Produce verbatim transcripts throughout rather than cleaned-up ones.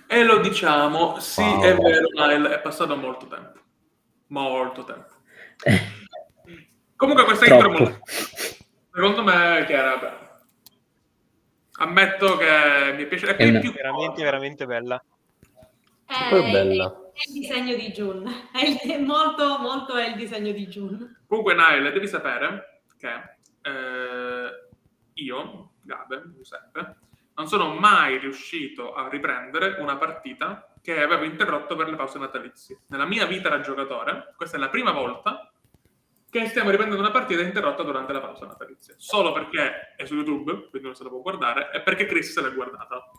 E lo diciamo, sì, Wow. è vero, Nile, è passato molto tempo. Molto tempo. Comunque questa intro è Troppo. molto... Secondo me, Chiara, beh, ammetto che mi piace, è È più, una- più Veramente, veramente bella. Che poi è È, bella. è il disegno di June. È, il- è molto, molto è il disegno di June. Comunque, Nile, devi sapere che eh, io, Gabe, Giuseppe, non sono mai riuscito a riprendere una partita che avevo interrotto per le pause natalizie. Nella mia vita da giocatore, questa è la prima volta che stiamo riprendendo una partita interrotta durante la pausa natalizia. Solo perché è su YouTube, quindi non se la può guardare, e perché Chris se l'è guardata.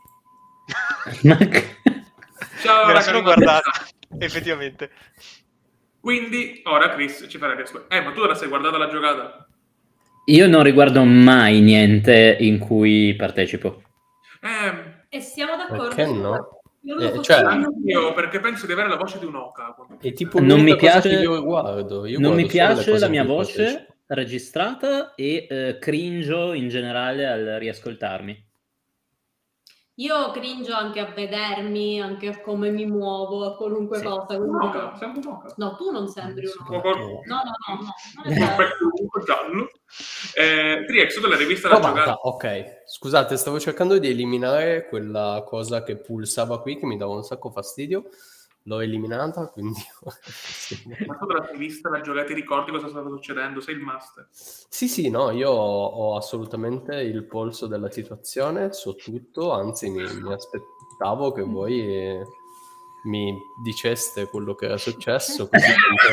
Ciao, Me la raga, sono mi guardata, manca. effettivamente. Quindi ora Chris ci farà riascoltare. Eh, ma tu ora sei guardata la giocata? Io non riguardo mai niente in cui partecipo. Eh, E siamo d'accordo. Perché no? Io lo Eh, faccio cioè- anch'io, perché penso di avere la voce di un'oca. È tipo Non mi l'unica cosa piace, che io guardo. Io non mi guardo solo le piace cose la in mia cui voce partecipo. registrata e eh, cringio in generale al riascoltarmi. Io cringio anche a vedermi, anche a come mi muovo, a qualunque Sì. cosa. quindi- Un'oca, sembra un'oca. No, tu non sembri Un un'oca. po' No, no, no, no. non è un vero. petto lungo giallo. Eh, Triex, tu l'hai rivista la Provata, giocata? ok. Scusate, stavo cercando di eliminare quella cosa che pulsava qui che mi dava un sacco fastidio. L'ho eliminata, quindi... sì. Ma tu te la sei vista la giocata? Ti ricordi cosa stava succedendo? Sei il master. Sì, sì, no, io ho, ho assolutamente il polso della situazione, so tutto, anzi mi, mi aspettavo che voi eh, mi diceste quello che era successo, così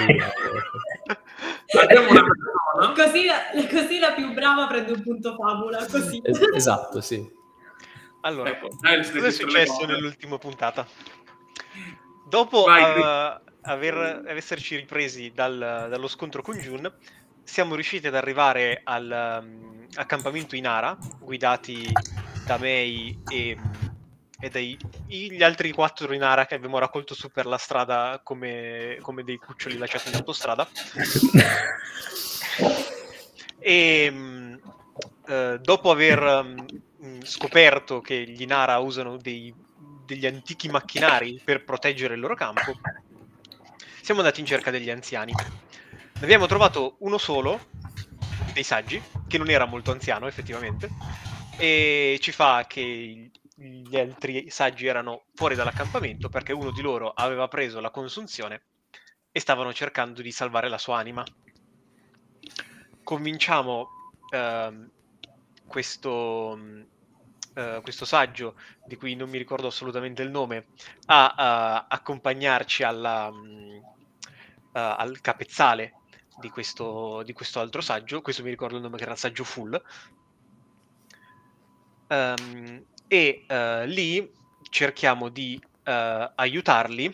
Abbiamo una persona. Così la, così la più brava prende un punto favola, così. Es- esatto, sì. Allora, Ecco, Niles cosa è registra le successo cose. nell'ultima puntata? Dopo Vai, uh, aver, esserci ripresi dal, dallo scontro con Jun, siamo riusciti ad arrivare al um, accampamento Inara, guidati da Mei e, e dai gli altri quattro Inara che abbiamo raccolto su per la strada come, come dei cuccioli lasciati in autostrada. E um, uh, dopo aver um, scoperto che gli Inara usano dei degli antichi macchinari per proteggere il loro campo, siamo andati in cerca degli anziani. Ne abbiamo trovato uno solo dei saggi, che non era molto anziano effettivamente, e ci fa che gli altri saggi erano fuori dall'accampamento perché uno di loro aveva preso la consunzione e stavano cercando di salvare la sua anima. Convinciamo ehm, questo... Uh, questo saggio, di cui non mi ricordo assolutamente il nome, a uh, accompagnarci alla, um, uh, al capezzale di questo, di questo altro saggio. Questo mi ricordo il nome, che era il saggio Full. Um, e uh, lì cerchiamo di uh, aiutarli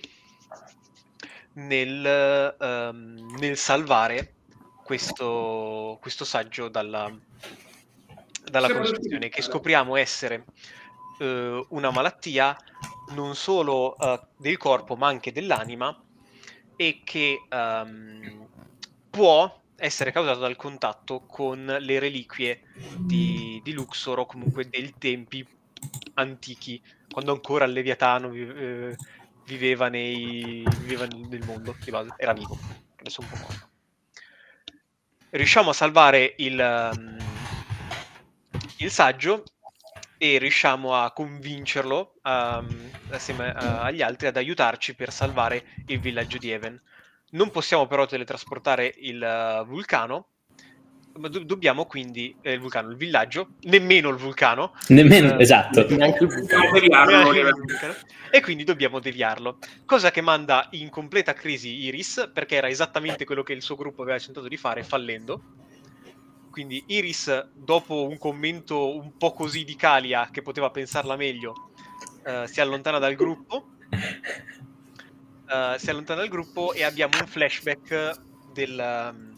nel, um, nel salvare questo, questo saggio dalla, dalla consumazione, che scopriamo essere uh, una malattia non solo uh, del corpo ma anche dell'anima, e che um, può essere causata dal contatto con le reliquie di, di Luxor, o comunque dei tempi antichi, quando ancora il Leviatano eh, viveva, nei, viveva nel mondo, di base, era vivo, adesso è un po' morto. Riusciamo a salvare il, um, il saggio e riusciamo a convincerlo um, assieme uh, agli altri ad aiutarci per salvare il villaggio di Even. Non possiamo però teletrasportare il uh, vulcano, ma do- dobbiamo quindi eh, il vulcano, il villaggio, nemmeno il vulcano, Nemmeno, eh, esatto. Neanche il vulcano. deviarlo, neanche il vulcano, e quindi dobbiamo deviarlo, cosa che manda in completa crisi Iris, perché era esattamente quello che il suo gruppo aveva tentato di fare, fallendo. Quindi Iris, dopo un commento un po' così di Kalia, che poteva pensarla meglio, uh, si allontana dal gruppo. Uh, si allontana dal gruppo e abbiamo un flashback del, um,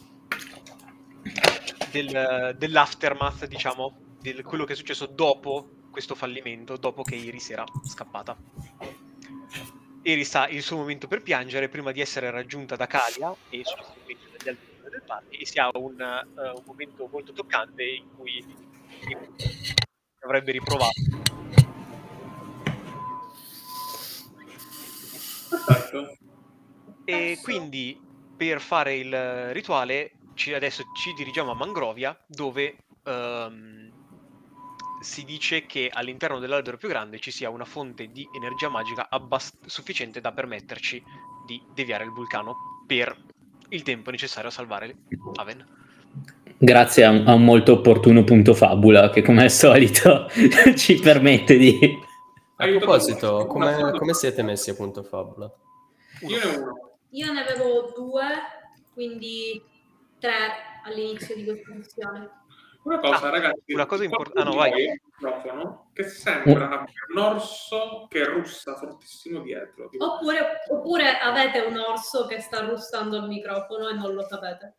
del, dell'aftermath, diciamo, di quello che è successo dopo questo fallimento, dopo che Iris era scappata. Iris ha il suo momento per piangere prima di essere raggiunta da Kalia e successivamente dagli altri membri del party, e si ha un, uh, un momento molto toccante in cui avrebbe riprovato. Perfetto. E quindi per fare il rituale ci, adesso ci dirigiamo a Mangrovia, dove ehm, si dice che all'interno dell'albero più grande ci sia una fonte di energia magica abbast- sufficiente da permetterci di deviare il vulcano per il tempo necessario a salvare Aven. Grazie a un, a un molto opportuno punto fabula che come al solito ci permette di... A proposito, come, come siete messi a punto fabula? Io ne ho uno. Io ne avevo due, quindi tre all'inizio di questa missione. Una cosa, Ah, ragazzi, una cosa import- qualcuno ah, no, di vai. voi ha un microfono che sembra abbia un orso che russa fortissimo dietro. tipo- Oppure, oppure avete un orso che sta russando al microfono e non lo sapete.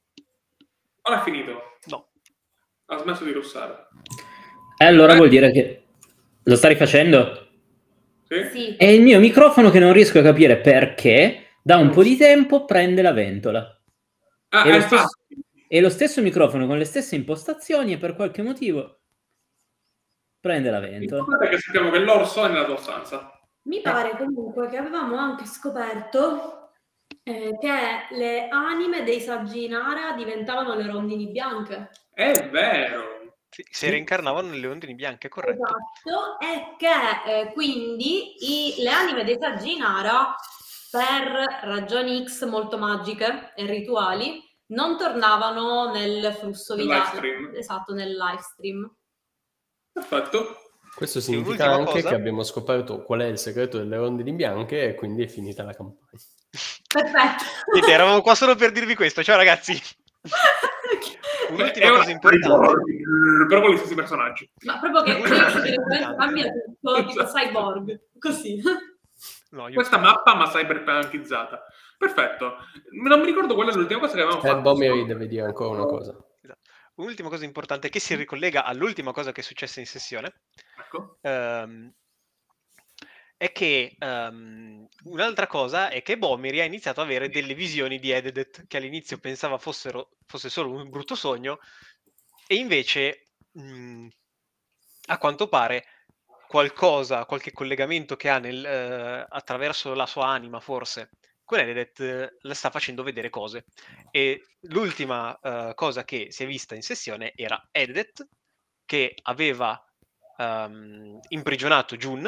Ora è finito. No. Ha smesso di russare. E allora Eh? vuol dire che lo stai rifacendo? Sì? Sì. È il mio microfono che non riesco a capire perché da un po' di tempo prende la ventola. Ah, E lo eh, stesso- infatti. E lo stesso microfono con le stesse impostazioni e per qualche motivo prende la ventola. L'importante è che sappiamo che l'orso è nella tua stanza. Mi pare comunque che avevamo anche scoperto eh, che le anime dei saggi in Ara diventavano le rondini bianche. È vero. Sì, si reincarnavano nelle ondini bianche, corretto. Esatto, e che eh, quindi i- le anime dei saggi in Ara, per ragioni X molto magiche e rituali, non tornavano nel flusso Nel vitale. live stream. Esatto, nel live stream. Perfetto. Questo E significa un'ultima anche cosa? che abbiamo scoperto qual è il segreto delle rondini bianche e quindi è finita la campagna. Perfetto. Niente, eravamo qua solo per dirvi questo. Ciao ragazzi. Un'ultima È una- cosa importante. Però con gli stessi personaggi. Ma proprio che Un'ultima cosa qui importante. cambia tutto, tipo cyborg, così. No, io Questa mappa ma cyberpunkizzata. Perfetto. Non mi ricordo qual è l'ultima cosa che avevamo E fatto. Bomeri deve dire ancora una cosa. Esatto. Un'ultima cosa importante che si ricollega all'ultima cosa che è successa in sessione Ecco. ehm, è che ehm, un'altra cosa è che Bomeri ha iniziato ad avere delle visioni di Ededet che all'inizio pensava fossero, fosse solo un brutto sogno e invece mh, a quanto pare qualcosa, qualche collegamento che ha nel, eh, attraverso la sua anima forse con Ededet eh, le sta facendo vedere cose. E l'ultima eh, cosa che si è vista in sessione era Ededet che aveva ehm, imprigionato Jun,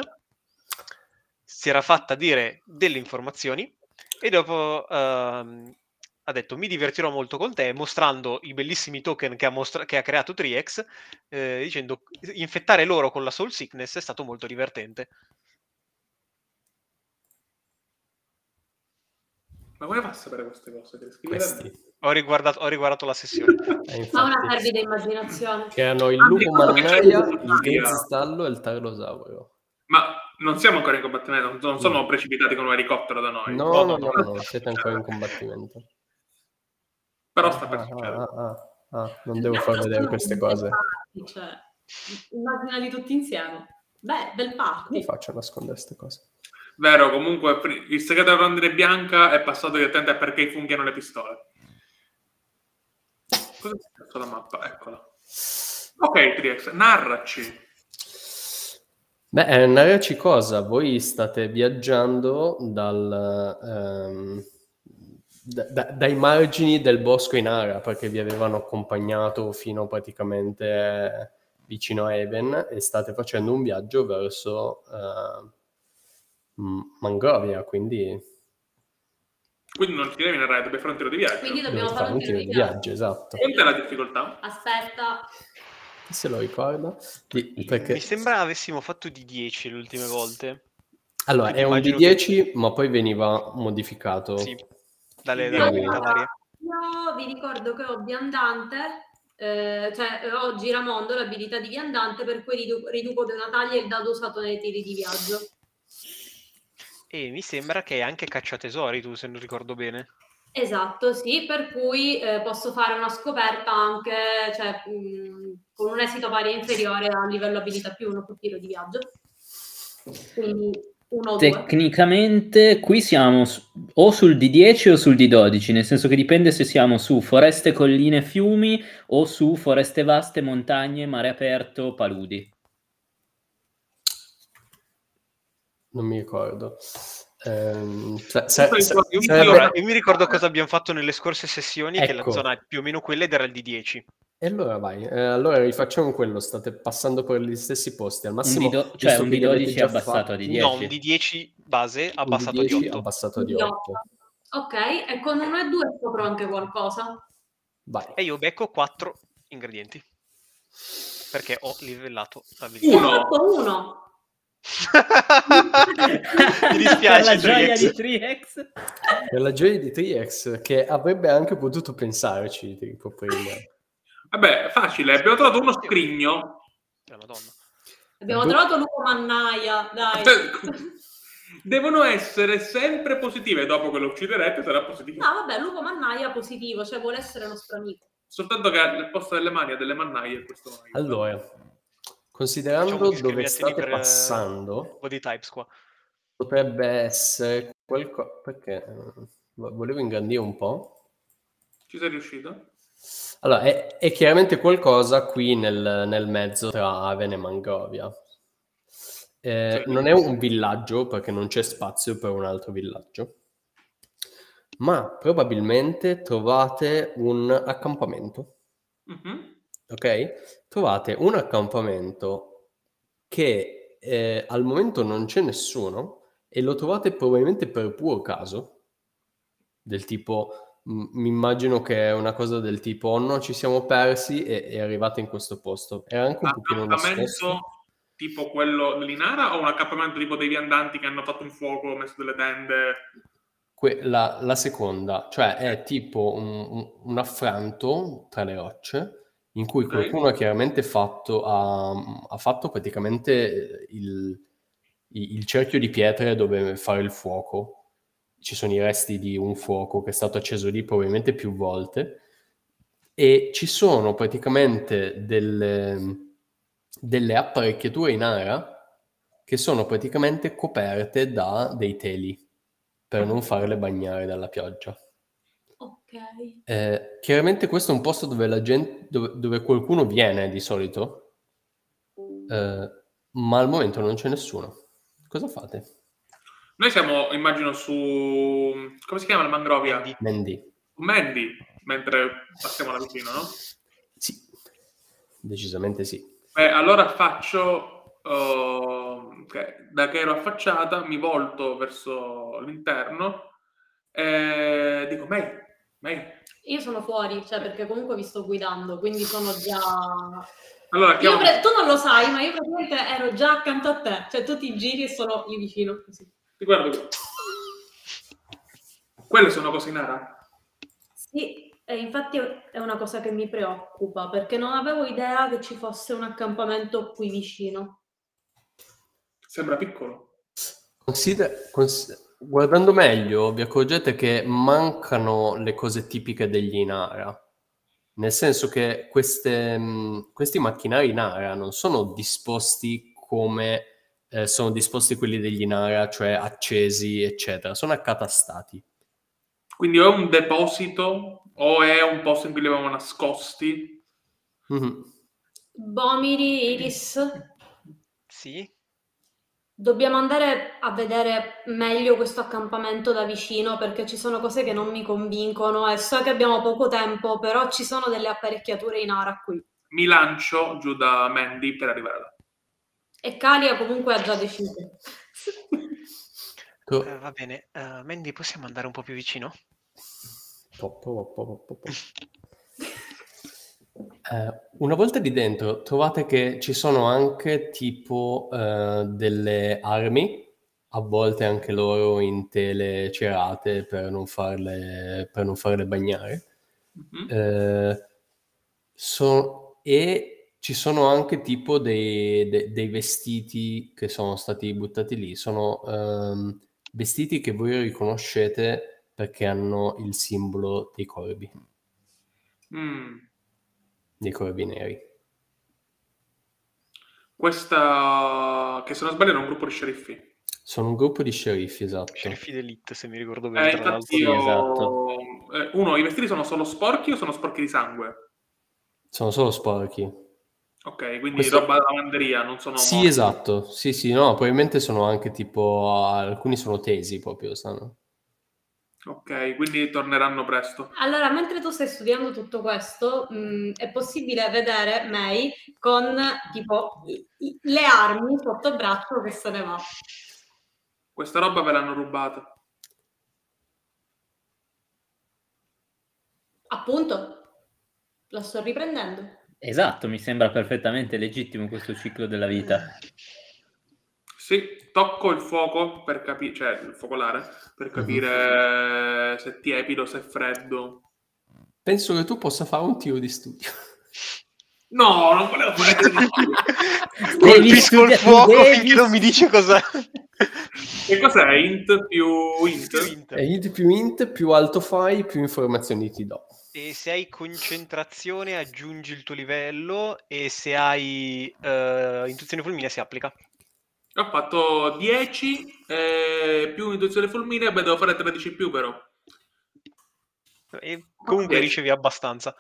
si era fatta dire delle informazioni e dopo ehm, ha detto mi divertirò molto con te, mostrando i bellissimi token che ha, mostra- che ha creato Triex, eh, dicendo infettare loro con la Soul Sickness è stato molto divertente. Ma come fa a sapere queste cose? Che scrive Questi. Ho riguardato, ho riguardato la sessione. Eh, Ha una infatti, fervida immaginazione. che hanno il Ah, lupo ricordo che c'è mannaia, il- il Gazestallo e il Tarlosauro. Ma non siamo ancora in combattimento, non- non sono precipitati con un elicottero da noi. No, no, no, no, siete ancora in combattimento. Però sta per Ah, succedere. ah, ah, ah, non devo far vedere queste cose. Cioè, immaginali tutti insieme. Beh, bel Come party. faccio a nascondere queste cose? Vero, comunque pri- il segreto della rondine bianca è passato direttamente a perché i funghi hanno le pistole. Cosa c'è scritto la mappa? Eccola. Ok, Triex, narraci. Beh, eh, narraci cosa? Voi state viaggiando dal, ehm, da- da- dai margini del bosco in Ara, perché vi avevano accompagnato fino praticamente eh, vicino a Even e state facendo un viaggio verso eh, M- Mangrovia, quindi Quindi non ti devi narrare, dobbiamo fare un tiro di viaggio. Quindi dovete dobbiamo fare fare un un tiro di viaggio. viaggio, esatto. Quanta è la difficoltà? Aspetta. Chi se lo ricorda? Di- perché- Mi sembra avessimo fatto di dieci le ultime volte. Allora, Quindi è un immagino D dieci, ma poi veniva modificato. Sì, dalle, Io- dalle Allora, abilità varie. io vi ricordo che ho viandante, eh, cioè eh, ho giramondo, l'abilità di viandante, per cui ridu- riduco di una taglia il dado usato nei tiri di viaggio. E mi sembra che hai anche cacciatesori tu, se non ricordo bene. Esatto, sì, per cui eh, posso fare una scoperta anche cioè, mh, con un esito pari o inferiore a livello abilità più uno sul tiro di viaggio. Quindi uno o due. Tecnicamente qui siamo su- o sul D dieci o sul D dodici, nel senso che dipende se siamo su foreste, colline, fiumi o su foreste vaste, montagne, mare aperto, paludi. Non mi ricordo. Ehm, sa- sa- Questo è sa- il tuo- sarebbe- Allora, io mi ricordo cosa abbiamo fatto nelle scorse sessioni, che la Ecco. zona è più o meno quella ed era il D dieci. E allora vai, eh, allora rifacciamo quello, state passando per gli stessi posti, al Un massimo, D do- cioè visto un che D li avete dodici già abbassato a D fatti, dieci. No, un D dieci base un abbassato D di dieci otto. abbassato di Di otto. Ok, e con uno e due scopro anche qualcosa. Vai. E io becco quattro ingredienti. Perché ho livellato l'abilità. Ho Uno. fatto uno. Mi dispiace, Per la gioia Trix. di Trix. Per la gioia di Trix, che avrebbe anche potuto pensarci, tipo prima. Vabbè, facile, abbiamo trovato uno scrigno. La Madonna. Abbiamo Bu- trovato Luca Mannaia, dai. Devono essere sempre positive, dopo che lo ucciderete sarà positivo. No, vabbè, Luca Mannaia positivo, cioè vuole essere nostro amico. Soltanto che al posto delle mani ha delle mannaie questo non aiuta. Allora, Facciamo considerando dove discriminazioni state per, eh, passando, body types qua. potrebbe essere qualcosa... Perché eh, volevo ingrandire un po'. Ci sei riuscito? Allora, è, è chiaramente qualcosa qui nel, nel mezzo tra Aven e Mangrovia. Eh, Sì. non è un villaggio, perché non c'è spazio per un altro villaggio, ma probabilmente trovate un accampamento. Mhm. Ok? Trovate un accampamento che eh, al momento non c'è nessuno e lo trovate probabilmente per puro caso, del tipo, m- mi immagino che è una cosa del tipo, oh no, ci siamo persi e, e arrivate in questo posto. Era anche un pochino nascosto. Accampamento tipo quello dell'Inara o un accampamento tipo dei viandanti che hanno fatto un fuoco, messo delle tende? Que- la, la seconda, cioè è tipo un, un- un affranto tra le rocce in cui Ok. qualcuno ha chiaramente fatto, ha, ha fatto praticamente il, il- il cerchio di pietre dove fare il fuoco. Ci sono i resti di un fuoco che è stato acceso lì probabilmente più volte e ci sono praticamente delle, delle apparecchiature in ara che sono praticamente coperte da dei teli per non farle bagnare dalla pioggia. Ok. Eh, chiaramente questo è un posto dove la gente, dove, dove qualcuno viene di solito, eh, ma al momento non c'è nessuno. Cosa fate? Noi siamo, immagino, su... come si chiama la mangrovia? Mandy. Mandy. Su Mandy, mentre passiamo là vicino, no? Sì, decisamente sì. Beh, allora faccio... uh, che da che ero affacciata, mi volto verso l'interno e dico, May, May. Io sono fuori, cioè perché comunque vi sto guidando, quindi sono già... Allora, Io chiamo... pre- tu non lo sai, ma io praticamente ero già accanto a te, cioè tu ti giri e sono lì vicino, così. ti guardo. Quelle sono cose in ara? Sì, e infatti è una cosa che mi preoccupa, perché non avevo idea che ci fosse un accampamento qui vicino. Sembra piccolo. Consider- cons- guardando meglio, vi accorgete che mancano le cose tipiche degli Inara. Nel senso che queste, mh, questi macchinari Inara non sono disposti come eh, sono disposti quelli degli Inara, cioè accesi, eccetera. Sono accatastati. Quindi o è un deposito o è un posto in cui li avevamo nascosti. Mhm. Bomiri, Iris, Sì? dobbiamo andare a vedere meglio questo accampamento da vicino perché ci sono cose che non mi convincono e so che abbiamo poco tempo, però ci sono delle apparecchiature in ara qui. Mi lancio giù da Mandy per arrivare là. E Kalia comunque ha già deciso. Tu- Eh, va bene. Eh, Mandy, possiamo andare un po' più vicino? po- po- po- po- po- po. Eh, una volta lì dentro trovate che ci sono anche tipo eh, delle armi, a volte anche loro in tele cerate per non farle, per non farle bagnare. Mhm. Eh, so- e ci sono anche tipo dei, de- dei vestiti che sono stati buttati lì. Sono ehm, vestiti che voi riconoscete perché hanno il simbolo dei corvi, Mm. dei corvi neri. Questa, che se non sbaglio, era un gruppo di sceriffi. Sono un gruppo di sceriffi, esatto. Sceriffi d'elite, se mi ricordo bene, Eh, tra infatti l'altro. io... esatto. eh, uno, i vestiti sono solo sporchi o sono sporchi di sangue? Sono solo sporchi. Ok, quindi Questo- roba da lavanderia, non sono Sì, morti. esatto. Sì, sì, no, probabilmente sono anche tipo... alcuni sono tesi proprio, sanno. Ok, quindi torneranno presto. Allora, mentre tu stai studiando tutto questo, mh, è possibile vedere May con tipo i- i- le armi sotto braccio che se ne va. Questa roba ve l'hanno rubata. Appunto, la sto riprendendo. Esatto, mi sembra perfettamente legittimo questo ciclo della vita. Sì, tocco il fuoco per capire, cioè il focolare, per capire se è tiepido, se è freddo. Penso che tu possa fare un tiro di studio. No, non volevo fare così. Colpisco il studia- fuoco devi finché non mi dice cos'è. Che cos'è? Int più int? Più int. E int più int, più alto fai, più informazioni ti do. E se hai concentrazione aggiungi il tuo livello e se hai eh, intuizione fulminea si applica. Ho fatto dieci eh, più intuizione fulminea, beh, devo fare tredici in più però. E comunque dieci. ricevi abbastanza.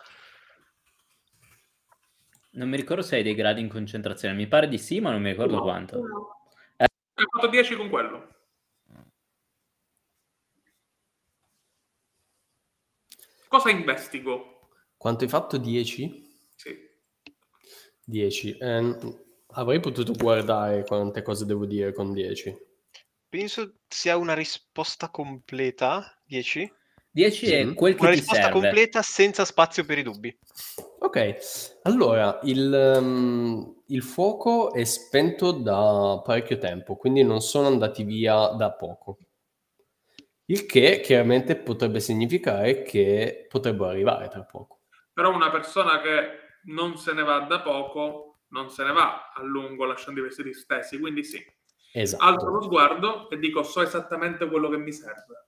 Non mi ricordo se hai dei gradi in concentrazione, mi pare di sì, ma non mi ricordo No. quanto. Uno. Ho fatto dieci con quello. Cosa investigo? Quanto hai fatto? dieci? Sì. dieci. Ehm, avrei potuto guardare quante cose devo dire con dieci. Penso sia una risposta completa, dieci? dieci è Mhm. quel che Una ti risposta serve. completa senza spazio per i dubbi. Ok, allora il, ehm, il fuoco è spento da parecchio tempo, quindi non sono andati via da poco. Il che chiaramente potrebbe significare che potrebbero arrivare tra poco. Però una persona che non se ne va da poco, non se ne va a lungo lasciando i vestiti stessi, quindi sì. Esatto. Alzo lo sguardo e dico so esattamente quello che mi serve.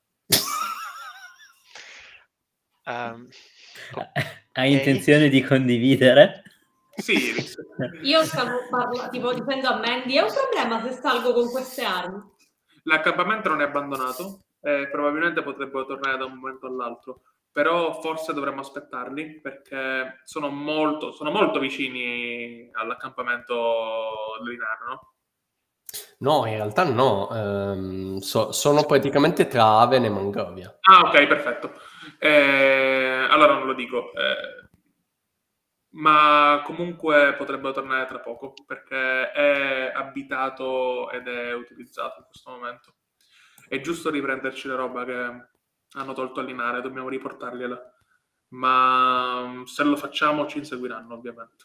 Ehm, Hai ok. intenzione di condividere? Sì, Iris. Io stavo parlando, tipo dicendo a Mandy, è un problema se salgo con queste armi. L'accampamento non è abbandonato, eh, probabilmente potrebbero tornare da un momento all'altro, però forse dovremmo aspettarli perché sono molto, sono molto vicini all'accampamento Linaro, no? No, in realtà no, ehm, so- sono praticamente tra Aven e Mangrovia. Ah, ok, perfetto. Eh, allora non lo dico, eh, ma comunque potrebbero tornare tra poco perché è abitato ed è utilizzato in questo momento. È giusto riprenderci la roba che hanno tolto a Linare, dobbiamo riportargliela. Ma se lo facciamo ci inseguiranno, ovviamente.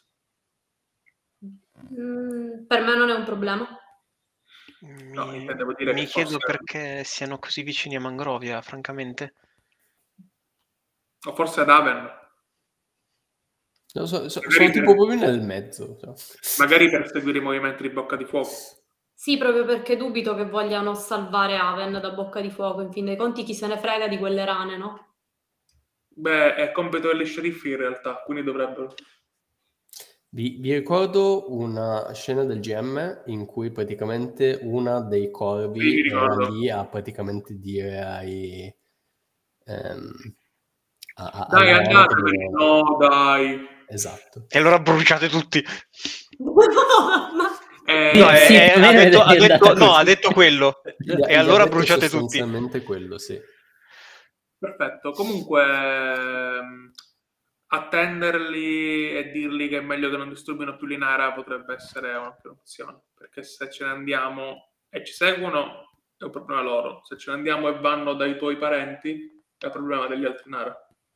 Mm, per me non è un problema. Mi, No, intendevo dire mi che chiedo forse- perché siano così vicini a Mangrovia, francamente. O forse ad Aven, No, so- so- Magari sono per- tipo proprio nel mezzo. cioè. magari per seguire i movimenti di Bocca di Fuoco. Sì, proprio perché dubito che vogliano salvare Aven da Bocca di Fuoco. In fin dei conti, chi se ne frega di quelle rane, no? Beh, è compito degli sceriffi in realtà, quindi dovrebbero. Vi, vi ricordo una scena del G M in cui praticamente una dei Sì, corvi mi era ricordo. lì a praticamente dire ai... ehm, a- a- Dai, alla rana andate, che perché doveva- no, dai. Esatto. E allora bruciate tutti. Ma Eh, No, Sì, è- è- più o meno ha, detto, è ha detto- andata no, ha così. detto quello. Gli ha- E gli ha allora detto bruciate tutti. sostanzialmente quello, sì. Perfetto, comunque ehm, attenderli e dirgli che è meglio che non disturbino più Linara potrebbe essere una più opzione, perché se ce ne andiamo e ci seguono è un problema loro, se ce ne andiamo e vanno dai tuoi parenti è un problema degli altri Nara.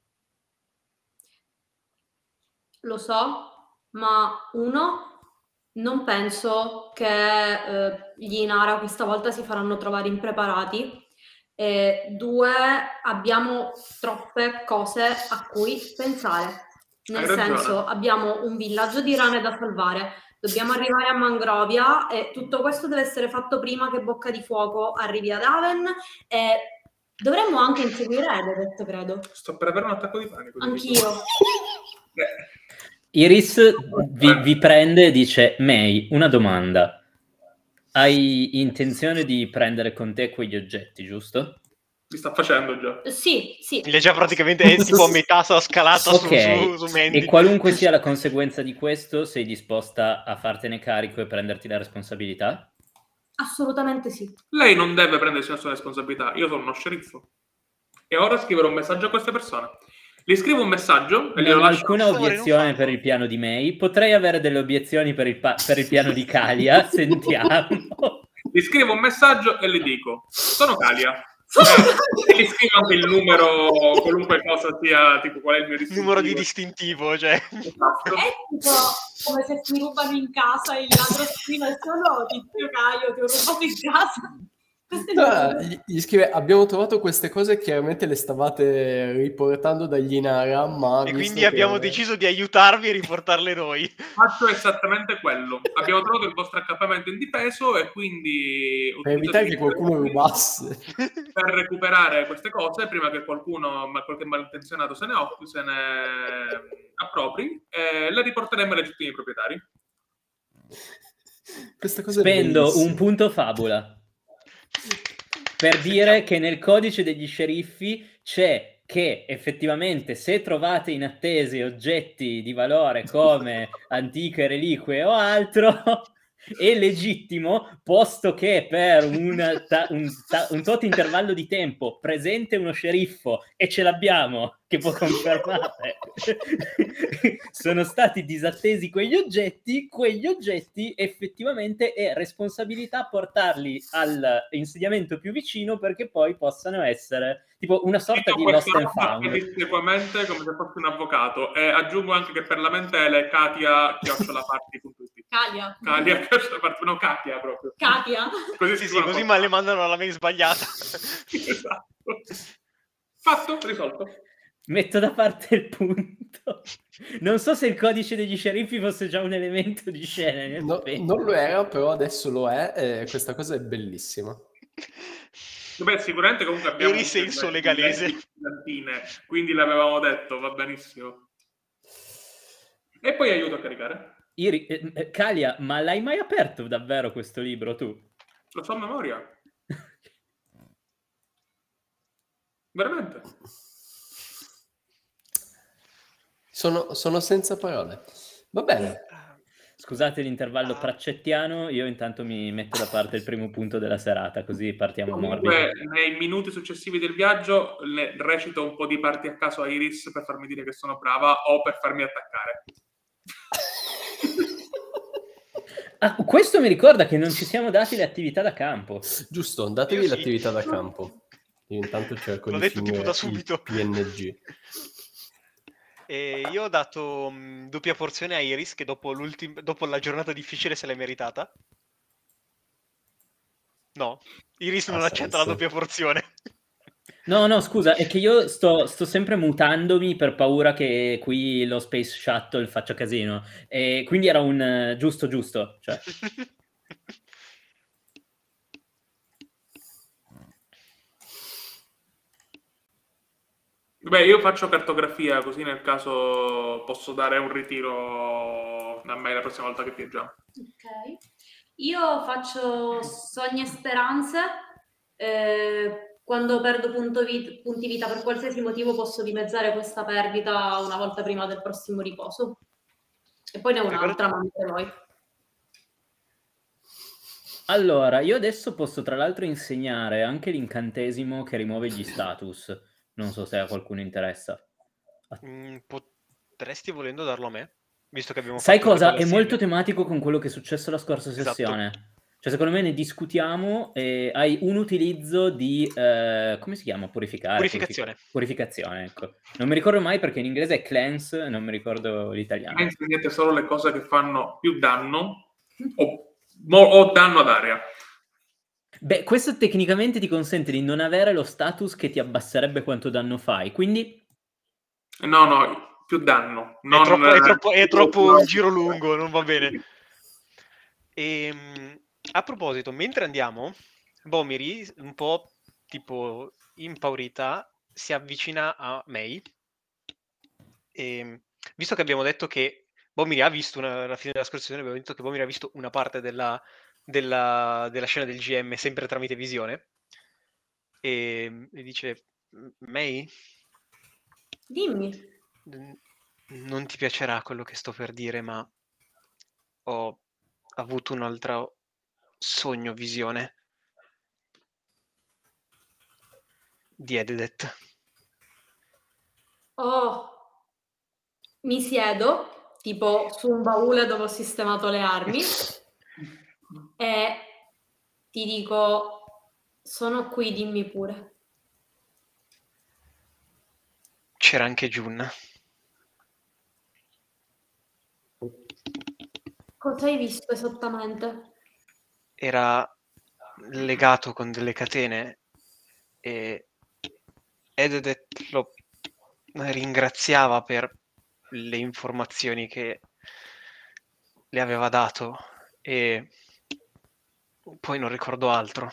lo so, ma uno, non penso che eh, gli Inara questa volta si faranno trovare impreparati. E due, abbiamo troppe cose a cui pensare. Nel Hai ragione. senso, abbiamo un villaggio di rane da salvare, dobbiamo arrivare a Mangrovia e tutto questo deve essere fatto prima che Bocca di Fuoco arrivi ad Aven e dovremmo anche inseguire Edoret, credo. Sto per avere un attacco di panico. ti dico. Anch'io. Eh, Iris vi, vi prende e dice: May, una domanda. Hai intenzione di prendere con te quegli oggetti, giusto? Li sta facendo già. Sì, sì. È già praticamente è tipo a metà sulla scalata su, Ok, su, su Mandy. e qualunque sia la conseguenza di questo, sei disposta a fartene carico e prenderti la responsabilità? Assolutamente sì. Lei non deve prendersi la sua responsabilità. Io sono uno sceriffo. E ora scriverò un messaggio a queste persone. Gli scrivo un messaggio e glielo Non ho lascio. alcuna Per favore, obiezione non farlo. per il piano di May. Potrei avere delle obiezioni per il, pa- per il piano di Kalia. Sentiamo. Gli scrivo un messaggio e le dico: sono Kalia. Eh, e gli scrivo anche il numero, qualunque cosa sia, tipo qual è il mio distintivo. Numero di distintivo, cioè. Esatto. È tipo come se ti rubano in casa il ladro scrive sono Tizio Caio, ti ho rubato in casa. Questo è il Ah, mio- gli, gli scrive: abbiamo trovato queste cose, chiaramente le stavate riportando dagli Inara, ma E visto quindi che- abbiamo deciso di aiutarvi e riportarle noi. Faccio esattamente quello. Abbiamo trovato il vostro accappamento indifeso e quindi per evitare che qualcuno rubasse. per recuperare queste cose prima che qualcuno, ma qualche malintenzionato se ne, off- se ne appropri, e le riporteremo ai legittimi proprietari. Questa cosa è Spendo bellissima. un punto fabula per dire che nel codice degli sceriffi c'è che effettivamente se trovate inattesi oggetti di valore come antiche reliquie o altro è legittimo, posto che per una ta- un, ta- un tot intervallo di tempo presente uno sceriffo e ce l'abbiamo che può confermare sono stati disattesi quegli oggetti, quegli oggetti effettivamente è responsabilità portarli all'insediamento più vicino perché poi possano essere tipo una sorta Cito di lost questa and cosa found. pedissequamente come se fossi un avvocato e aggiungo anche che per lamentele Katia chiocciolaparty punto it. Calia. Katia chiocciolaparty, no Katia proprio. Katia. Così Sì, si sì, chiama così qua. ma le mandano alla mail sbagliata. Esatto. Fatto, risolto. Metto da parte il punto. Non so se il codice degli sceriffi fosse già un elemento di scena. in No, effetti. non lo era, però adesso lo è e questa cosa è bellissima. Beh, sicuramente comunque abbiamo Eri senso legalese. brillantine, quindi l'avevamo detto, va benissimo. E poi aiuto a caricare. Iri- eh, eh, Kalia, ma l'hai mai aperto davvero questo libro tu? Lo so a memoria. Veramente. Sono, sono senza parole. Va bene. Scusate l'intervallo Ah. praccettiano, io intanto mi metto da parte il primo punto della serata, così partiamo morbidi. Comunque, nei minuti successivi del viaggio le recito un po' di parti a caso a Iris per farmi dire che sono brava o per farmi attaccare. Ah, questo mi ricorda che non ci siamo dati le attività da campo. Giusto, datevi Io sì. l'attività da campo. Io intanto cerco L'ho di detto tipo finire da il subito. P N G. E io ho dato mh, doppia porzione a Iris, che dopo, l'ultim- dopo la giornata difficile se l'è meritata. No, Iris non Ha accetta la senso. doppia porzione. No, no, scusa, è che io sto, sto sempre mutandomi per paura che qui lo Space Shuttle faccia casino. E quindi era un eh, giusto giusto, cioè. Beh, io faccio cartografia, così nel caso posso dare un ritiro a me la prossima volta che viaggiamo. Ok. Io faccio sogni e speranze. eh, quando perdo punto vi- punti vita per qualsiasi motivo posso dimezzare questa perdita una volta prima del prossimo riposo. E poi ne ho un'altra, ma dite voi. Allora, io adesso posso tra l'altro insegnare anche l'incantesimo che rimuove gli status. Non so se a qualcuno interessa. Mm, potresti volendo darlo a me? Visto che abbiamo Sai fatto il cosa? rituale È molto assieme. tematico con quello che è successo la scorsa Esatto. sessione. Cioè, secondo me ne discutiamo e hai un utilizzo di... eh, come si chiama? Purificare? Purificazione. Purific- Purificazione, ecco. Non mi ricordo mai perché in inglese è cleanse, non mi ricordo l'italiano. A me insegnate solo le cose che fanno più danno o, mo- o danno ad area. Beh, questo tecnicamente ti consente di non avere lo status che ti abbasserebbe quanto danno fai, quindi... No, no, più danno. È Non, troppo, è troppo, è eh, troppo no. un giro lungo, non va bene. E, a proposito, mentre andiamo, Bomiri, un po' tipo impaurita, si avvicina a May. E, visto che abbiamo detto che Bomiri ha visto, una, alla fine della scorsa sessione abbiamo detto che Bomiri ha visto una parte della, della, della scena del G M sempre tramite visione. e, e dice: May, Dimmi. n- non ti piacerà quello che sto per dire, ma ho avuto un altro sogno, visione di Ededet. Oh, mi siedo, tipo su un baule dove ho sistemato le armi, e ti dico, sono qui, dimmi pure. C'era anche Jun. Cosa hai visto esattamente? Era legato con delle catene e Ededet lo ringraziava per le informazioni che le aveva dato e poi non ricordo altro.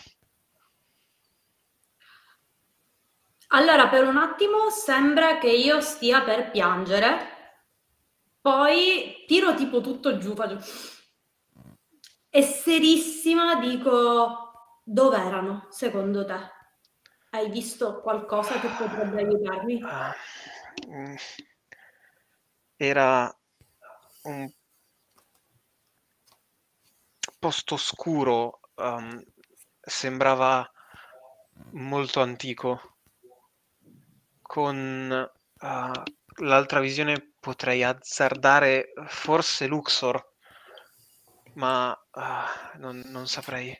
Allora, per un attimo sembra che io stia per piangere, poi tiro tipo tutto giù, faccio... E serissima dico, dov'erano secondo te? Hai visto qualcosa che potrebbe aiutarmi? Ah, mm, era un posto oscuro, um, sembrava molto antico. Con uh, l'altra visione potrei azzardare forse Luxor, ma uh, non, non saprei.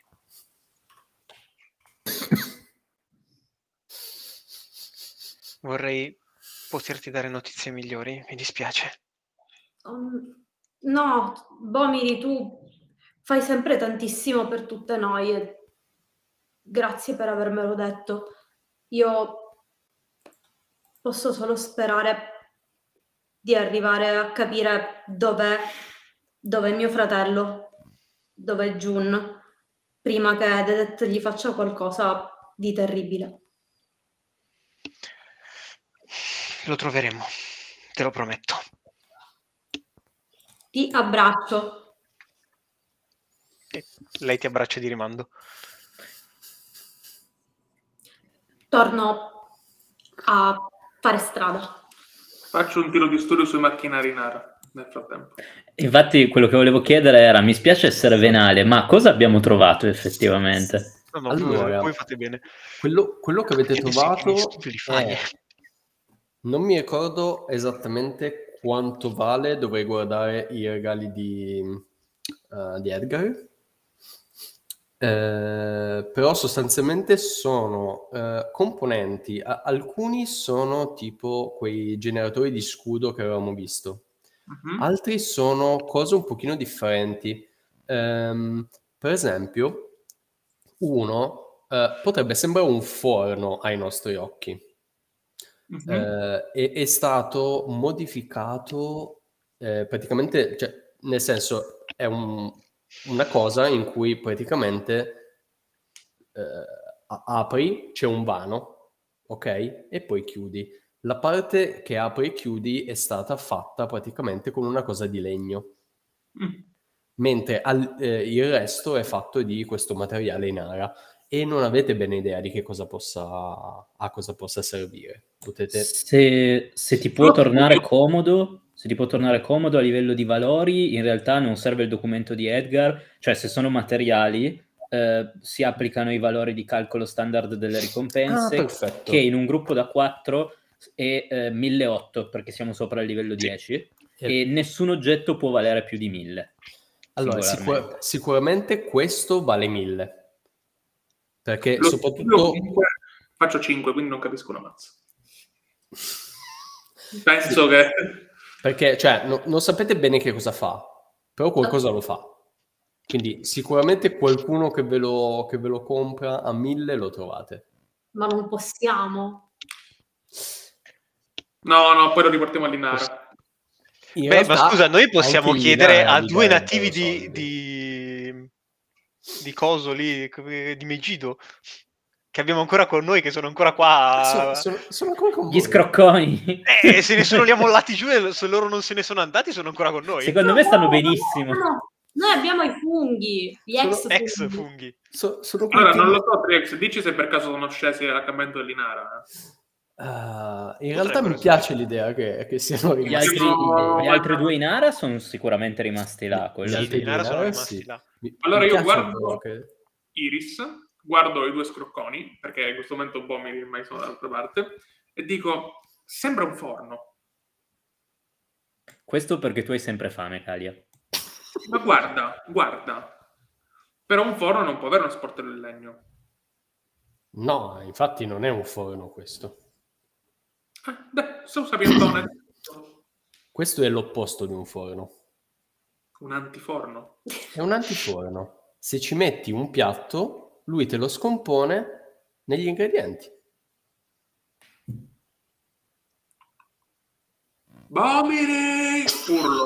Vorrei poterti dare notizie migliori, mi dispiace. Um, no, Bomiri, tu fai sempre tantissimo per tutte noi e grazie per avermelo detto. Io posso solo sperare di arrivare a capire dov'è, dov'è mio fratello, dov'è Jun, prima che Ededet gli faccia qualcosa di terribile. Lo troveremo, te lo prometto. Ti abbraccio. E lei ti abbraccia di rimando. Torno a fare strada. Faccio un tiro di studio sui macchinari Nara nel frattempo. Infatti quello che volevo chiedere era, mi spiace essere venale, ma cosa abbiamo trovato effettivamente? No, no, Allora, voi fate bene. Quello, quello che avete Siete trovato sicuri, li fai. è... Non mi ricordo esattamente quanto vale, dovrei guardare i regali di, uh, di Edgar. Eh, però sostanzialmente sono eh, componenti, a- alcuni sono tipo quei generatori di scudo che avevamo visto, Mhm. altri sono cose un pochino differenti. Ehm, per esempio, uno eh, potrebbe sembrare un forno ai nostri occhi. Mhm. Eh, è, è stato modificato eh, praticamente, cioè, nel senso è un- una cosa in cui praticamente eh, a- apri, c'è un vano, ok? E poi chiudi. La parte che apri e chiudi è stata fatta praticamente con una cosa di legno, Mm. mentre al- eh, il resto è fatto di questo materiale in ara e non avete bene idea di che cosa possa, a cosa possa servire. Potete... Se, se ti può tornare comodo, se ti può tornare comodo a livello di valori, in realtà non serve il documento di Edgar, cioè se sono materiali eh, si applicano i valori di calcolo standard delle Ah, ricompense, perfetto. che in un gruppo da quattro è eh, milleottocento perché siamo sopra il livello dieci E- e nessun oggetto può valere più di mille. Allora, singolarmente. sicur- sicuramente questo vale mille. Perché Lo studio soprattutto... comunque faccio cinque, quindi non capisco una mazza. Penso che... Perché, cioè, no- non sapete bene che cosa fa, però qualcosa lo fa. Quindi sicuramente qualcuno che ve lo, che ve lo compra a mille lo trovate. Ma non possiamo. No, no, poi lo riportiamo all'Inara. In Beh, ma realtà, scusa, noi possiamo anche chiedere l'Inara a vi due darebbero nativi di, soldi. di, di coso lì, come- di Megido, che abbiamo ancora con noi, che sono ancora Sono, qua. sono, sono ancora con Gli voi. scrocconi. Eh, se nessuno li ha mollati giù e se loro non se ne sono andati, sono ancora con noi. Secondo me stanno benissimo. No, Noi abbiamo i funghi, gli ex Sono- Ex funghi. funghi. So- sono Allora, non contento- lo so, Trix, dici se per caso sono scesi all'accampamento dell'Inara. eh. Ah, in realtà mi Potrebbero piace l'idea che, che siano Gli rimasti. altri, No, gli altri due in Ara sono sicuramente rimasti là. quello Gli Sì, altri in due Ara in sono Ara, rimasti sì. là. Mi- Allora mi io piace guardo però che- Iris, guardo i due scrocconi, perché in questo momento un po' mi ormai sono dall'altra parte, e dico, sembra un forno. Questo perché tu hai sempre fame, Calia. Ma guarda, guarda, però un forno non può avere uno sportello in legno. No, infatti non è un forno questo. Ah, beh, sono sapientone. Questo è l'opposto di un forno. Un antiforno. È un antiforno. Se ci metti un piatto, lui te lo scompone negli ingredienti. Bomini! Urlo.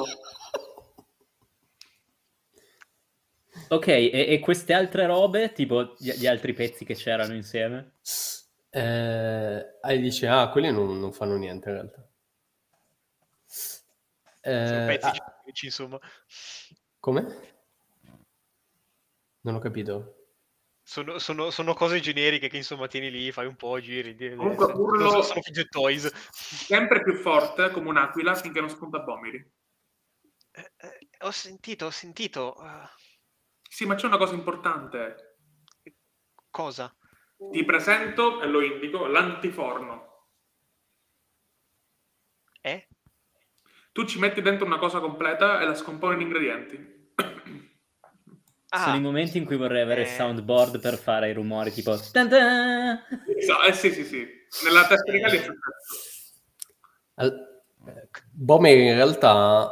Ok, e, e queste altre robe, tipo gli, gli altri pezzi che c'erano insieme? Eh, e dice, ah, quelli non, non fanno niente in realtà. Sono Eh, pezzi ah, generici, insomma. come? Non ho capito. Sono, sono- sono cose generiche che insomma tieni lì, fai un po', giri. di- Comunque, sono, urlo- sono fidget toys. Sempre più forte, come un'aquila, finché non spunta Bomini. Eh, eh, ho sentito, ho sentito. eh, Sì, ma c'è una cosa importante. cosa? Ti presento, e lo indico, l'antiforno. Eh? Tu ci metti dentro una cosa completa e la scomponi in ingredienti. Sono Ah, i momenti in cui vorrei avere il eh. soundboard per fare i rumori tipo... tan tan. So, eh sì, sì, sì. Nella testa di Cali è successo. Al- eh, Bomber in realtà,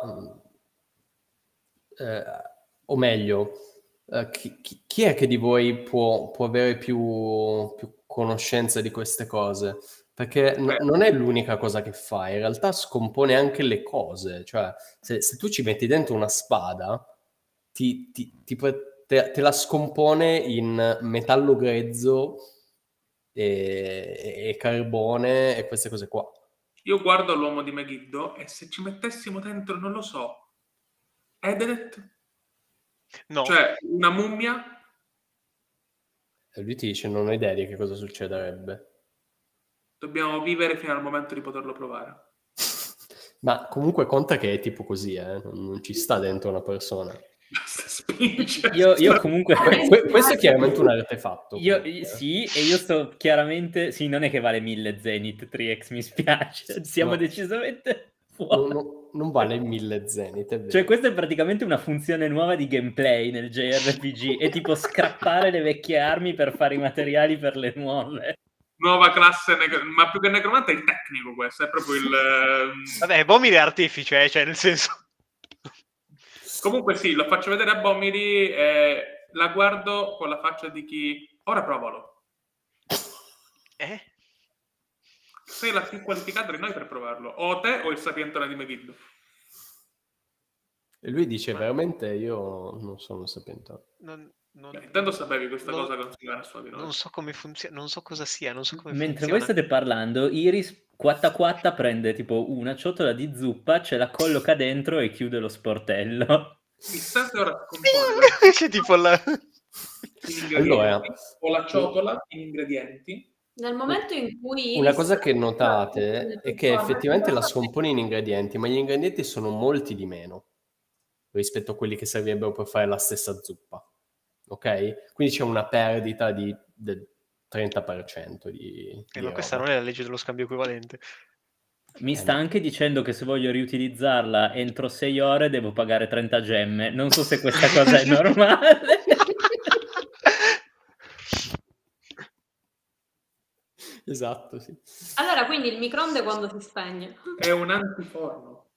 eh, o meglio, eh, chi, chi- chi è che di voi può, può avere più, più conoscenza di queste cose? Perché n- Beh. non è l'unica cosa che fa, in realtà scompone anche le cose. Cioè, se, se tu ci metti dentro una spada, ti, ti- ti pre- te, te la scompone in metallo grezzo e, e carbone e queste cose qua. Io guardo l'uomo di Megiddo e se ci mettessimo dentro, non lo so, Edenet? No, Cioè, una mummia? E lui ti dice, non ho idea di che cosa succederebbe. Dobbiamo vivere fino al momento di poterlo provare. Ma comunque conta che è tipo così, eh? Non, non ci sta dentro una persona. Basta spingere. Io, io comunque... Que- que- questo è chiaramente un artefatto. Io, comunque, eh. sì, e io sto chiaramente... Sì, non è che vale mille Zenith tre X, mi spiace. Siamo No. decisamente Non, fuori. non- non vale mille zenith, è vero. Cioè, questa è praticamente una funzione nuova di gameplay nel J R P G. È tipo scrappare le vecchie armi per fare i materiali per le nuove. Nuova classe, neg- ma più che necromante è il tecnico questo, è proprio il... ehm, vabbè, Bomiri è artefice, eh, cioè nel senso... Comunque sì, lo faccio vedere a Bomiri e la guardo con la faccia di chi... Ora provalo. Eh? Sei la più qualificata di noi per provarlo. O te o il sapientone di Megiddo. E lui dice, veramente io non sono sapientone. Non, non, Beh, intanto sapevi questa non- cosa che non si fa nessuno di noi. non so come funziona, non so cosa sia, non so come Mentre funziona. voi state parlando, Iris quatta quatta prende tipo una ciotola di zuppa, ce la colloca dentro e chiude lo sportello. Il sette ora scompone C'è tipo la... in ingredienti, Allora. o la ciotola in ingredienti. Nel momento in cui... Una cosa che notate è che effettivamente la scompone in ingredienti, ma gli ingredienti sono molti di meno rispetto a quelli che servirebbero per fare la stessa zuppa. Ok? Quindi c'è una perdita di, del trenta per cento di, Eh, di ma questa roba. non è la legge dello scambio equivalente. Mi Eh, sta no. anche dicendo che se voglio riutilizzarla entro sei ore devo pagare trenta gemme. Non so se questa cosa è normale. Esatto, sì. Allora, quindi il microonde quando si spegne? È un antiforno.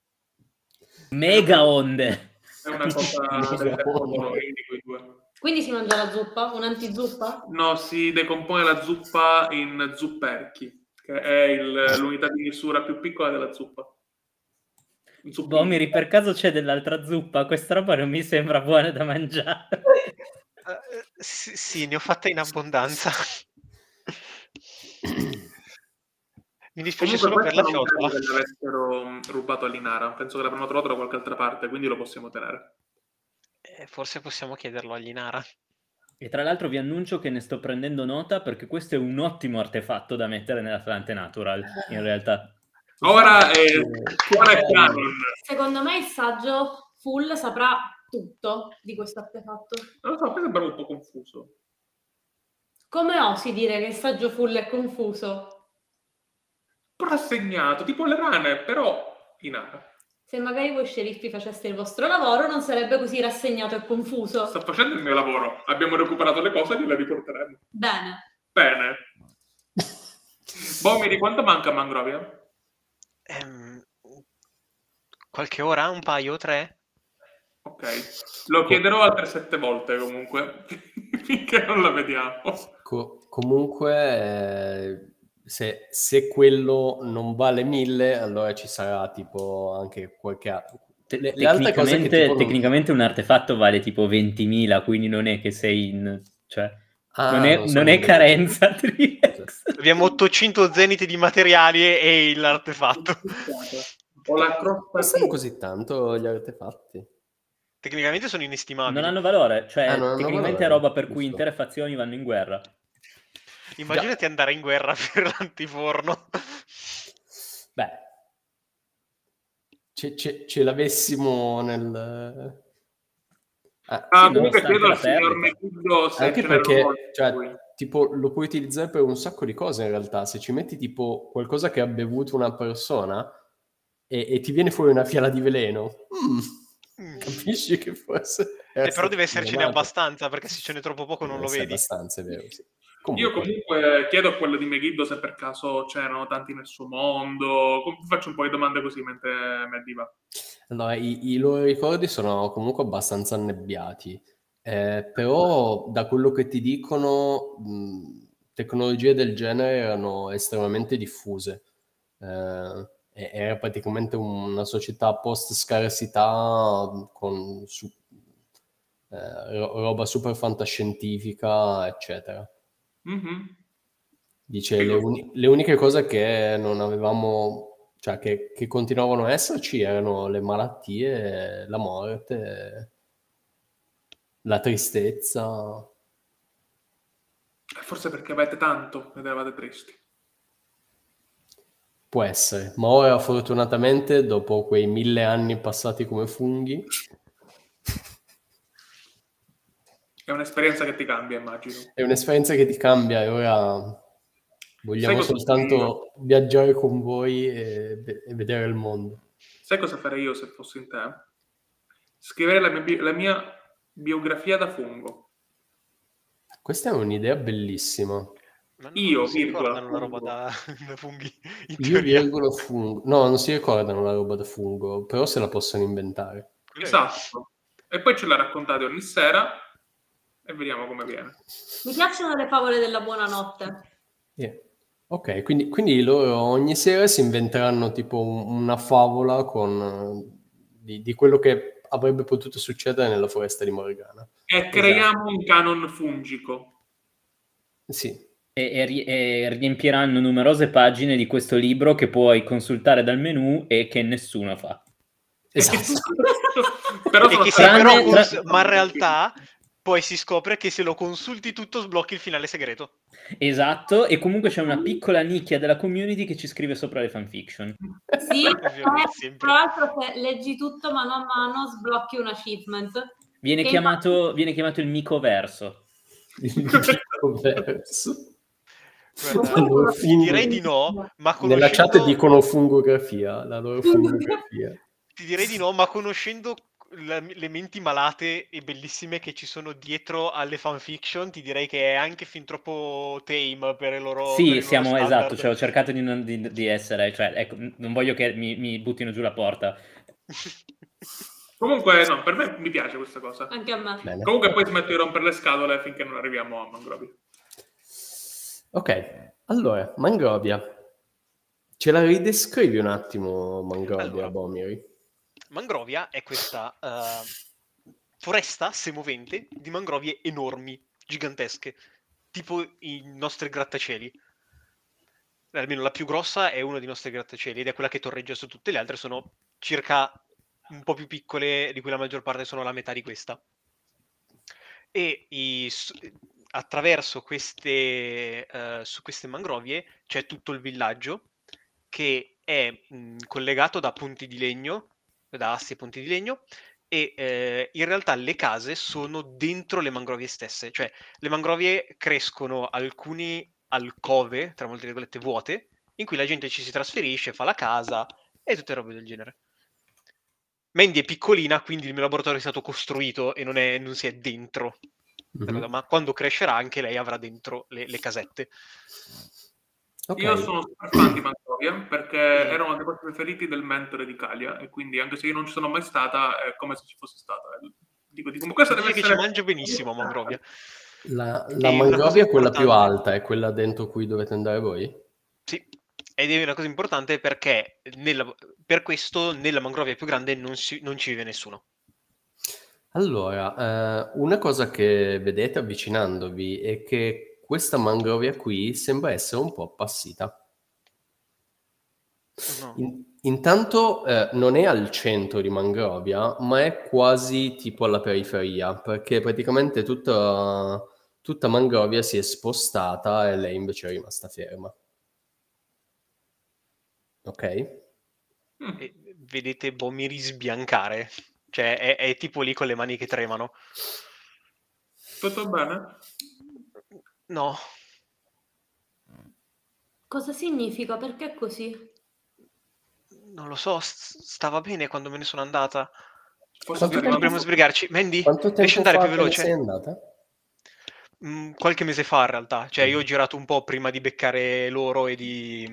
Mega onde. È una cosa del popolo, indico i due. Quindi si mangia la zuppa? Un'antizuppa? No, si decompone la zuppa in zupperchi, che è il- l'unità di misura più piccola della zuppa. Un zuppino. Bomiri, per caso c'è dell'altra zuppa? Questa roba non mi sembra buona da mangiare. Eh, sì, sì, ne ho fatte in abbondanza. Mi dispiace solo Comunque per questo la non ciotola. credo che l'avessero mh, rubato all'Inara. Penso che l'avranno trovato da qualche altra parte, quindi lo possiamo tenere. Eh, forse possiamo chiederlo agli Nara. E tra l'altro vi annuncio che ne sto prendendo nota perché questo è un ottimo artefatto da mettere nell'Atlante Natural, in realtà. Ora è, Che ora è bello. canon. Secondo me il saggio full saprà tutto di questo artefatto. Non lo so, mi sembra un po' confuso. Come osi dire che il saggio full è confuso? Un po' rassegnato, tipo le rane, però in ara. Se magari voi sceriffi faceste il vostro lavoro non sarebbe così rassegnato e confuso. Sto facendo il mio lavoro. Abbiamo recuperato le cose e gliele riporteremo. Bene. Bene. Bommi, di quanto manca a Mangrovia? Ehm, qualche ora? Un paio? Tre? Ok. Lo chiederò altre sette volte comunque, finché non la vediamo. Co- comunque, eh, se, se quello non vale mille, allora ci sarà tipo anche qualche altro. Te- Le, le altre cose che tecnicamente, tipo non- tecnicamente un artefatto vale tipo ventimila, quindi non è che sei in... cioè, Ah, non è, non so non è che- carenza Triex. Abbiamo ottocento zeniti di materiali e, e l'artefatto. Ho la Costano crosta così tanto gli artefatti? Tecnicamente sono inestimabili. Non hanno valore, cioè Ah, non hanno tecnicamente è valore, roba per cui giusto. intere fazioni vanno in guerra. Immaginati andare in guerra per l'antiforno. Beh, ce, ce- ce l'avessimo nel... Ah, Ah, Sì, comunque nonostante chiedo al la signor perdita. Megiddo se anche ce n'erano perché, molti cioè, qui. tipo, lo puoi utilizzare per un sacco di cose in realtà. Se ci metti tipo qualcosa che ha bevuto una persona e, e ti viene fuori una fiala di veleno, mm, Mm. capisci che forse... era Eh, però stato deve essercene avvelenato. abbastanza, perché se ce n'è troppo poco non Deve lo essere vedi. abbastanza, è vero, sì. Io Comunque, comunque chiedo a quello di Megiddo se per caso c'erano tanti nel suo mondo. Com- Faccio un po' di domande così mentre Maddie va. allora, i, i loro ricordi sono comunque abbastanza annebbiati, eh, però da quello che ti dicono, mh, tecnologie del genere erano estremamente diffuse. Eh, e- era praticamente una società post-scarsità con su- eh, ro- roba super fantascientifica, eccetera. Mhm. Dice le, uni- le uniche cose che non avevamo, cioè che, che continuavano a esserci erano le malattie, la morte, la tristezza. Forse perché avete tanto ed eravate tristi. Può essere, ma ora fortunatamente dopo quei mille anni passati come funghi, È un'esperienza che ti cambia, immagino. è un'esperienza che ti cambia e ora vogliamo Sai cosa soltanto viaggiare con voi e, e vedere il mondo. Sai cosa farei io se fossi in te? Scrivere la mia, bi- la mia biografia da fungo. Questa è un'idea bellissima. Ma non Io, si virgola, ricordano la roba fungo. da, da funghi, in Io teoria. virgola fungo. No, non si ricordano la roba da fungo, però se la possono inventare. Quello è- Esatto. E poi ce la raccontate ogni sera e vediamo come viene. Mi piacciono le favole della buonanotte. Yeah. Ok, quindi, quindi loro ogni sera si inventeranno tipo un- una favola con, eh, di, di quello che avrebbe potuto succedere nella foresta di Morgana. E creiamo un canon fungico. Sì, E, e ri- e riempiranno numerose pagine di questo libro che puoi consultare dal menu e che nessuno fa. esatto. Però E sono che se Tranne- però tra- cons- ma in realtà poi si scopre che se lo consulti tutto sblocchi il finale segreto. Esatto, e comunque c'è una piccola nicchia della community che ci scrive sopra le fanfiction. Sì, Ovviamente, eh, sempre. tra l'altro se leggi tutto mano a mano sblocchi un achievement. Viene Che chiamato, viene chiamato il micoverso. Il mitico verso. Guarda, Allora, ti direi di no, ma Nella chat conoscendo... dicono fungografia, la loro fungografia. Ti direi di no, ma conoscendo la- le menti malate e bellissime che ci sono dietro alle fanfiction, ti direi che è anche fin troppo tame per i loro per i Sì, loro siamo standard. esatto, cioè ho cercato di, non- di- di essere, cioè, ecco, non voglio che mi, mi buttino giù la porta. Comunque, no, per me mi piace questa cosa. Anche a me. Bene. Comunque poi smetto di rompere le scatole finché non arriviamo a Mangrovia. Ok, allora, Mangrovia. Ce la ridescrivi un attimo, Mangrovia, Allora. Bomiri? Mangrovia è questa eh, foresta semovente di mangrovie enormi, gigantesche, tipo i nostri grattacieli. Almeno la più grossa è uno dei nostri grattacieli ed è quella che torreggia su tutte le altre, sono circa un po' più piccole, di cui la maggior parte sono la metà di questa. E i, s- attraverso queste, eh, su queste mangrovie c'è tutto il villaggio che è mh, collegato da ponti di legno, da assi e ponti di legno, e eh, in realtà le case sono dentro le mangrovie stesse, cioè le mangrovie crescono alcuni alcove, tra molte virgolette, vuote, in cui la gente ci si trasferisce, fa la casa e tutte robe del genere. Mandy è piccolina, quindi il mio laboratorio è stato costruito e non, è, non si è dentro la Mhm. cosa, ma quando crescerà anche lei avrà dentro le, le casette. Ok. Io sono super fan di Mangrovia perché Mm. era uno dei posti preferiti del mentore di Calia e quindi anche se io non ci sono mai stata è come se ci fosse stata. Dico, dico, ma questa Dice deve che essere... ci mangia benissimo a Mangrovia. La, la E una cosa mangrovia è quella più importante, alta, è quella dentro cui dovete andare voi? sì, ed è una cosa importante perché nella- per questo nella mangrovia più grande non, si- non ci vive nessuno. Allora, eh, una cosa che vedete avvicinandovi è che questa mangrovia qui sembra essere un po' appassita. No. In- intanto eh, non è al centro di Mangrovia, ma è quasi tipo alla periferia, perché praticamente tutta, tutta Mangrovia si è spostata e lei invece è rimasta ferma. Ok? Mm, E vedete Bomiri sbiancare, cioè è, è tipo lì con le mani che tremano. tutto bene? No, Cosa significa? Perché così? non lo so, s- stava bene quando me ne sono andata. Forse Quanto stai Dobbiamo, tempo, dobbiamo arrivando... sbrigarci. Mandy, quanto riesci tempo ad andare fa più che ne sei veloce? andata? Mm, qualche mese fa in realtà, cioè Mm. io ho girato un po' prima di beccare loro e di...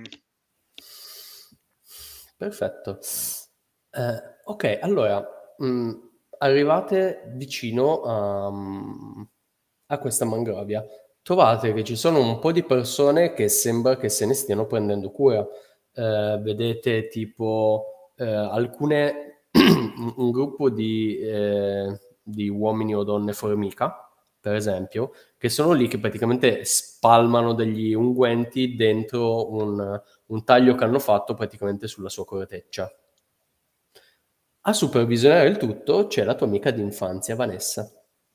Perfetto. Eh, ok, allora, mh, arrivate vicino a, a questa mangrovia. Trovate che ci sono un po' di persone che sembra che se ne stiano prendendo cura. Eh, vedete tipo eh, alcune, un un gruppo di, eh, di uomini o donne formica, per esempio, che sono lì che praticamente spalmano degli unguenti dentro un un taglio che hanno fatto praticamente sulla sua corteccia. A supervisionare il tutto c'è la tua amica di infanzia, Vanessa.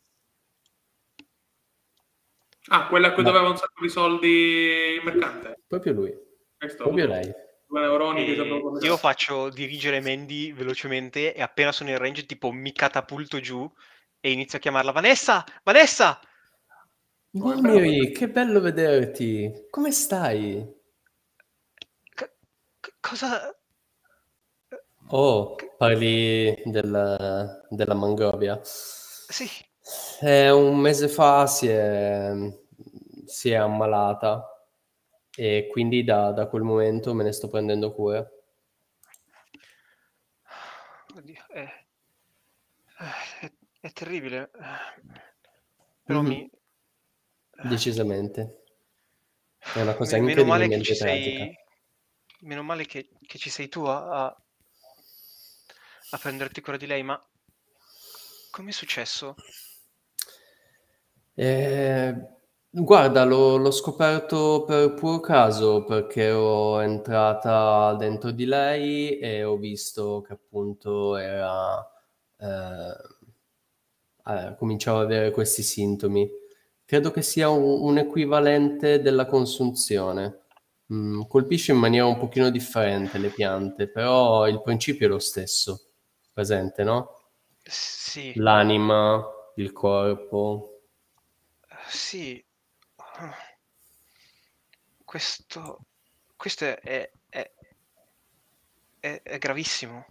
Ah, quella a cui Ma doveva un sacco di soldi il mercante. proprio lui, Questo ha proprio avuto lei. due neuroni che sapevo E come io faccio dirigere Mandy velocemente e appena sono in range tipo mi catapulto giù e inizio a chiamarla Vanessa! Vanessa! come bello. Momiri, che bello vederti. Come stai? C- c- cosa... c- Oh, parli della, della Mangrovia. sì, Eh, un mese fa si è, si è ammalata e quindi da, da quel momento me ne sto prendendo cura. oddio, è, è- è terribile. Però Mhm, mi... decisamente. È una cosa me- Meno male che ci incredibilmente tragica. sei... Meno male che, che ci sei tu a, a a prenderti cura di lei, ma com'è successo? Eh, guarda, l'ho, l'ho scoperto per puro caso perché ero entrata dentro di lei e ho visto che appunto era, eh, eh, cominciava ad avere questi sintomi. Credo che sia un, un equivalente della consunzione. Mm, colpisce in maniera un pochino differente le piante, però il principio è lo stesso. Presente, no? Sì, L'anima, il corpo. sì. Questo, questo è, è, è, è- è gravissimo.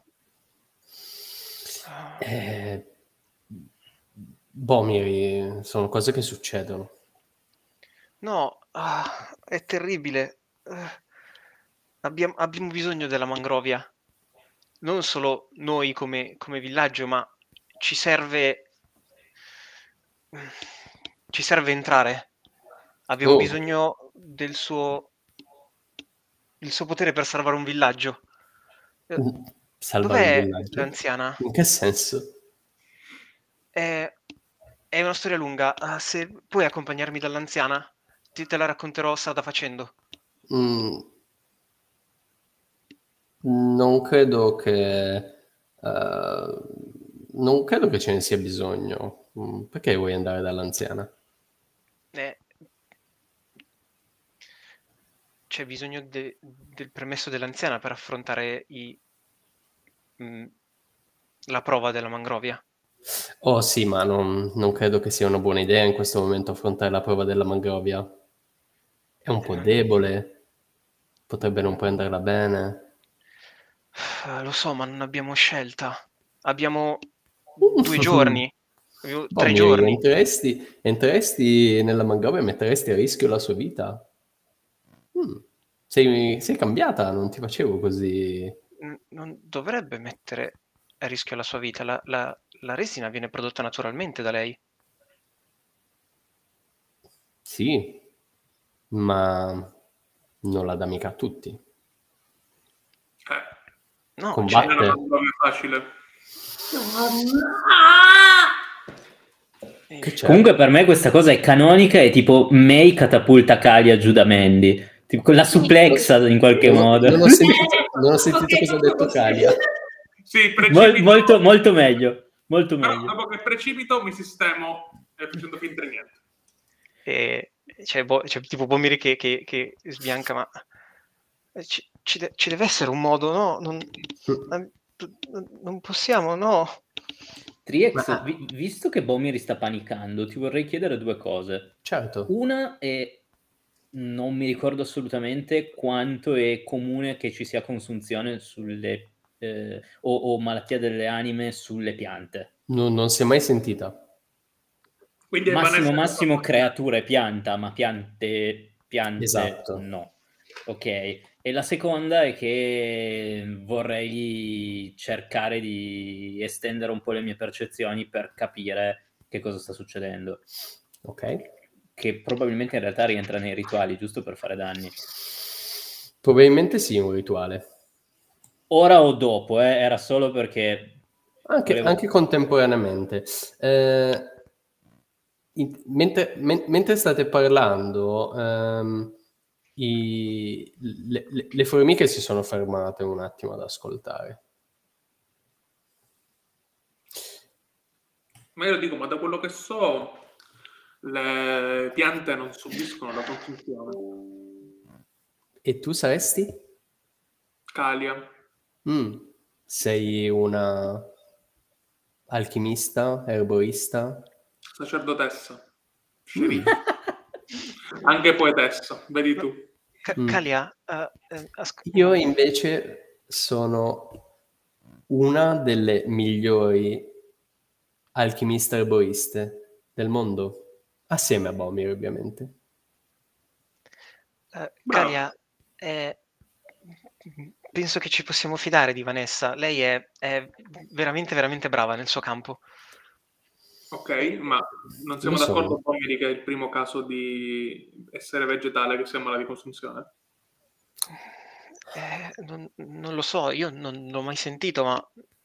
Eh, boh, Miri, sono cose che succedono. No, ah, è terribile. Eh, abbiamo, abbiamo bisogno della mangrovia. Non solo noi come, come villaggio, ma ci serve... Ci serve entrare. Abbiamo Oh, bisogno del suo... il suo potere per salvare un villaggio. Eh, salvare un Dov'è villaggio? l'anziana? In che senso? È, è una storia lunga. Ah, se puoi accompagnarmi dall'anziana, ti, te la racconterò strada facendo. Mm, non credo che Uh, non credo che ce ne sia bisogno. Mm, perché vuoi andare dall'anziana? Eh, c'è bisogno de- del permesso dell'anziana per affrontare i, mh, la prova della mangrovia. Oh sì, ma non, non credo che sia una buona idea in questo momento affrontare la prova della mangrovia. È un po' debole, potrebbe non prenderla bene. Eh, lo so, ma non abbiamo scelta. Abbiamo due giorni, abbiamo Boh, tre mi giorni. entreresti, entreresti nella mangrovia e metteresti a rischio la sua vita? Mm. Sei, sei cambiata, non ti facevo così. N- non dovrebbe mettere a rischio la sua vita. La, la- la resina viene prodotta naturalmente da lei. Sì, ma non la dà mica a tutti. Eh, No, Combatte. cioè, non è una prova facile. eh, Che c'è? Comunque per me questa cosa è canonica e tipo May catapulta Kalia giù da Mandy. Tipo quella suplexa in qualche Non ho, modo. non ho sentito, non ho sentito Ok, cosa ha detto così. Kalia. Sì, Mol- precipito. molto, molto meglio. Molto Però meglio. dopo che precipito mi sistemo eh, facendo finta di niente. e- c'è, Bo- c'è tipo Bomiri che, che- che sbianca, ma eh, ci, ci de- ci deve essere un modo, no? Non, non- non possiamo, no? Triex, Ma- vi- visto che Bomiri sta panicando, ti vorrei chiedere due cose. Certo. Una è, non mi ricordo assolutamente quanto è comune che ci sia consunzione sulle eh, o, o malattia delle anime sulle piante. Non, non si è mai sentita. Quindi è Massimo Vanessa- massimo creatura e pianta, ma piante, piante Esatto. no. Ok. E la seconda è che vorrei cercare di estendere un po' le mie percezioni per capire che cosa sta succedendo. Ok. Che probabilmente in realtà rientra nei rituali, giusto per fare danni. Probabilmente sì, un rituale. Ora o dopo, eh? Era solo perché... Anche, volevo- anche contemporaneamente. Eh, in- mentre, men- mentre state parlando, ehm, i- le, le- le formiche si sono fermate un attimo ad ascoltare. Ma io dico, ma da quello che so, le piante non subiscono la consunzione. E tu saresti? Calia. Mm. Sei una alchimista, erborista? Sacerdotessa. Sceriffa. Anche poetessa, vedi tu. Ca- Mm. Kalia, eh, eh, asc- Io invece sono una delle migliori alchimiste erboriste del mondo, assieme a Bomir ovviamente. eh, Bravo. Kalia, eh, penso che ci possiamo fidare di Vanessa. Lei è, è veramente, veramente brava nel suo campo. Ok, ma non siamo Lo d'accordo sono. con Pomeri che è il primo caso di essere vegetale che si ammala di consunzione? Eh, non, non lo so, io non l'ho mai sentito, ma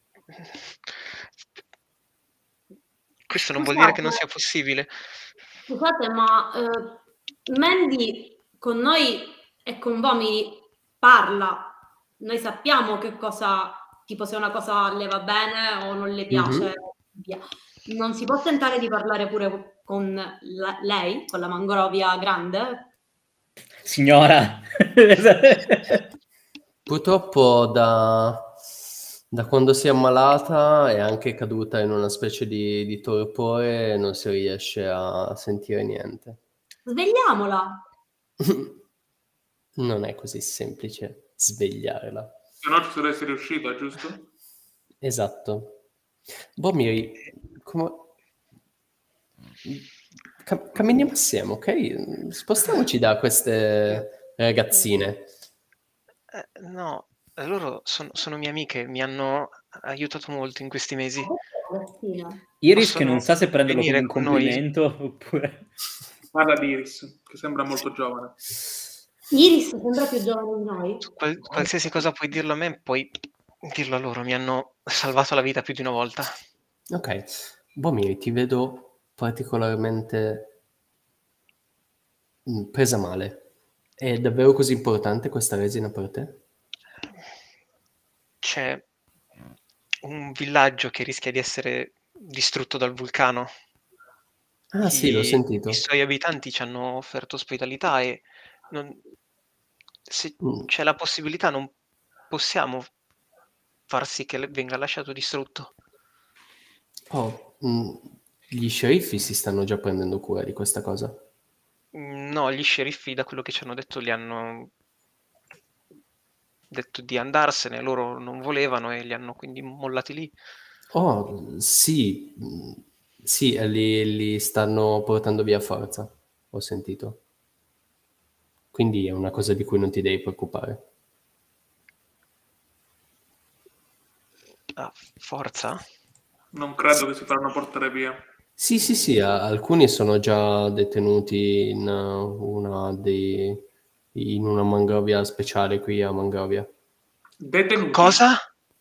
questo non vuol dire che non sia possibile. Scusate, ma eh, Mandy con noi e con Vomiri parla. Noi sappiamo che cosa, tipo se una cosa le va bene o non le piace. Mhm. Via. Non si può tentare di parlare pure con la- lei, con la mangrovia grande? Signora! Purtroppo da, da quando si è ammalata è anche caduta in una specie di, di torpore e non si riesce a sentire niente. Svegliamola! Non è così semplice svegliarla. Se no ci saresti riuscito, giusto? Esatto. Bomiri, come... Cam- camminiamo assieme, ok? Spostiamoci da queste ragazzine. Eh, no, loro sono, sono mie amiche, mi hanno aiutato molto in questi mesi. Iris Possono che non sa se prenderlo come venire un con noi? complimento oppure... Parla di Iris, che sembra molto giovane. Iris sembra più giovane di noi. Qual- qualsiasi cosa puoi dirlo a me, puoi dirlo a loro. Mi hanno salvato la vita più di una volta. Ok, Bomiri, ti vedo particolarmente mm, presa male. È davvero così importante questa resina per te? C'è, un villaggio che rischia di essere distrutto dal vulcano. Ah, sì, l'ho I, sentito. i suoi abitanti ci hanno offerto ospitalità e non- se Mm. c'è la possibilità non possiamo far sì che le- venga lasciato distrutto. Oh, mm, gli sceriffi si stanno già prendendo cura di questa cosa. Mm, No, gli sceriffi, da quello che ci hanno detto, gli hanno detto di andarsene, loro non volevano e li hanno quindi mollati lì. Oh, sì, mm, sì, e li, li stanno portando via a forza, ho sentito. Quindi è una cosa di cui non ti devi preoccupare. Ah, forza? Non credo che si faranno portare via. Sì, sì, sì, a- alcuni sono già detenuti in uh, una dei, in una mangrovia speciale qui a Mangrovia. Detenuti. Cosa?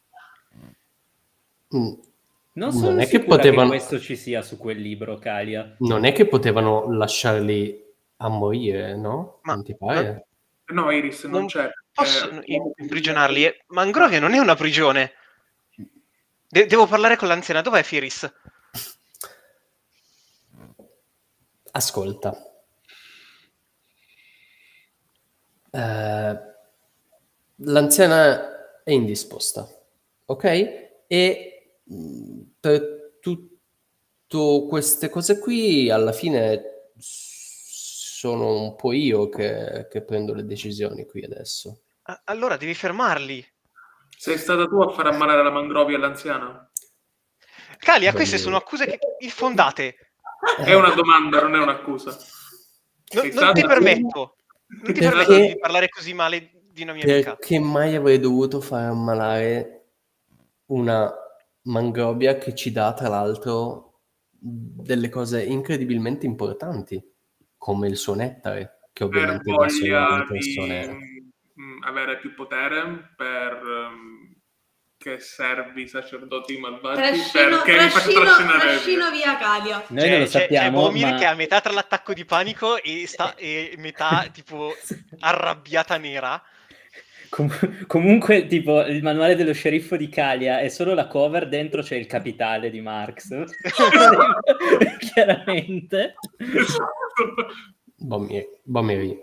Mm, Non Non sono è che sicura che potevano, questo ci sia su quel libro, Calia. non è che potevano lasciarli a morire, no? Ma Non ti non, pare? No, Iris, non non c'è. posso Eh, imprigionarli. e- Mangrovia non è una prigione. De- devo parlare con l'anziana. Dov'è Firis? Ascolta. Eh, l'anziana è indisposta, ok? E mh, per tutte queste cose qui, alla fine sono un po' io che, che prendo le decisioni qui adesso. A- allora devi fermarli. Sei stata tu a far ammalare la Mangrovia all'anziana? Calia, Va queste bene. sono accuse che- infondate. È una domanda, non è un'accusa. No- Sei non ti stata- permetto. Non ti Perché- permetto di parlare così male di una mia amica. Perché mai avrei dovuto far ammalare una mangrovia che ci dà, tra l'altro, delle cose incredibilmente importanti, come il suo nettare, che per ovviamente dà solo alle voglia di persone. mm, avere più potere, per mm, che servi i sacerdoti malvagi, Trascino, perché mi faccio trascino, trascinare trascino via. via Calia. Noi C'è, non lo c'è- c'è sappiamo, Bomir ma... che è a metà tra l'attacco di panico e, sta, e metà tipo arrabbiata nera. Com- comunque, tipo, il manuale dello sceriffo di Calia è solo la cover, dentro c'è il capitale di Marx. Chiaramente. Bommi- Bommeri,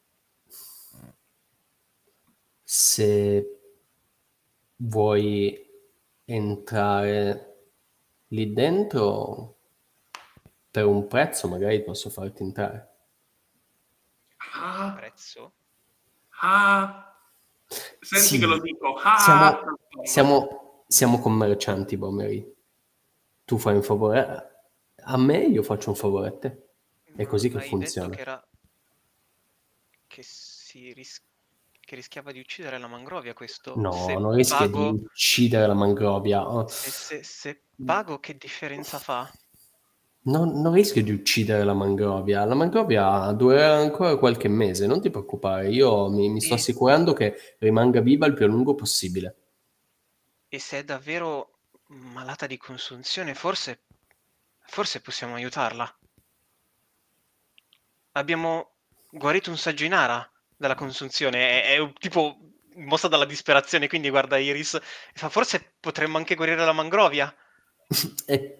se vuoi entrare lì dentro, per un prezzo magari posso farti entrare. Ah, Prezzo? ah. Senti Sì, che lo dico. Ah, siamo, siamo, siamo commercianti, Bommeri. Tu fai un favore a me, io faccio un favore a te. È Ma così che hai funziona. detto che era che si ris- che rischiava di uccidere la Mangrovia questo. No, Se non rischia pago, di uccidere la Mangrovia. Oh, se, se- se pago che differenza fa? non, non rischia di uccidere la Mangrovia. La Mangrovia durerà ancora qualche mese, non ti preoccupare. Io mi, mi sto E- assicurando che rimanga viva il più a lungo possibile. E se è davvero malata di consunzione, forse forse possiamo aiutarla. Abbiamo guarito un saggio in ara dalla consunzione, è, è un tipo mossa dalla disperazione, quindi guarda Iris e fa forse potremmo anche guarire la Mangrovia. E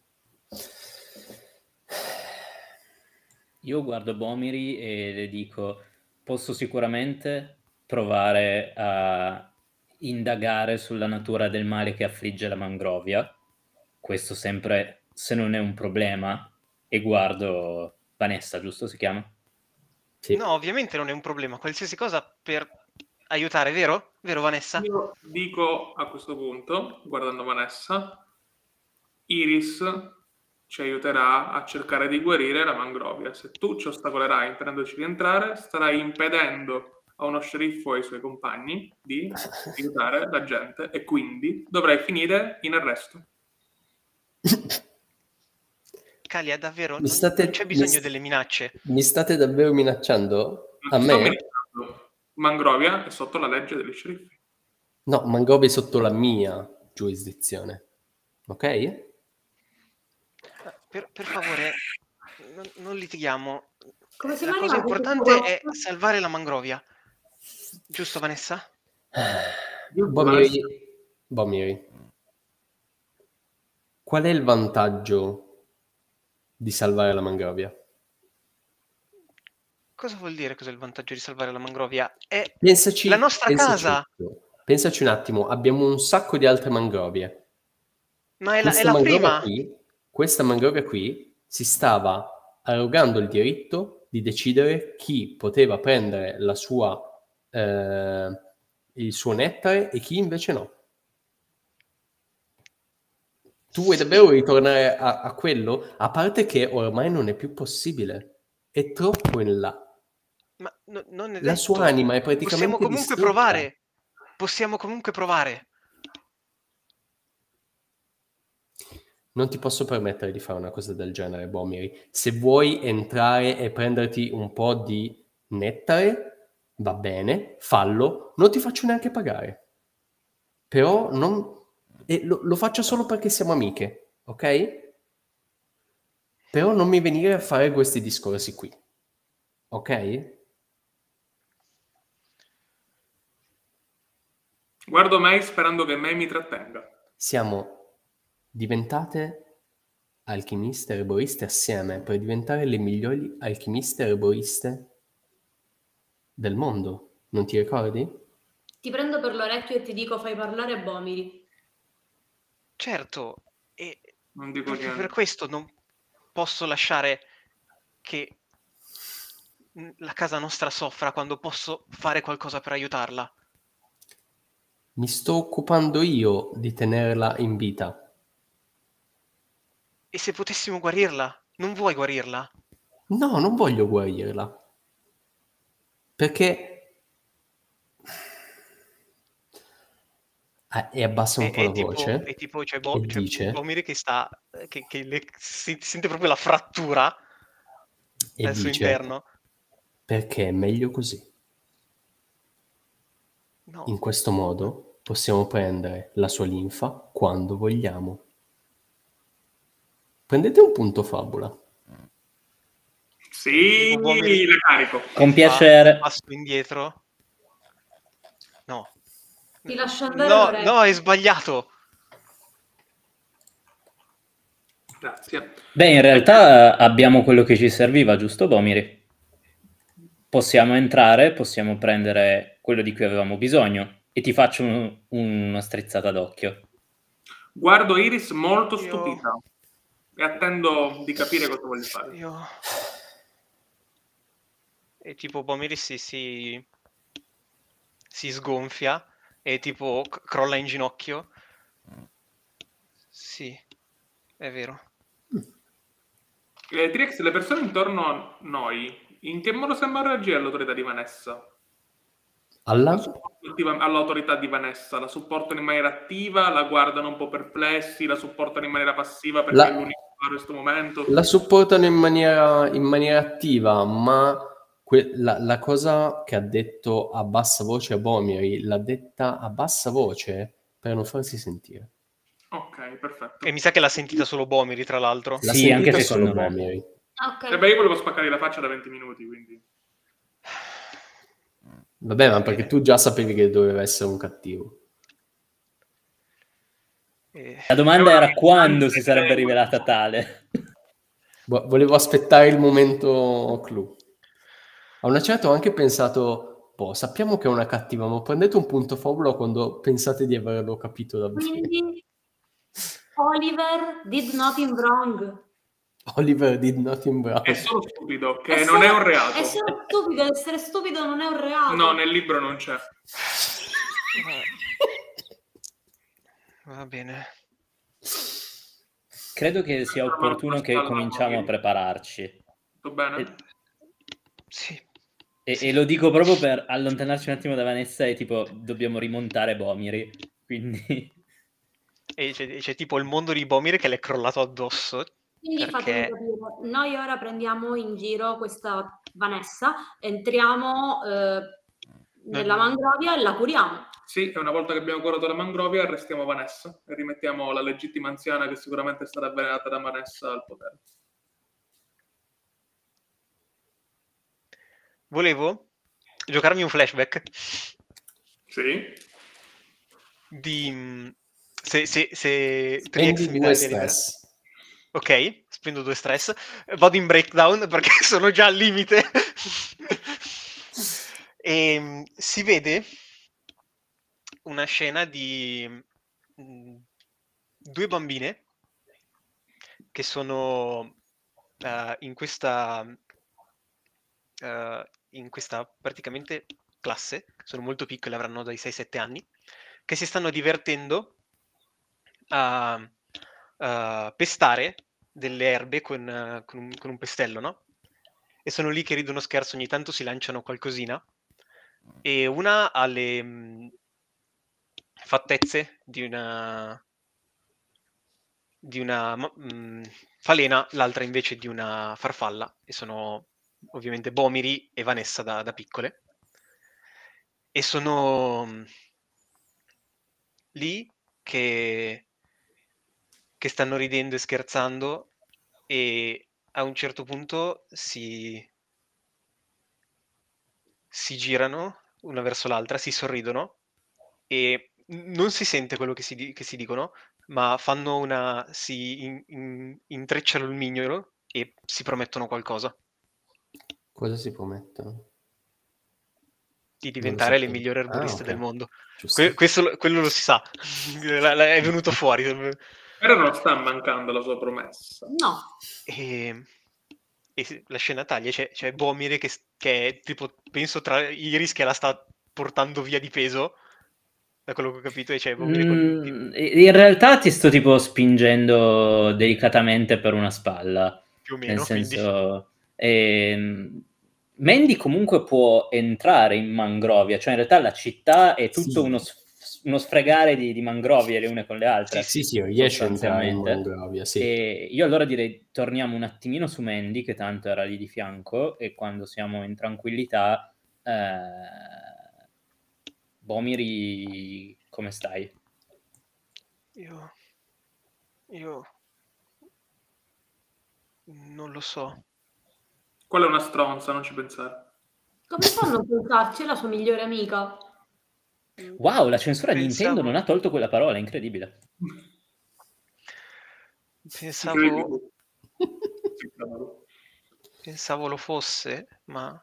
Io guardo Bomiri e le dico, posso sicuramente provare a indagare sulla natura del male che affligge la Mangrovia. Questo sempre, se non è un problema. E guardo Vanessa, giusto si chiama? sì. No, ovviamente non è un problema, qualsiasi cosa per aiutare, vero? Vero Vanessa? Io dico a questo punto, guardando Vanessa, Iris ci aiuterà a cercare di guarire la Mangrovia. Se tu ci ostacolerai impedendoci di entrare, starai impedendo a uno sceriffo e ai suoi compagni di aiutare la gente e quindi dovrai finire in arresto. Calia, davvero? Mi Non, state- non c'è mi bisogno st- delle minacce. Mi state davvero minacciando? A Non ti sto me? minacciando. Mangrovia è sotto la legge degli sceriffi. No, Mangrovia è sotto la mia giurisdizione. Ok? Per, per favore, non, non litighiamo. Come siamo La cosa arrivati a importante è questo? salvare la Mangrovia. Giusto, Vanessa? Giusto, Bomiri, Bomiri, qual è il vantaggio di salvare la mangrovia? Cosa vuol dire cos'è il vantaggio di salvare la mangrovia? È Pensaci, la nostra pensaci casa! un attimo. Pensaci un attimo, abbiamo un sacco di altre mangrovie. Ma è la, è Questa la mangrovia prima! qui, questa mangrovia qui si stava arrogando il diritto di decidere chi poteva prendere la sua, eh, il suo nettare e chi invece no. Tu vuoi davvero ritornare a, a quello? A parte che ormai non è più possibile. È troppo in là. Ma no- non è La detto. sua anima è Possiamo praticamente comunque distrutta. provare. Possiamo comunque provare. Non ti posso permettere di fare una cosa del genere, Bomiri. Se vuoi entrare e prenderti un po' di nettare, va bene, fallo. Non ti faccio neanche pagare. Però non... e lo, lo faccio solo perché siamo amiche, ok? Però non mi venire a fare questi discorsi qui, ok? Guardo May sperando che May mi trattenga. Siamo diventate alchimiste e erboriste assieme per diventare le migliori alchimiste e erboriste del mondo. Non ti ricordi? Ti prendo per l'orecchio e ti dico fai parlare Bomiri. Certo, e Non dico proprio niente. per questo non posso lasciare che la casa nostra soffra quando posso fare qualcosa per aiutarla. Mi sto occupando io di tenerla in vita. E se potessimo guarirla? Non vuoi guarirla? No, non voglio guarirla. Perché... Ah, e abbassa un E, po' e la tipo, voce e tipo c'è, Bo- e c'è dice, Bomiri che sta, che, che le- si, si sente proprio la frattura e al suo dice interno. perché è meglio così. No, In questo modo possiamo prendere la sua linfa quando vogliamo. Prendete un punto fabula. Sì, tipo Bomiri la carico. Con fa piacere. un passo indietro. No. Ti lascio andare No, l'orecchio. no, è sbagliato. Grazie. Beh, in realtà abbiamo quello che ci serviva, giusto, Bomiri? Possiamo entrare, possiamo prendere quello di cui avevamo bisogno e ti faccio un- una strizzata d'occhio. Guardo Iris molto Io- stupita e attendo di capire cosa voglio fare. Io... E tipo Bomiri si, si, si sgonfia e tipo c- crolla in ginocchio. Sì, è vero. Eh, T-Rex, le persone intorno a noi, in che modo sembrano reagire all'autorità di Vanessa? Alla? La supporto attiva- all'autorità di Vanessa, la supportano in maniera attiva, la guardano un po' perplessi, la supportano in maniera passiva perché La- è l'unico che fa in questo momento. La supportano in maniera, in maniera attiva, ma que- la, la cosa che ha detto a bassa voce a Bomiri l'ha detta a bassa voce per non farsi sentire. Ok, perfetto. E mi sa che l'ha sentita solo Bomiri, tra l'altro. L'ha Sì, sentita anche solo secondo me. Bomiri. Ok. E beh, io volevo spaccargli la faccia da venti minuti, quindi... Vabbè, ma Va perché bene. tu già sapevi che doveva essere un cattivo. E- La domanda È una era quando si missile sarebbe che- rivelata tale. Vo- Volevo aspettare il momento clou. A una certa ho anche pensato, boh, sappiamo che è una cattiva, ma prendete un punto fabula quando pensate di averlo capito davvero. Quindi Oliver did nothing wrong. Oliver did nothing wrong. È solo stupido, che Essere- non è un reato. È solo stupido, essere stupido non è un reato. No, nel libro non c'è. Va bene. Credo che sia opportuno che cominciamo a prepararci. Tutto bene? E, Sì. e- Sì. e lo dico proprio per allontanarci un attimo da Vanessa e tipo dobbiamo rimontare Bomiri. Quindi E c'è, c'è tipo il mondo di Bomiri che le è crollato addosso. Quindi fatemi Perché capire, noi ora prendiamo in giro questa Vanessa, entriamo eh, nella Non- mangrovia e la curiamo. Sì, e una volta che abbiamo curato la mangrovia arrestiamo Vanessa e rimettiamo la legittima anziana che sicuramente è stata avvelenata da Vanessa al potere. volevo giocarmi un flashback Sì? di, Se, se, se Trix Spendi mi due dà via libera. stress. Ok, spendo due stress. Vado in breakdown perché sono già al limite. E si vede una scena di mh, due bambine che sono uh, in questa uh, in questa praticamente classe, sono molto piccole, avranno dai sei sette anni, che si stanno divertendo a uh, pestare delle erbe con, uh, con, un, con un pestello, no? E sono lì che ridono scherzo, ogni tanto si lanciano qualcosina e una ha le mh, fattezze di una di una mh, falena, l'altra invece di una farfalla, e sono ovviamente Bomiri e Vanessa da, da piccole, e sono mh, lì che, che stanno ridendo e scherzando, e a un certo punto si, si girano una verso l'altra, si sorridono e non si sente quello che si, di- che si dicono, ma fanno una si in- in- intrecciano il mignolo e si promettono qualcosa Cosa si promettono? di Non lo diventare le sapevo. migliori Ah, erboriste ok. del mondo. Giusto. Que- questo lo- quello lo si sa. La- la- è venuto fuori. Però non sta mancando la sua promessa. No. E, e si- la scena taglia, c'è, c'è Bomire che, s- che è tipo, penso tra Iris che la sta portando via di peso, da quello che ho capito, e c'è Bomire con... Mm, in realtà ti sto tipo spingendo delicatamente per una spalla. più o Nel meno, quindi... senso, ehm, Mandy comunque può entrare in Mangrovia, cioè in realtà la città è tutto Sì. uno, s- uno sfregare di, di mangrovie le une con le altre. Sì, Sì, sì, riesce a entrare in sostanzialmente. Mangrovia, sì. E io allora direi torniamo un attimino su Mandy, che tanto era lì di fianco, e quando siamo in tranquillità, eh, Bomiri, come stai? Io... Io... non lo so. Quella è una stronza, non ci pensare. Come fanno a pensarci? È la sua migliore amica. Wow, la censura di Pensavo- Nintendo non ha tolto quella parola, incredibile. Pensavo... Incredibile. Pensavo lo fosse, ma...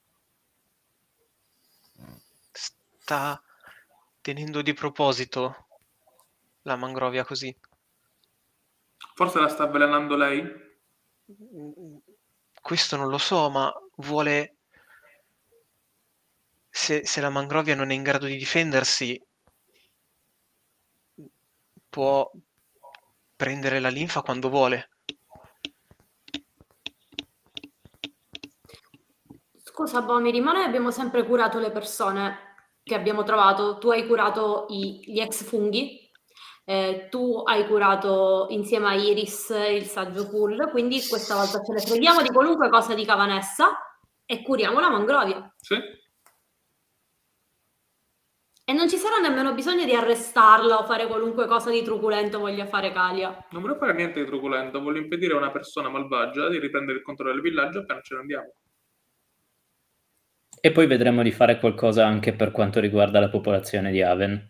sta tenendo di proposito la Mangrovia così. Forse la sta avvelenando lei? Questo non lo so, ma vuole... Se, se la Mangrovia non è in grado di difendersi, può prendere la linfa quando vuole. Scusa, Bomiri, ma noi abbiamo sempre curato le persone che abbiamo trovato. Tu hai curato i- gli ex funghi, eh, tu hai curato insieme a Iris il saggio pool, quindi questa volta ce ne freghiamo di qualunque cosa dica Vanessa e curiamo la Mangrovia. Sì. E non ci sarà nemmeno bisogno di arrestarla o fare qualunque cosa di truculento voglia fare Calia. Non voglio fare niente di truculento, voglio impedire a una persona malvagia di riprendere il controllo del villaggio appena ce ne andiamo. E poi vedremo di fare qualcosa anche per quanto riguarda la popolazione di Haven.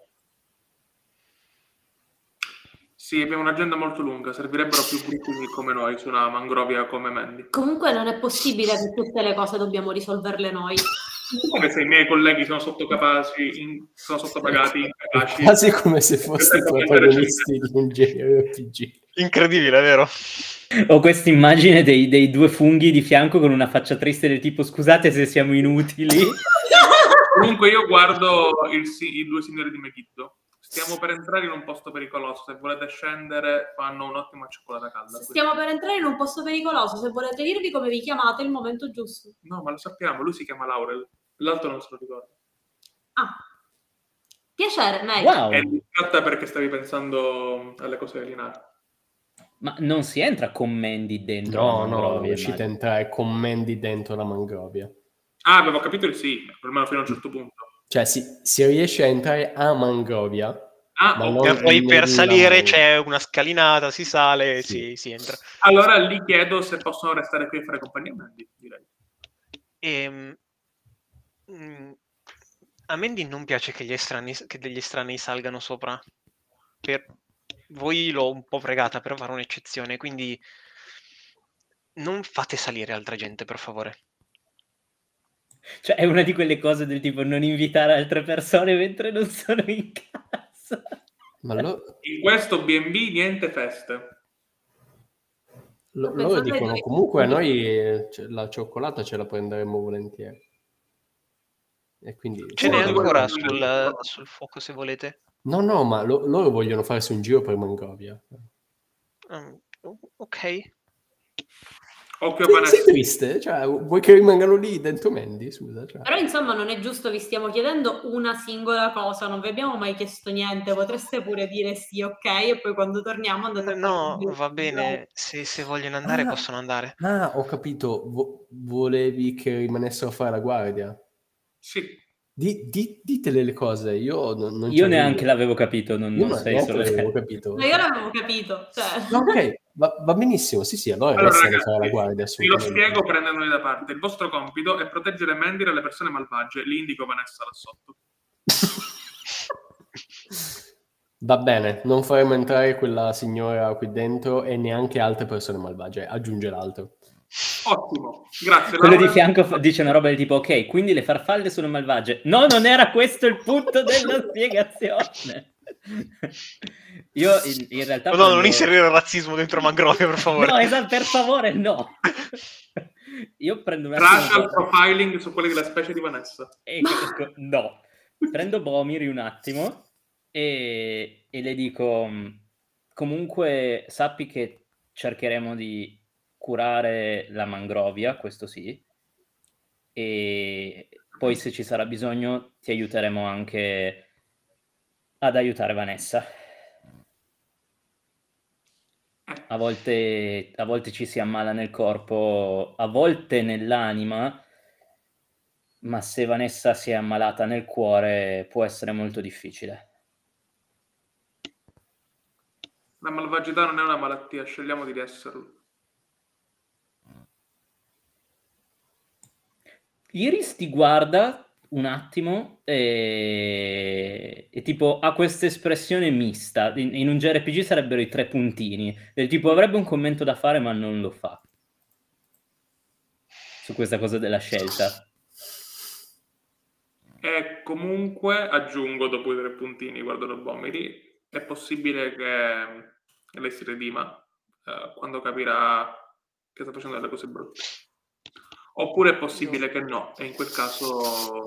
Sì, abbiamo un'agenda molto lunga, servirebbero più gruppi come noi su una Mangrovia come Mandy. Comunque non è possibile che tutte le cose dobbiamo risolverle noi. Come se i miei colleghi sono sottocapaci, in- sono sottopagati, incapaci. Quasi come se foste protagonisti di un J R P G. Incredibile, vero? Ho questa immagine dei, dei due funghi di fianco con una faccia triste del tipo scusate se siamo inutili. Comunque io guardo il si- i due signori di Megiddo. Stiamo per entrare in un posto pericoloso. Se volete scendere, fanno un'ottima cioccolata calda. Stiamo per entrare in un posto pericoloso. Se volete dirvi come vi chiamate, è il momento giusto. No, ma lo sappiamo. Lui si chiama Laurel. L'altro non se lo ricorda. Ah, piacere, Meg. Wow, È distratta perché stavi pensando alle cose alienate. ma non si entra con Mandy dentro la No, no, non mangrovia, riuscite a immagino. entrare con Mandy dentro la Mangrovia. Ah, avevo capito il sì, almeno fino a un certo punto. Cioè, si, si riesce a entrare a Mangrovia, Ah, ma ok. non E poi per nella salire Mang- c'è una scalinata, si sale e Sì. si, si entra. Allora gli chiedo se possono restare qui a fare compagnia a Mandy, direi. E, mm, a Mandy non piace che gli estranei, che degli estranei salgano sopra. per voi l'ho un po' pregata per fare un'eccezione, quindi non fate salire altra gente, per favore. Cioè, è una di quelle cose del tipo non invitare altre persone mentre non sono in casa. Ma lo, In questo B and B niente feste. lo- Ho loro pensato ai dicono due- comunque noi eh, ce- la cioccolata ce la prenderemo volentieri. E quindi Ce n'è Uno di ancora quelli- sul, sul fuoco, se volete. no, no, ma lo- loro vogliono farsi un giro per Mangrovia. Um, ok. Occhio a Sei, Vanessa. sei triste? Cioè, vuoi che rimangano lì dentro Mandy? Scusa. Cioè. Però insomma non è giusto, vi stiamo chiedendo una singola cosa, non vi abbiamo mai chiesto niente, potreste pure dire sì, ok, e poi quando torniamo andate a No, fare- va bene. Se, se vogliono andare, Ah. possono andare. Ah, ho capito. Vo- volevi che rimanessero a fare la guardia? Sì. Di- di- ditele le cose, io non, non ci Io arrivo. neanche l'avevo capito, non, Io non ma- sei neanche solo l'avevo te. capito. Ma io l'avevo capito, cioè... No, ok, va, va benissimo. Sì, sì, allora, Allora, restano a ragazzi, fare la guardia. vi lo Assolutamente. spiego prendendoli da parte. Il vostro compito è proteggere Mandy dalle persone malvagie. Li indico Vanessa là sotto. Va bene, non faremo entrare quella signora qui dentro e neanche altre persone malvagie. Aggiunge l'altro. Ottimo, grazie. Quello di Laura. fianco fa- dice una roba del tipo, ok, quindi le farfalle sono malvagie. No, non era questo il punto della spiegazione. Io in, in realtà... No, no, non prendo- inserire il razzismo dentro Mangrovia, per favore. No, esatto, per favore, no. Io prendo un Racial attimo... profiling su quelli della specie di Vanessa. Ecco, ecco, no. Prendo Bomiri un attimo e, e le dico, mh, comunque sappi che cercheremo di curare la Mangrovia, questo sì, e poi se ci sarà bisogno ti aiuteremo anche ad aiutare Vanessa. A volte, a volte ci si ammala nel corpo, a volte nell'anima, ma se Vanessa si è ammalata nel cuore può essere molto difficile. La malvagità non è una malattia, scegliamo di esserlo. Iris ti guarda un attimo e, e tipo ha questa espressione mista. In, in un J R P G sarebbero i tre puntini. Del tipo avrebbe un commento da fare ma non lo fa. Su questa cosa della scelta. E comunque, aggiungo dopo i tre puntini, guardano Bomiri, è possibile che lei si redima eh, quando capirà che sta facendo delle cose brutte. Oppure è possibile che no, e in quel caso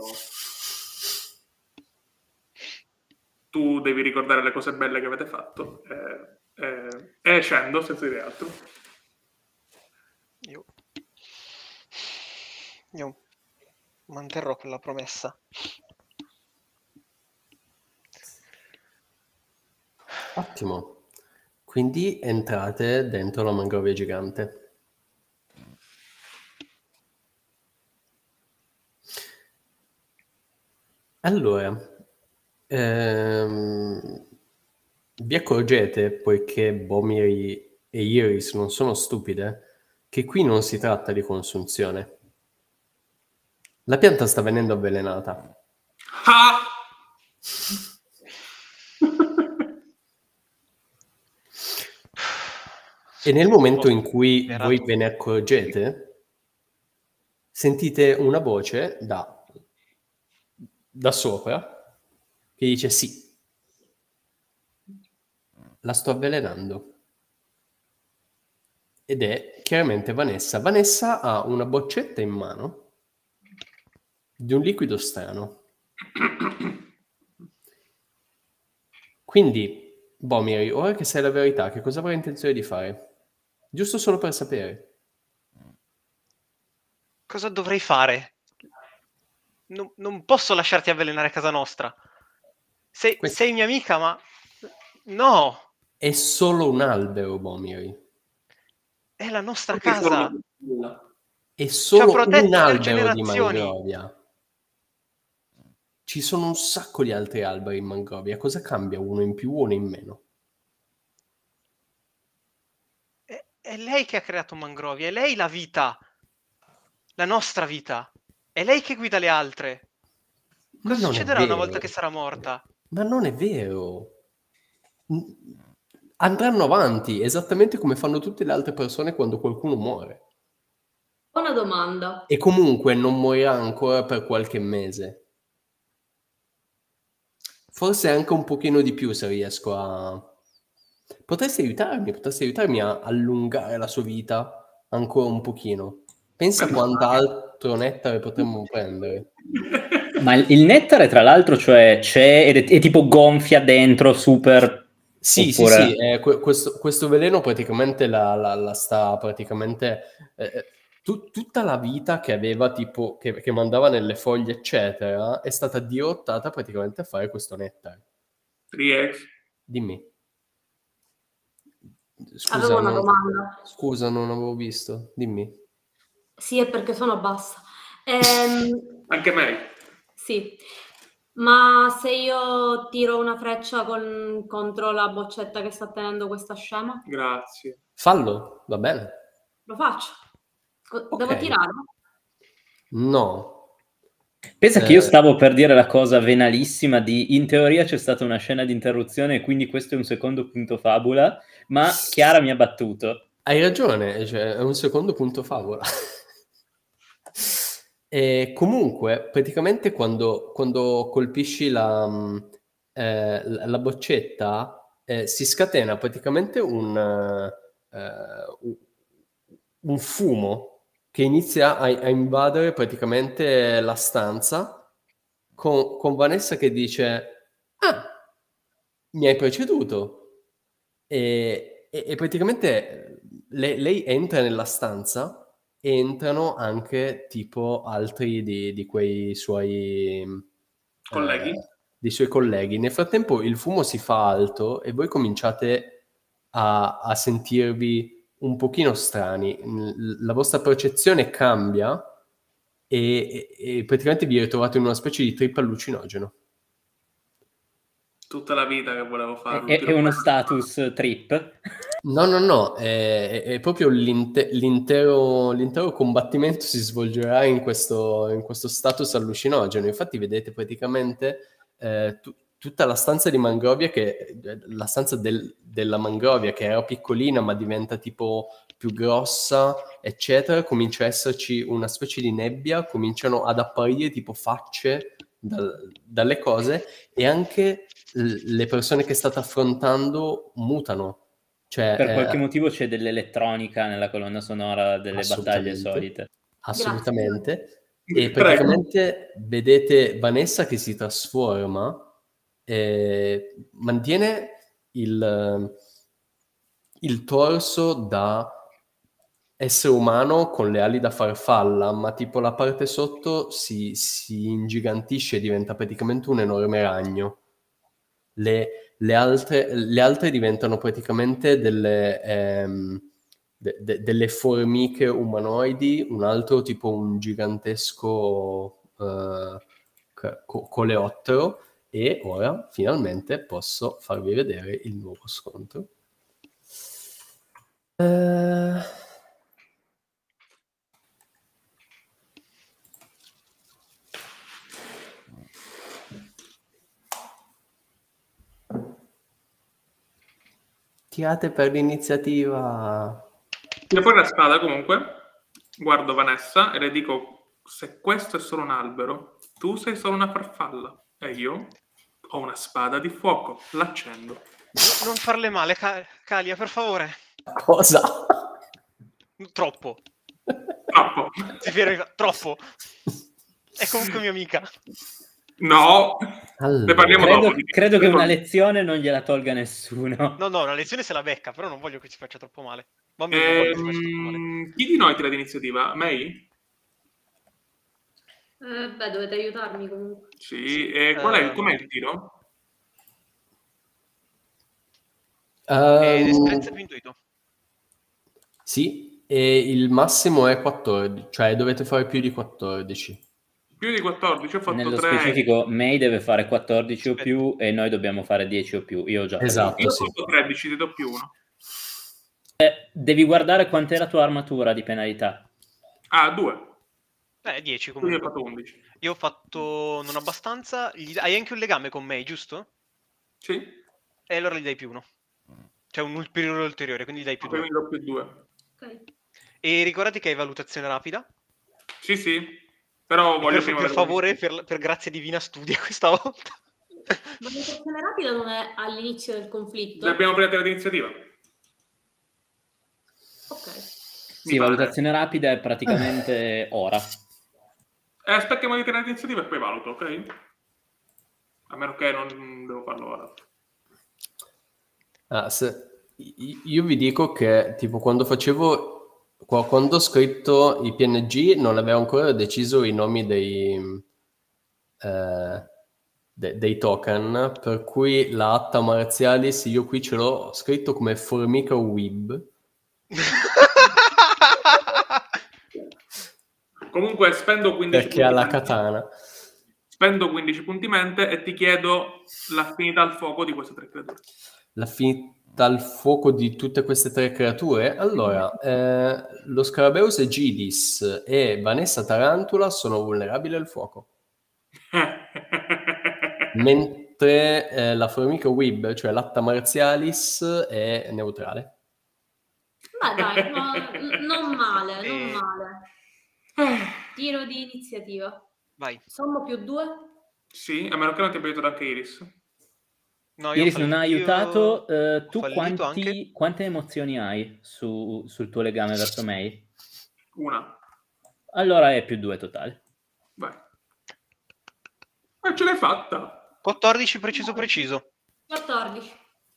tu devi ricordare le cose belle che avete fatto e, e, e scendo senza dire altro. Io... Io manterrò quella promessa. Ottimo. Quindi entrate dentro la Mangrovia gigante. Allora, ehm, vi accorgete, poiché Bomiri e Iris non sono stupide, che qui non si tratta di consunzione. La pianta sta venendo avvelenata. Ah! E nel momento in cui Liberato. voi ve ne accorgete, sentite una voce da, da sopra che dice sì, la sto avvelenando. Ed è chiaramente Vanessa. Vanessa ha una boccetta in mano di un liquido strano. Quindi, Bomiri, ora che sai la verità, che cosa avrai intenzione di fare? Giusto solo per sapere. Cosa dovrei fare? Non, non posso lasciarti avvelenare a casa nostra. Sei, Questo- sei mia amica, ma... No! È solo un albero, Bomiri. È la nostra Perché casa. sono- È solo protetto un per albero di generazioni. Mangrovia. Ci sono un sacco di altri alberi in Mangrovia. Cosa cambia uno in più o uno in meno? È, è lei che ha creato Mangrovia, è lei la vita. La nostra vita. È lei che guida le altre. Ma Cosa non è succederà una vero. volta che sarà morta? Ma non è vero. andranno avanti, esattamente come fanno tutte le altre persone quando qualcuno muore. Una domanda. E comunque non morirà ancora per qualche mese. Forse anche un pochino di più se riesco a... Potresti aiutarmi, potresti aiutarmi a allungare la sua vita ancora un pochino. Pensa quanta altro nettare potremmo prendere. Ma il, il nettare, tra l'altro, cioè c'è ed è, è tipo gonfia dentro, super... Sì, oppure... sì, sì, eh, que- questo, questo veleno praticamente la, la- la sta praticamente... eh, tu- tutta la vita che aveva, tipo, che, che mandava nelle foglie, eccetera, è stata dirottata praticamente a fare questo nettare. tre X. Dimmi. Scusa, Avevo una non, domanda. scusa, non avevo visto. Dimmi. Sì, è perché sono bassa. Ehm, Anche me. sì, ma se io tiro una freccia con- contro la boccetta che sta tenendo questa scema, Grazie. Fallo, va bene? lo faccio. Co- Ok. Devo tirare? No. Pensa Eh. che io stavo per dire la cosa venalissima di in teoria c'è stata una scena di interruzione e quindi questo è un secondo punto fabula, ma Chiara mi ha battuto. Hai ragione, cioè, è un secondo punto favola. E comunque, praticamente quando, quando colpisci la, mh, eh, la la boccetta, eh, si scatena praticamente un, eh, un- un fumo che inizia a, a invadere praticamente la stanza con, con Vanessa che dice: ah, mi hai preceduto. E, e- e praticamente le- lei entra nella stanza e entrano anche tipo altri di, di quei suoi Colleghi? eh, dei suoi colleghi. Nel frattempo il fumo si fa alto e voi cominciate a, a sentirvi un pochino strani. L- La vostra percezione cambia e, e- e praticamente vi ritrovate in una specie di trip allucinogeno. Tutta la vita che volevo È, farlo. è- è uno status trip. No, no, no, è, è proprio l'inte- l'intero, l'intero combattimento si svolgerà in questo, in questo status allucinogeno. Infatti vedete praticamente eh, tu- tutta la stanza di Mangrovia, che, la stanza del- della Mangrovia che era piccolina ma diventa tipo più grossa, eccetera, comincia a esserci una specie di nebbia, cominciano ad apparire tipo facce dal- dalle cose e anche l- le persone che state affrontando mutano. Cioè, Per eh, qualche motivo c'è dell'elettronica nella colonna sonora delle battaglie assolutamente, solite. assolutamente. E Prego. praticamente vedete Vanessa che si trasforma, eh, mantiene il, il torso da essere umano con le ali da farfalla, ma tipo la parte sotto si, si ingigantisce e diventa praticamente un enorme ragno. Le, le altre, le altre diventano praticamente delle, ehm, de- de- delle formiche umanoidi, un altro tipo un gigantesco eh, ca- co- coleottero, e ora finalmente posso farvi vedere il nuovo scontro. Eh, Tirate per l'iniziativa. Tiro fuori la spada comunque, guardo Vanessa e le dico: se questo è solo un albero, tu sei solo una farfalla e io ho una spada di fuoco, l'accendo. No- non farle male, Ca- Calia, per favore. Cosa? Troppo. Troppo. Si ferma, troppo. È comunque mia amica. No, Allora. ne parliamo Credo, dopo. di- credo che dopo- una lezione non gliela tolga nessuno. No, no, una lezione se la becca, però non voglio che ci faccia troppo male. Bambino, non voglio che ci faccia troppo male. Ehm, chi di noi tira l'iniziativa? May? Eh, beh, dovete aiutarmi comunque. Sì. E qual è, il- Ehm. com'è il tiro? E Ehm, destrezza più intuito. Sì, e il massimo è quattordici, cioè dovete fare più di quattordici. Più di quattordici, ho fatto Nello tre. specifico, May deve fare quattordici o Aspetta. più e noi dobbiamo fare dieci o più. Io ho già Esatto. Io ho sì. fatto tredici, ti do più uno. Eh, devi guardare quant'è la tua armatura di penalità. Ah, due. Eh, dieci Quindi ho comunque. fatto undici. Io ho fatto non abbastanza. Gli- Hai anche un legame con me, giusto? Sì. E allora gli dai più uno. C'è un ulteriore ulteriore, quindi gli dai più Quindi due. do più due. Ok. E ricordati che hai valutazione rapida. Sì, sì. Però E voglio per, prima per vedere- favore, per, per grazia divina, studia questa volta. Ma l'operazione rapida non è all'inizio del conflitto? Abbiamo prima tirare l'iniziativa. Ok. Sì, valutazione rapida è praticamente ora. Eh, aspettiamo di tirare l'iniziativa e poi valuto, ok? A meno che non devo farlo ora. Ah, se- i- io vi dico che tipo quando facevo qua- quando ho scritto i P N G non avevo ancora deciso i nomi dei eh, de- dei token, per cui la Atta Marzialis io qui ce l'ho scritto come Formica Web. Comunque spendo quindici Perché ha la mente. katana. Spendo quindici punti mente e ti chiedo l'affinità al fuoco di queste tre creature. L'affinità al fuoco di tutte queste tre creature. Allora, eh, lo Scarabeus Egidis e Vanessa Tarantula sono vulnerabili al fuoco. Mentre eh, la Formica Web, cioè l'Atta Marzialis, è neutrale. Ma dai, no, n- non male, non E- male. Tiro di iniziativa. Vai. Sommo più due? Sì, a meno che non ti abbia aiutato anche Iris. No, io ho Iris non ha fallito. aiutato. Io eh, ho tu fallito quanti- anche. quante emozioni hai su- sul tuo legame verso May? Una. Allora è più due totale. Vai. Ma ce l'hai fatta. quattordici preciso preciso. quattordici.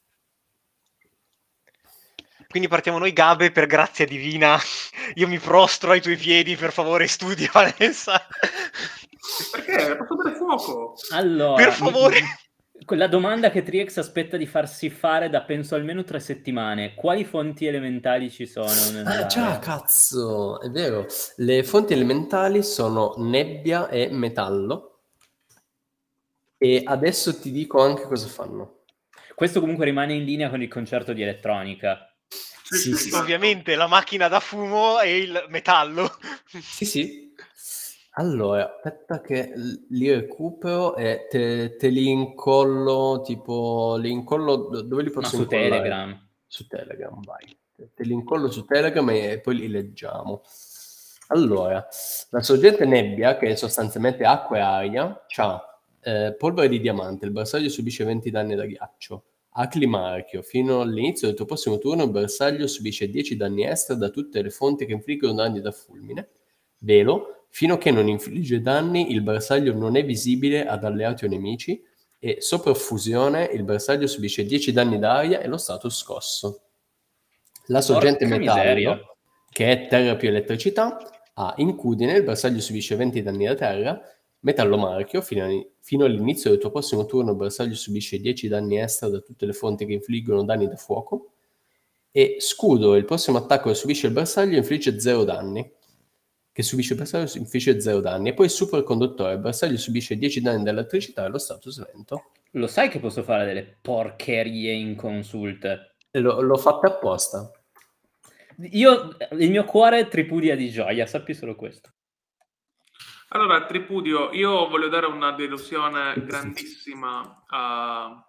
Quindi partiamo noi, Gabe, per grazia divina. Io mi prostro ai tuoi piedi, per favore, studia, Vanessa. Perché? Posso dare fuoco. Allora, Per favore. mi- quella domanda che Triex aspetta di farsi fare da penso almeno tre settimane. Quali fonti elementali ci sono Ah, nell'area? già, cazzo, è vero. Le fonti elementali sono nebbia e metallo. E adesso ti dico anche cosa fanno. Questo comunque rimane in linea con il concerto di elettronica. Sì, sì, sì. Ovviamente la macchina da fumo e il metallo. Sì, sì. Allora, aspetta che l- li recupero e te, te li incollo, tipo, li incollo, do- dove li Ma posso su incollare? Telegram. Su Telegram, vai. Te, te li incollo su Telegram e poi li leggiamo. Allora, la sorgente nebbia, che è sostanzialmente acqua e aria, ha eh, polvere di diamante, il bersaglio subisce venti danni da ghiaccio. Acli marchio, fino all'inizio del tuo prossimo turno il bersaglio subisce dieci danni extra da tutte le fonti che infliggono danni da fulmine. Velo, fino a che non infligge danni il bersaglio non è visibile ad alleati o nemici, e sopraffusione il bersaglio subisce dieci danni d'aria e lo status scosso. La sorgente Porca metallo, miseria. che è terra più elettricità, ha incudine, il bersaglio subisce venti danni da terra. Metallo marchio, fino, a- fino all'inizio del tuo prossimo turno il bersaglio subisce dieci danni extra da tutte le fonti che infliggono danni da fuoco. E scudo, il prossimo attacco che subisce il bersaglio infligge zero danni. Che subisce il bersaglio infligge zero danni. E poi superconduttore, il bersaglio subisce dieci danni dall'elettricità e lo status lento. Lo sai che posso fare delle porcherie inconsulte? E lo- l'ho fatta apposta. Io, il mio cuore tripudia di gioia, sappi solo questo. Allora, Tripudio, io voglio dare una delusione grandissima a,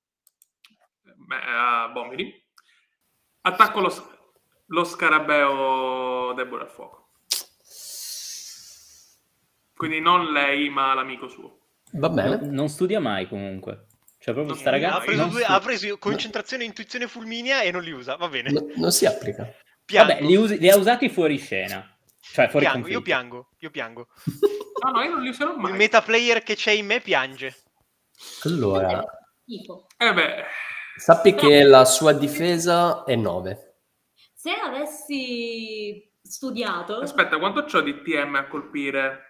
a Bomili. Attacco lo, s- lo scarabeo debole al fuoco. Quindi non lei, ma l'amico suo. Va bene. No- non studia mai comunque. Cioè proprio Non sta studia ragazza ha, preso non due- stu- ha preso concentrazione e intuizione fulminea e non li usa, va bene. No- non si applica. Piango, Vabbè, li, usi- li ha usati fuori scena. Cioè fuori piango, io conflitto. piango, io piango. No, no, io non li userò Il mai. meta player che c'è in me piange. Allora, Schifo. Eh beh, sappi che la sua difesa è nove. Se avessi studiato... aspetta, quanto c'ho di T M a colpire?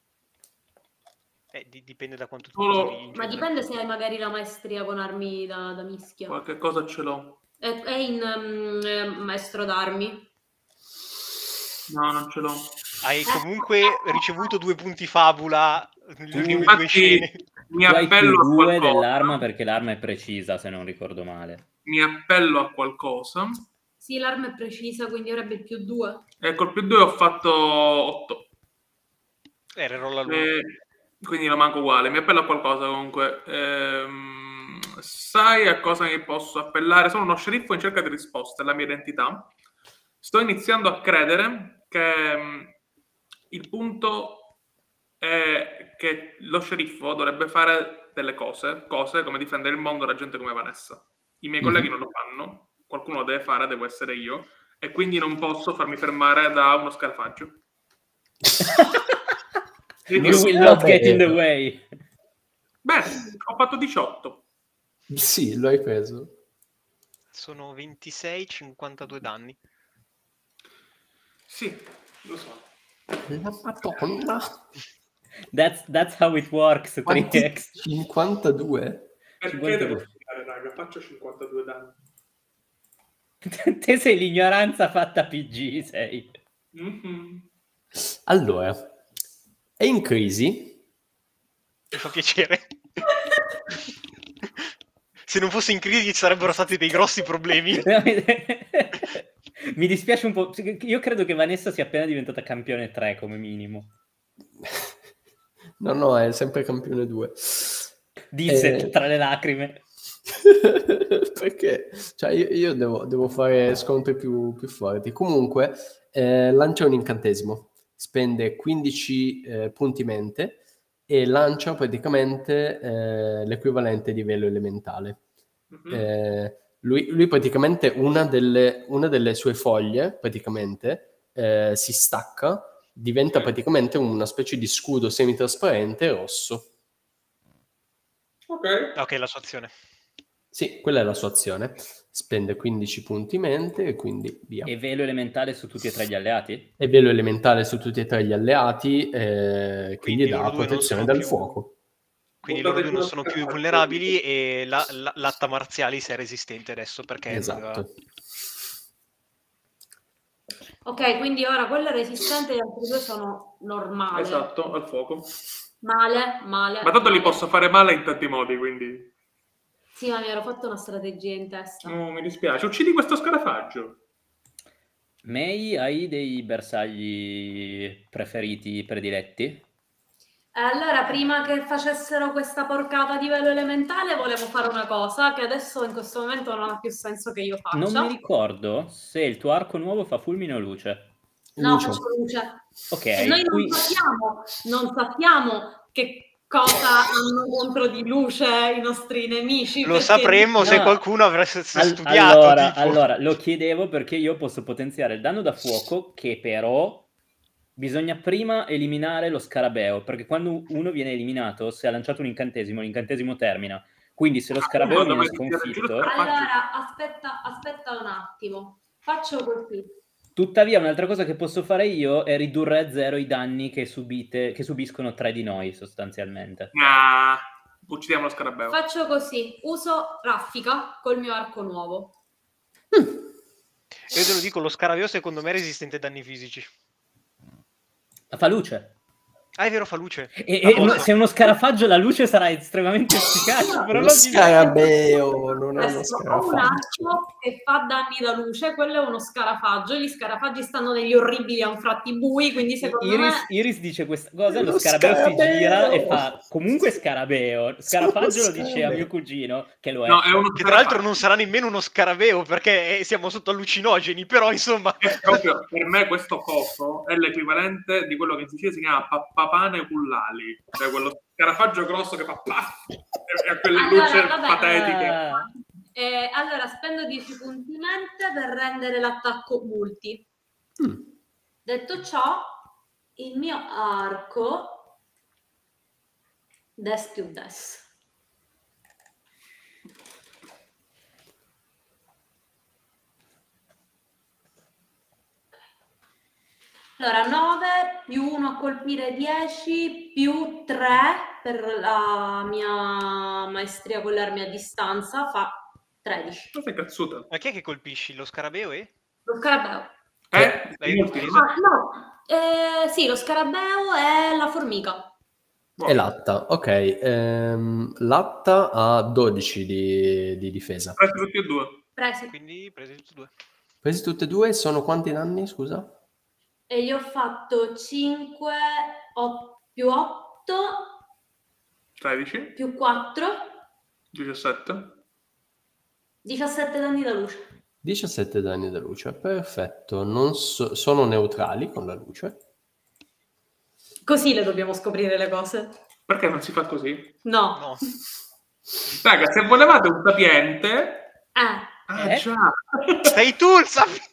Eh, di- dipende da quanto tu Solo- tiri in Ma genere. dipende se hai magari la maestria con armi da, da mischia. Qualche cosa ce l'ho. È, è in um, eh, maestro d'armi. No, non ce l'ho. Hai comunque ricevuto due punti fabula nelle ultime due Infatti, scene. mi Tu hai più appello a due qualcosa. dell'arma perché l'arma è precisa, se non ricordo male. Mi appello a qualcosa. Sì, l'arma è precisa, quindi avrebbe il più due. E col più due ho fatto otto. Eh, rerolla l'uno. Eh, quindi lo manco uguale. Mi appello a qualcosa comunque. Ehm, sai a cosa mi posso appellare? Sono uno sceriffo in cerca di risposte, è la mia identità. Sto iniziando a credere che mh, il punto è che lo sceriffo dovrebbe fare delle cose, cose come difendere il mondo da gente come Vanessa. I miei colleghi Mhm. non lo fanno, qualcuno lo deve fare, devo essere io, e quindi non posso farmi fermare da uno scarafaggio. You Quindi- will not Vabbè. get in the way. Beh, ho fatto diciotto. Sì, lo hai preso. Sono ventisei, cinquantadue danni. Sì, lo so. La Madonna. That's, that's how it works, Quanti? tre X. cinquantadue? Perché cinquantadue. devo spiegare, raga? Faccio cinquantadue danni. Te sei l'ignoranza fatta P G, sei. Mhm. Allora, è in crisi. Mi fa piacere. Se non fosse in crisi ci sarebbero stati dei grossi problemi. Mi dispiace un po'. Io credo che Vanessa sia appena diventata campione tre come minimo. No, no, è sempre campione due. Disse Eh, tra le lacrime. Perché cioè, io, io devo, devo fare scontri più, più forti. Comunque, eh, lancia un incantesimo, spende quindici eh, punti mente e lancia praticamente eh, l'equivalente di velo elementale. Mhm. Eh, lui, lui praticamente una delle, una delle sue foglie praticamente eh, si stacca, diventa Ok. praticamente una specie di scudo semitrasparente rosso. Ok. Ok, la sua azione. Sì, quella è la sua azione. Spende quindici punti mente e quindi via. E velo elementale su tutti e tre gli alleati? E velo elementale su tutti e tre gli alleati eh, che Quindi gli dà loro due non protezione sono dal più- fuoco. Quindi loro due non Buttate sono giù più la vulnerabili e la, la- l'atta marziali si è resistente adesso perché non aveva... Esatto. Ok, quindi ora quello è resistente e gli altri due sono normali. Esatto, al fuoco. Male, male. Ma tanto li male. posso fare male in tanti modi, quindi... Sì, ma mi ero fatto una strategia in testa. No, mi dispiace. Uccidi questo scarafaggio. May, hai dei bersagli preferiti, prediletti? Allora, prima che facessero questa porcata di velo elementale, volevo fare una cosa che adesso in questo momento non ha più senso che io faccia. Non mi ricordo se il tuo arco nuovo fa fulmine o luce. No, Lucio. faccio luce. Ok, E noi non qui- sappiamo, non sappiamo che cosa hanno contro di luce i nostri nemici. Lo perché- sapremmo se No. qualcuno avesse Al- studiato. allora, tipo. allora, lo chiedevo perché io posso potenziare il danno da fuoco, che però bisogna prima eliminare lo scarabeo, perché quando uno viene eliminato, se ha lanciato un incantesimo, l'incantesimo termina. Quindi se lo scarabeo Appunto, viene dovete tirare giù lo sconfitto... scarabeo. Allora, aspetta, aspetta un attimo. Faccio così. Tuttavia, un'altra cosa che posso fare io è ridurre a zero i danni che, subite, che subiscono tre di noi, sostanzialmente. Ah, uccidiamo lo scarabeo. Faccio così. Uso raffica col mio arco nuovo. Io te lo dico, lo scarabeo secondo me è resistente ai danni fisici. Ma fa luce. Ah, è vero, fa luce. E, A e posto. se è uno scarafaggio la luce sarà estremamente efficace. Però Lo non si- scarabeo, non è uno Adesso ho un scarafaggio. arco che fa danni da luce, quello è uno scarafaggio. Gli scarafaggi stanno negli orribili anfratti bui, quindi secondo Iris, me... Iris dice questa cosa, lo Lo scarabeo, si scarabeo! gira e fa comunque scarabeo. Scarafaggio Lo lo dice a scarabeo. mio cugino, che lo è. No, è uno Che tra l'altro scarafaggio. non sarà nemmeno uno scarabeo perché eh, siamo sotto allucinogeni, però insomma... È proprio, per me questo coso è l'equivalente di quello che in Sicilia si chiama pappapane cullali, cioè quello scarafaggio grosso che fa paff e, e quelle Allora, luci vabbè. patetiche. Ah, Eh, allora, spendo dieci punti mente per rendere l'attacco multi. Mm. Detto ciò, il mio arco des più des. Allora, nove più uno a colpire dieci più tre per la mia maestria con le armi a distanza fa tredici. Ma sei cazzuta? Ma chi è che colpisci? Lo scarabeo e? Lo scarabeo. Eh? L'hai Molti. ripreso? Ah, no, eh, sì, lo scarabeo è la formica. E l'atta, ok. Ehm, l'atta ha dodici di, di difesa. Presi tutti e due. Presi. Quindi presi tutti e due. Presi tutte e due, sono quanti danni, scusa? E io ho fatto cinque più otto tredici. più quattro diciassette. diciassette danni da luce. diciassette danni da luce, perfetto. Non so- sono neutrali con la luce. Così le dobbiamo scoprire le cose. Perché non si fa così? No. No. Raga, se volevate un sapiente... Eh. Ah, Eh? già! Sei tu il sapiente!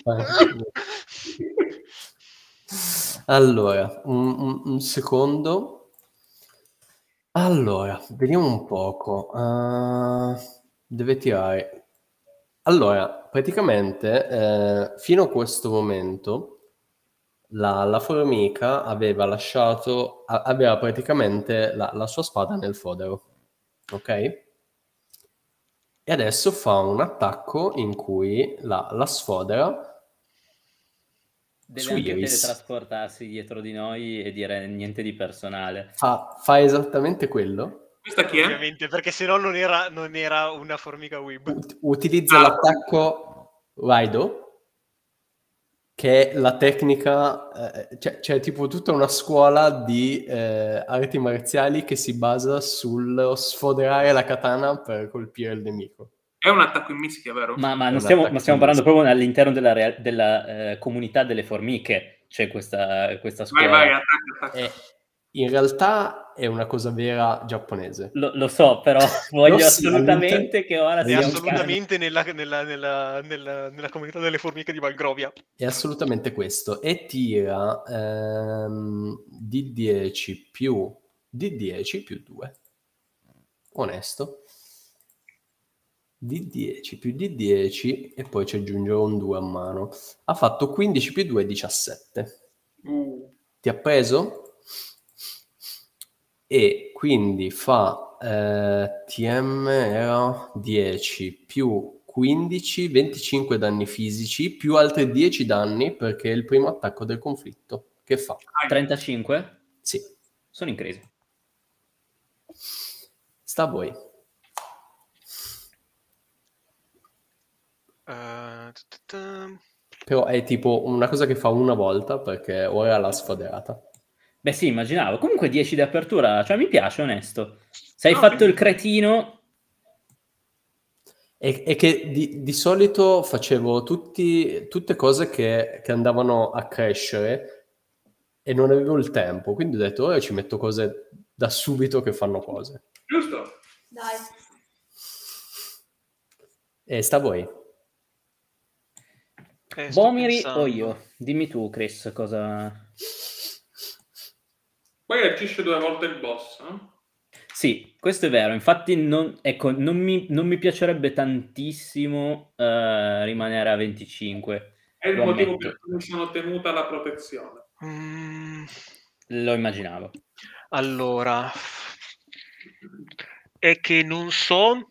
Allora, un, un- un secondo. Allora, vediamo un poco. Uh, deve tirare. Allora, praticamente, eh, fino a questo momento, la, la formica aveva lasciato, a- aveva praticamente la, la sua spada nel fodero, ok? E adesso fa un attacco in cui la, la sfodera Deve su anche Iris. teletrasportarsi dietro di noi e dire niente di personale. Fa, fa esattamente quello. Questa chi è? Ovviamente, perché sennò non era, non era una formica Weeb. Ut- utilizza Ah. l'attacco Raido, che è la tecnica, eh, c'è, c'è tipo tutta una scuola di eh, arti marziali che si basa sullo sfoderare la katana per colpire il nemico. È un attacco in mischia, vero? Ma, ma È non un stiamo, attacco ma stiamo in parlando proprio all'interno della, rea- della eh, comunità delle formiche, c'è questa, questa Vai, scuola. vai, attacca, attacca. E in realtà è una cosa vera giapponese. Lo, lo so, però voglio Però sì, assolutamente all'inter- che ora È sia un caso. assolutamente nella, nella, nella, nella, nella comunità delle formiche di Valgrovia. È assolutamente questo. E tira ehm, D dieci più D dieci più due. Onesto. D dieci più D dieci e poi ci aggiungerò un due a mano. Ha fatto quindici più due, diciassette. Uh. Ti ha preso? E quindi fa eh, T M era dieci più quindici, venticinque danni fisici più altri dieci danni perché è il primo attacco del conflitto. Che fa? trentacinque? Sì, Sono in crisi. sta a voi. Uh, t- t- t- Però è tipo una cosa che fa una volta perché ora l'ha sfoderata. Beh sì, immaginavo. Comunque dieci di apertura, cioè mi piace, onesto. Se hai No, fatto quindi- il cretino... E, e che di, di solito facevo tutti, tutte cose che, che andavano a crescere e non avevo il tempo, quindi ho detto ora ci metto cose da subito che fanno cose. Giusto? Dai. E sta a voi. eh, sto Bomiri pensando. o io? Dimmi tu, Chris, cosa... Poi agisce due volte il boss, no? Sì, questo è vero. Infatti non, ecco, non, mi, non mi piacerebbe tantissimo eh, rimanere a venticinque. È il Lo motivo ammetto. per cui mi sono tenuta la protezione. Mm, Lo immaginavo. allora, è che non so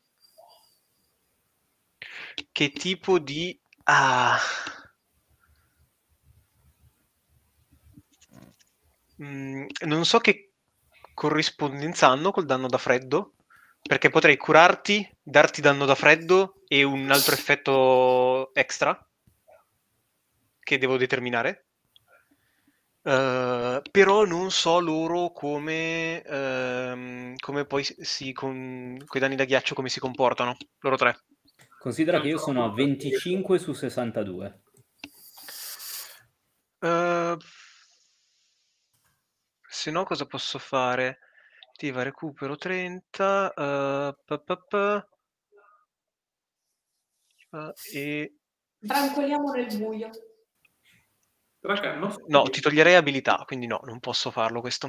che tipo di... Ah. Mm, non so che corrispondenza hanno col danno da freddo, perché potrei curarti, darti danno da freddo e un altro effetto extra che devo determinare. Uh, però non so loro come, ehm, come poi si con quei danni da ghiaccio come si comportano, loro tre. Considera che io sono a venticinque su sessantadue. Uh, se no cosa posso fare? Attiva recupero trenta uh, pa, pa, pa. Uh, e Brancoliamo nel buio. Raga, no, no, ti toglierei abilità, quindi no, non posso farlo questo.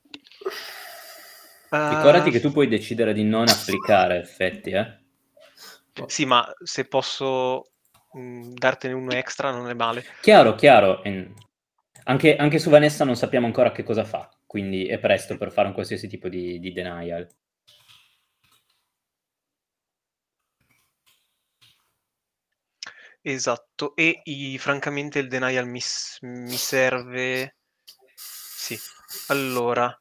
Ricordati Uh, che tu puoi decidere di non applicare effetti, eh? sì, ma se posso mh, dartene uno extra non è male. Chiaro, chiaro. E Anche, anche su Vanessa non sappiamo ancora che cosa fa, quindi è presto per fare un qualsiasi tipo di, di denial. Esatto, e i, francamente il denial mi, s- mi serve... Sì, allora...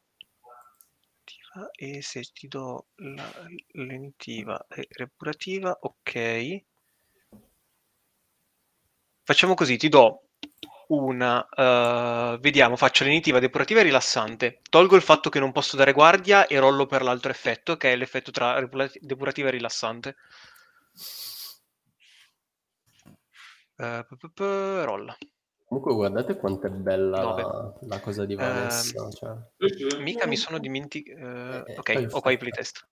E se ti do la lentiva e repurativa, ok. Facciamo così, ti do una, uh, vediamo, faccio lenitiva, depurativa e rilassante. Tolgo il fatto che non posso dare guardia e rollo per l'altro effetto, che è l'effetto tra depurativa e rilassante. Uh, p- p- p- rolla. Comunque guardate quanto è bella Nove. la cosa di Vanessa. Uh, cioè. Mica mi sono dimenticato. Uh, Eh, ok, ho qua i playtest.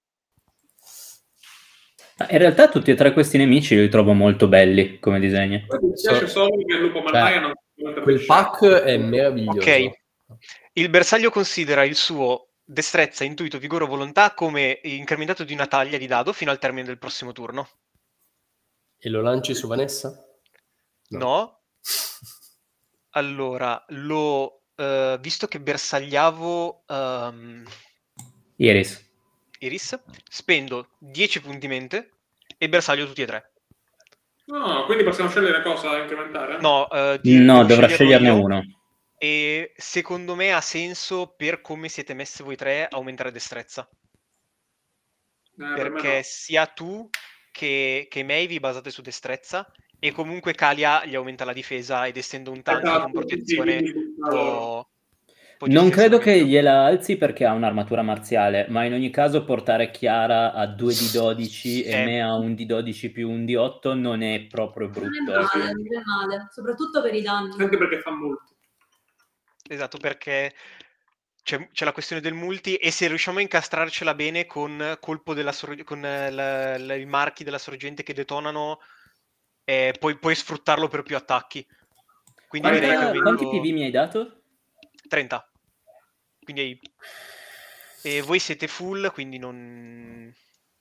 In realtà tutti e tre questi nemici li trovo molto belli come disegni. Mi piace solo che il lupo malvaia non Cioè, quel pack è meraviglioso. Ok, il bersaglio considera il suo destrezza, intuito, vigore o volontà come incrementato di una taglia di dado fino al termine del prossimo turno. E lo lanci su Vanessa? No. no. Allora, lo, uh, visto che bersagliavo um, Iris. Iris, spendo dieci punti mente e bersaglio tutti e tre. No, quindi possiamo scegliere cosa incrementare? No, uh, di, no dovrà sceglierne uno. E secondo me ha senso, per come siete messi voi tre, aumentare destrezza. Eh, Perché per no. sia tu che, che May vi basate su destrezza e comunque Kalia gli aumenta la difesa ed essendo un tank esatto, con protezione sì, sì, può, può non credo che meglio. gliela alzi perché ha un'armatura marziale, ma in ogni caso portare Chiara a due di dodici e eh. me a un di dodici più un di otto non è proprio brutto. Non è male, non è male, soprattutto per i danni. Anche perché fa molto. Esatto, perché c'è, c'è la questione del multi e se riusciamo a incastrarcela bene con colpo della sor- con la, la, i marchi della sorgente che detonano, eh, puoi, puoi sfruttarlo per più attacchi. Quindi Quanta, direi che aumento... quanti P V mi hai dato? trenta. Quindi hai... E voi siete full, quindi non...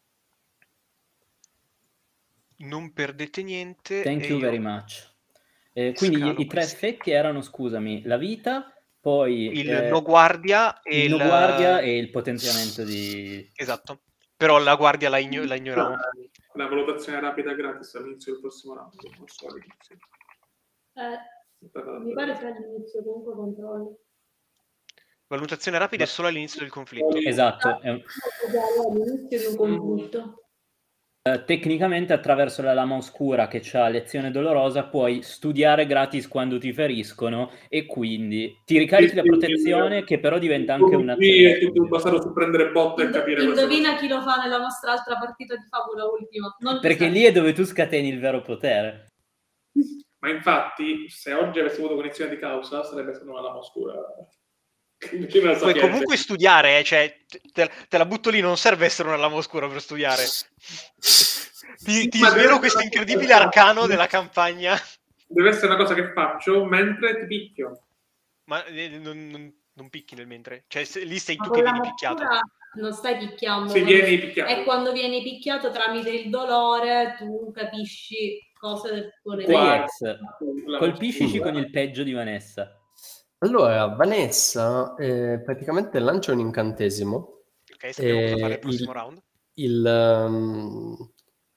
non perdete niente. Thank you io... very much. Eh, quindi i tre questi. effetti erano, scusami, la vita, poi il eh, no guardia e il il... no guardia e il potenziamento di... Esatto. Però la guardia la, igno- la ignoriamo. La valutazione rapida gratis all'inizio del prossimo round. Non so, sì. eh, mi pare sia all'inizio, comunque controllo. Valutazione rapida è solo all'inizio del conflitto. Esatto. È un... all'inizio di un conflitto. Uh, tecnicamente attraverso la lama oscura che c'ha lezione dolorosa puoi studiare gratis quando ti feriscono e quindi ti ricarichi la protezione che però diventa anche una è tutto basato su prendere botte e capire. Indovina chi lo fa nella nostra altra partita di favola ultima, non perché lì è dove tu scateni il vero potere. Ma infatti se oggi avessi avuto cognizione di causa sarebbe stata una lama oscura. Puoi comunque studiare, eh, cioè te, te la butto lì, non serve essere una lama oscura per studiare. Ti, ti svelo questo incredibile arcano della campagna. Deve essere una cosa che faccio mentre ti picchio. Ma eh, non, non, non picchi nel mentre, cioè se, lì sei Ma tu che vieni oscura, picchiato. Non stai picchiando. Si vieni picchiato. E quando vieni picchiato tramite il dolore tu capisci cose del tuo nemico. Colpiscici con il peggio di Vanessa. Allora, Vanessa eh, praticamente lancia un incantesimo. Ok, sappiamo cosa fare il il prossimo round. Il, um,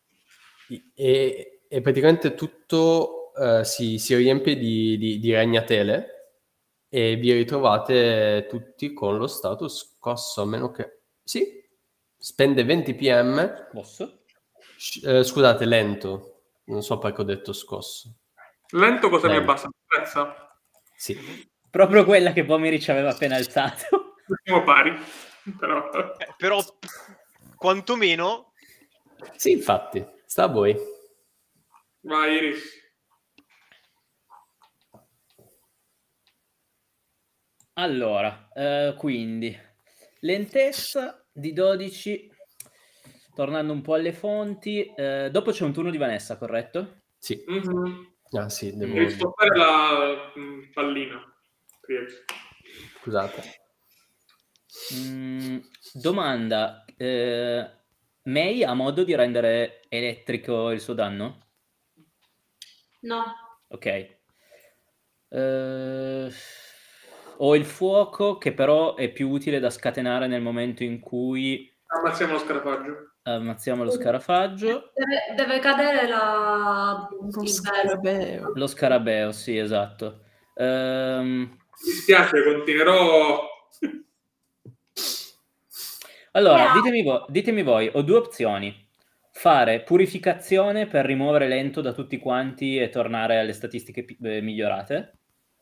e, e praticamente tutto uh, si, si riempie di, di, di ragnatele e vi ritrovate tutti con lo status scosso, a meno che... Sì, spende venti P M. Posso? Eh, scusate, lento. Non so perché ho detto scosso. Lento cosa lento. mi abbassa? Prezza? Sì. Proprio quella che Pomeri ci aveva appena alzato. Siamo pari. Però... Eh, però quantomeno... Sì, infatti. Sta a voi. Vai, Iris. Allora, eh, quindi lentezza di dodici, tornando un po' alle fonti. Eh, dopo c'è un turno di Vanessa, corretto? Sì. Mm-hmm. Ah, sì, devo... Devi stoppare la mh, pallina. Scusate. Mm, domanda. Eh, May ha modo di rendere elettrico il suo danno? No. Ok. Uh, ho il fuoco che però è più utile da scatenare nel momento in cui ammazziamo lo scarafaggio. Ammazziamo lo scarafaggio. Deve, deve cadere la... lo scarabeo. Lo scarabeo, sì, esatto. Um... Mi dispiace, continuerò. Allora, ditemi, vo- ditemi voi, ho due opzioni. Fare purificazione per rimuovere lento da tutti quanti e tornare alle statistiche pi- eh, migliorate,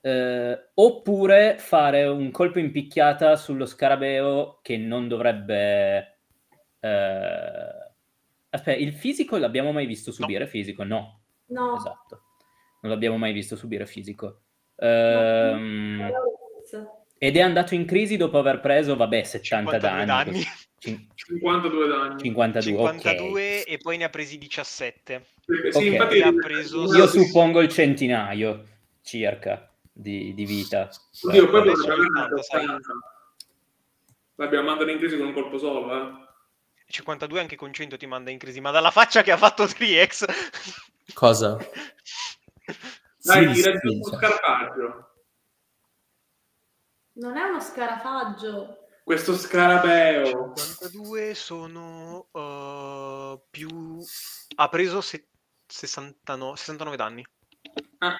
eh, oppure fare un colpo in picchiata sullo scarabeo che non dovrebbe... Eh... Aspetta, il fisico l'abbiamo mai visto subire? No. Fisico? No. No. Esatto. Non l'abbiamo mai visto subire fisico. Ehm... No. Ed è andato in crisi dopo aver preso, vabbè, settanta danni. danni. Cin- cinquantadue danni. cinquantadue, cinquantadue okay. E poi ne ha presi diciassette. Sì, Okay. infatti ha preso... Io suppongo il centinaio circa di, di vita. Oddio, poi adesso l'abbiamo ottanta, sai. L'abbiamo mandato in crisi con un colpo solo, eh. cinquantadue anche con cento ti manda in crisi, ma dalla faccia che ha fatto tre X. Cosa? Dai, Sì, ti sì, raggiungo sì. scarafaggio. Non è uno scarafaggio. Questo scarabeo. cinquantadue sono uh, più... Ha preso se... sessantanove, sessantanove danni. Ah.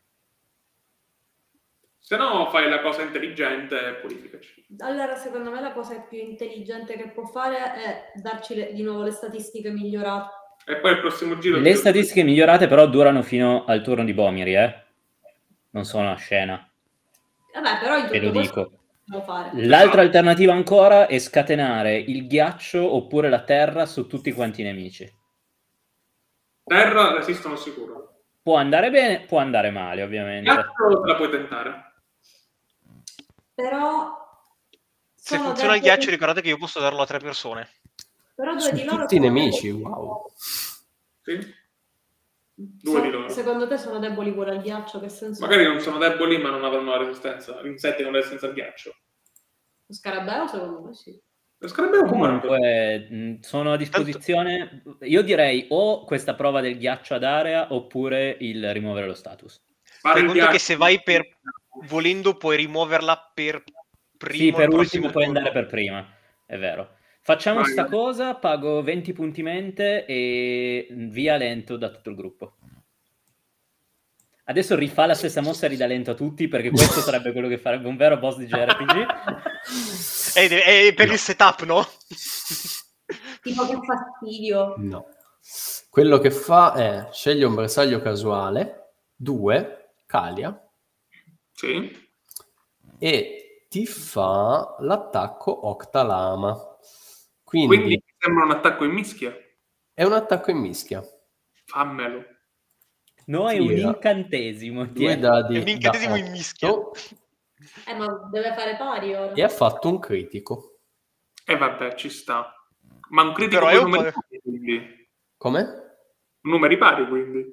Se no fai la cosa intelligente e purificaci. Allora, secondo me la cosa più intelligente che può fare è darci le, di nuovo le statistiche migliorate. E poi il prossimo giro... Le statistiche migliorate però durano fino al turno di Bomiri, eh? Non sono a scena. Vabbè, però in Te lo tutto questo dico. devo fare. L'altra alternativa ancora è scatenare il ghiaccio oppure la terra su tutti quanti i nemici. Terra resistono sicuro. Può andare bene, può andare male, ovviamente. Ghiaccio la puoi tentare. Però... Se sono funziona il deboli- ghiaccio, ricordate che io posso darlo a tre persone. Però due Su di loro tutti i sono nemici, deboli. wow. Sì? Due So- di loro. Secondo te sono deboli pure al ghiaccio? Che senso? Magari non sono deboli ma non avranno la resistenza. Gli insetti non resistenza al ghiaccio. Lo scarabeo secondo me sì. Lo scarabeo comunque. Comunque mh, sono a disposizione. Io direi o questa prova del ghiaccio ad area oppure il rimuovere lo status. Fare Fai il conto che ghiaccio. se vai per... volendo puoi rimuoverla per primo. Sì, per il ultimo prossimo puoi turno. andare per prima, è vero. Facciamo Vai, sta vai. cosa, pago venti punti mente e via lento da tutto il gruppo. Adesso rifà la stessa mossa e ridà lento a tutti, perché questo sarebbe quello che farebbe un vero boss di J R P G. È, è per il setup, no? Tipo che fastidio. No. Quello che fa è sceglie un bersaglio casuale, due, Calia, Sì. e ti fa l'attacco Octalama. Quindi, Quindi mi sembra un attacco in mischia. è un attacco in mischia. Fammelo. No, è un Tira. incantesimo. Due tieni. dadi È un incantesimo da in mischia. otto, Eh, ma deve fare pari ora. e ha fatto un critico. E vabbè, ci sta. Ma un critico Però con è un numeri po'- pari, quindi. Come? Numeri pari, quindi.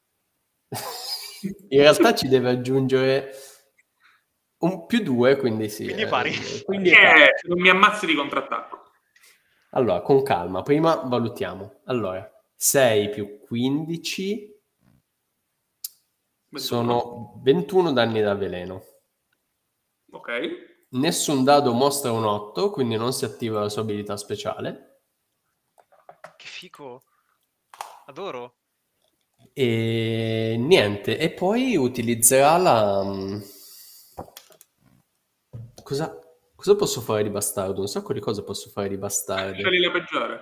In realtà ci deve aggiungere un più due, quindi sì. Quindi eh, pari. Quindi Eh, non mi ammazzi di contrattacco. Allora, con calma, prima valutiamo. Allora, sei più quindici sono ventuno danni da veleno. Ok. Nessun dado mostra un otto, quindi non si attiva la sua abilità speciale. Che figo. Adoro. E niente, e poi utilizzerà la... Cosa, cosa posso fare di bastardo? Un sacco di cose posso fare di bastardo. Scegli la peggiore.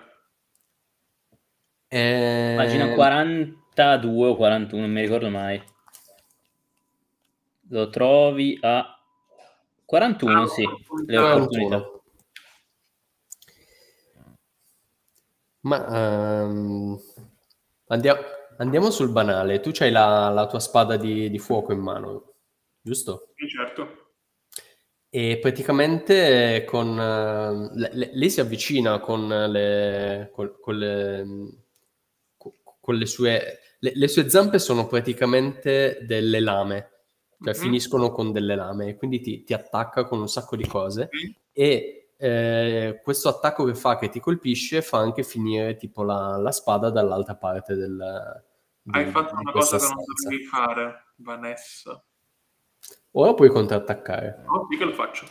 Eh, Pagina quarantadue o quarantuno, non mi ricordo mai. Lo trovi a quarantuno, Ah, sì. Le quarantuno. opportunità. Ma ehm, andiamo, andiamo sul banale. Tu c'hai la, la tua spada di, di fuoco in mano, giusto? Sì, certo. E praticamente con eh, le- le- lei si avvicina con le, col- con le, co- con le sue le, le sue zampe sono praticamente delle lame, cioè Mhm. finiscono con delle lame e quindi ti, ti attacca con un sacco di cose Sì. e eh, questo attacco che fa, che ti colpisce, fa anche finire tipo la, la spada dall'altra parte del, di, Hai fatto di una questa cosa che non stanza. dovevi fare, Vanessa. Ora puoi contrattaccare. No, sì che lo faccio.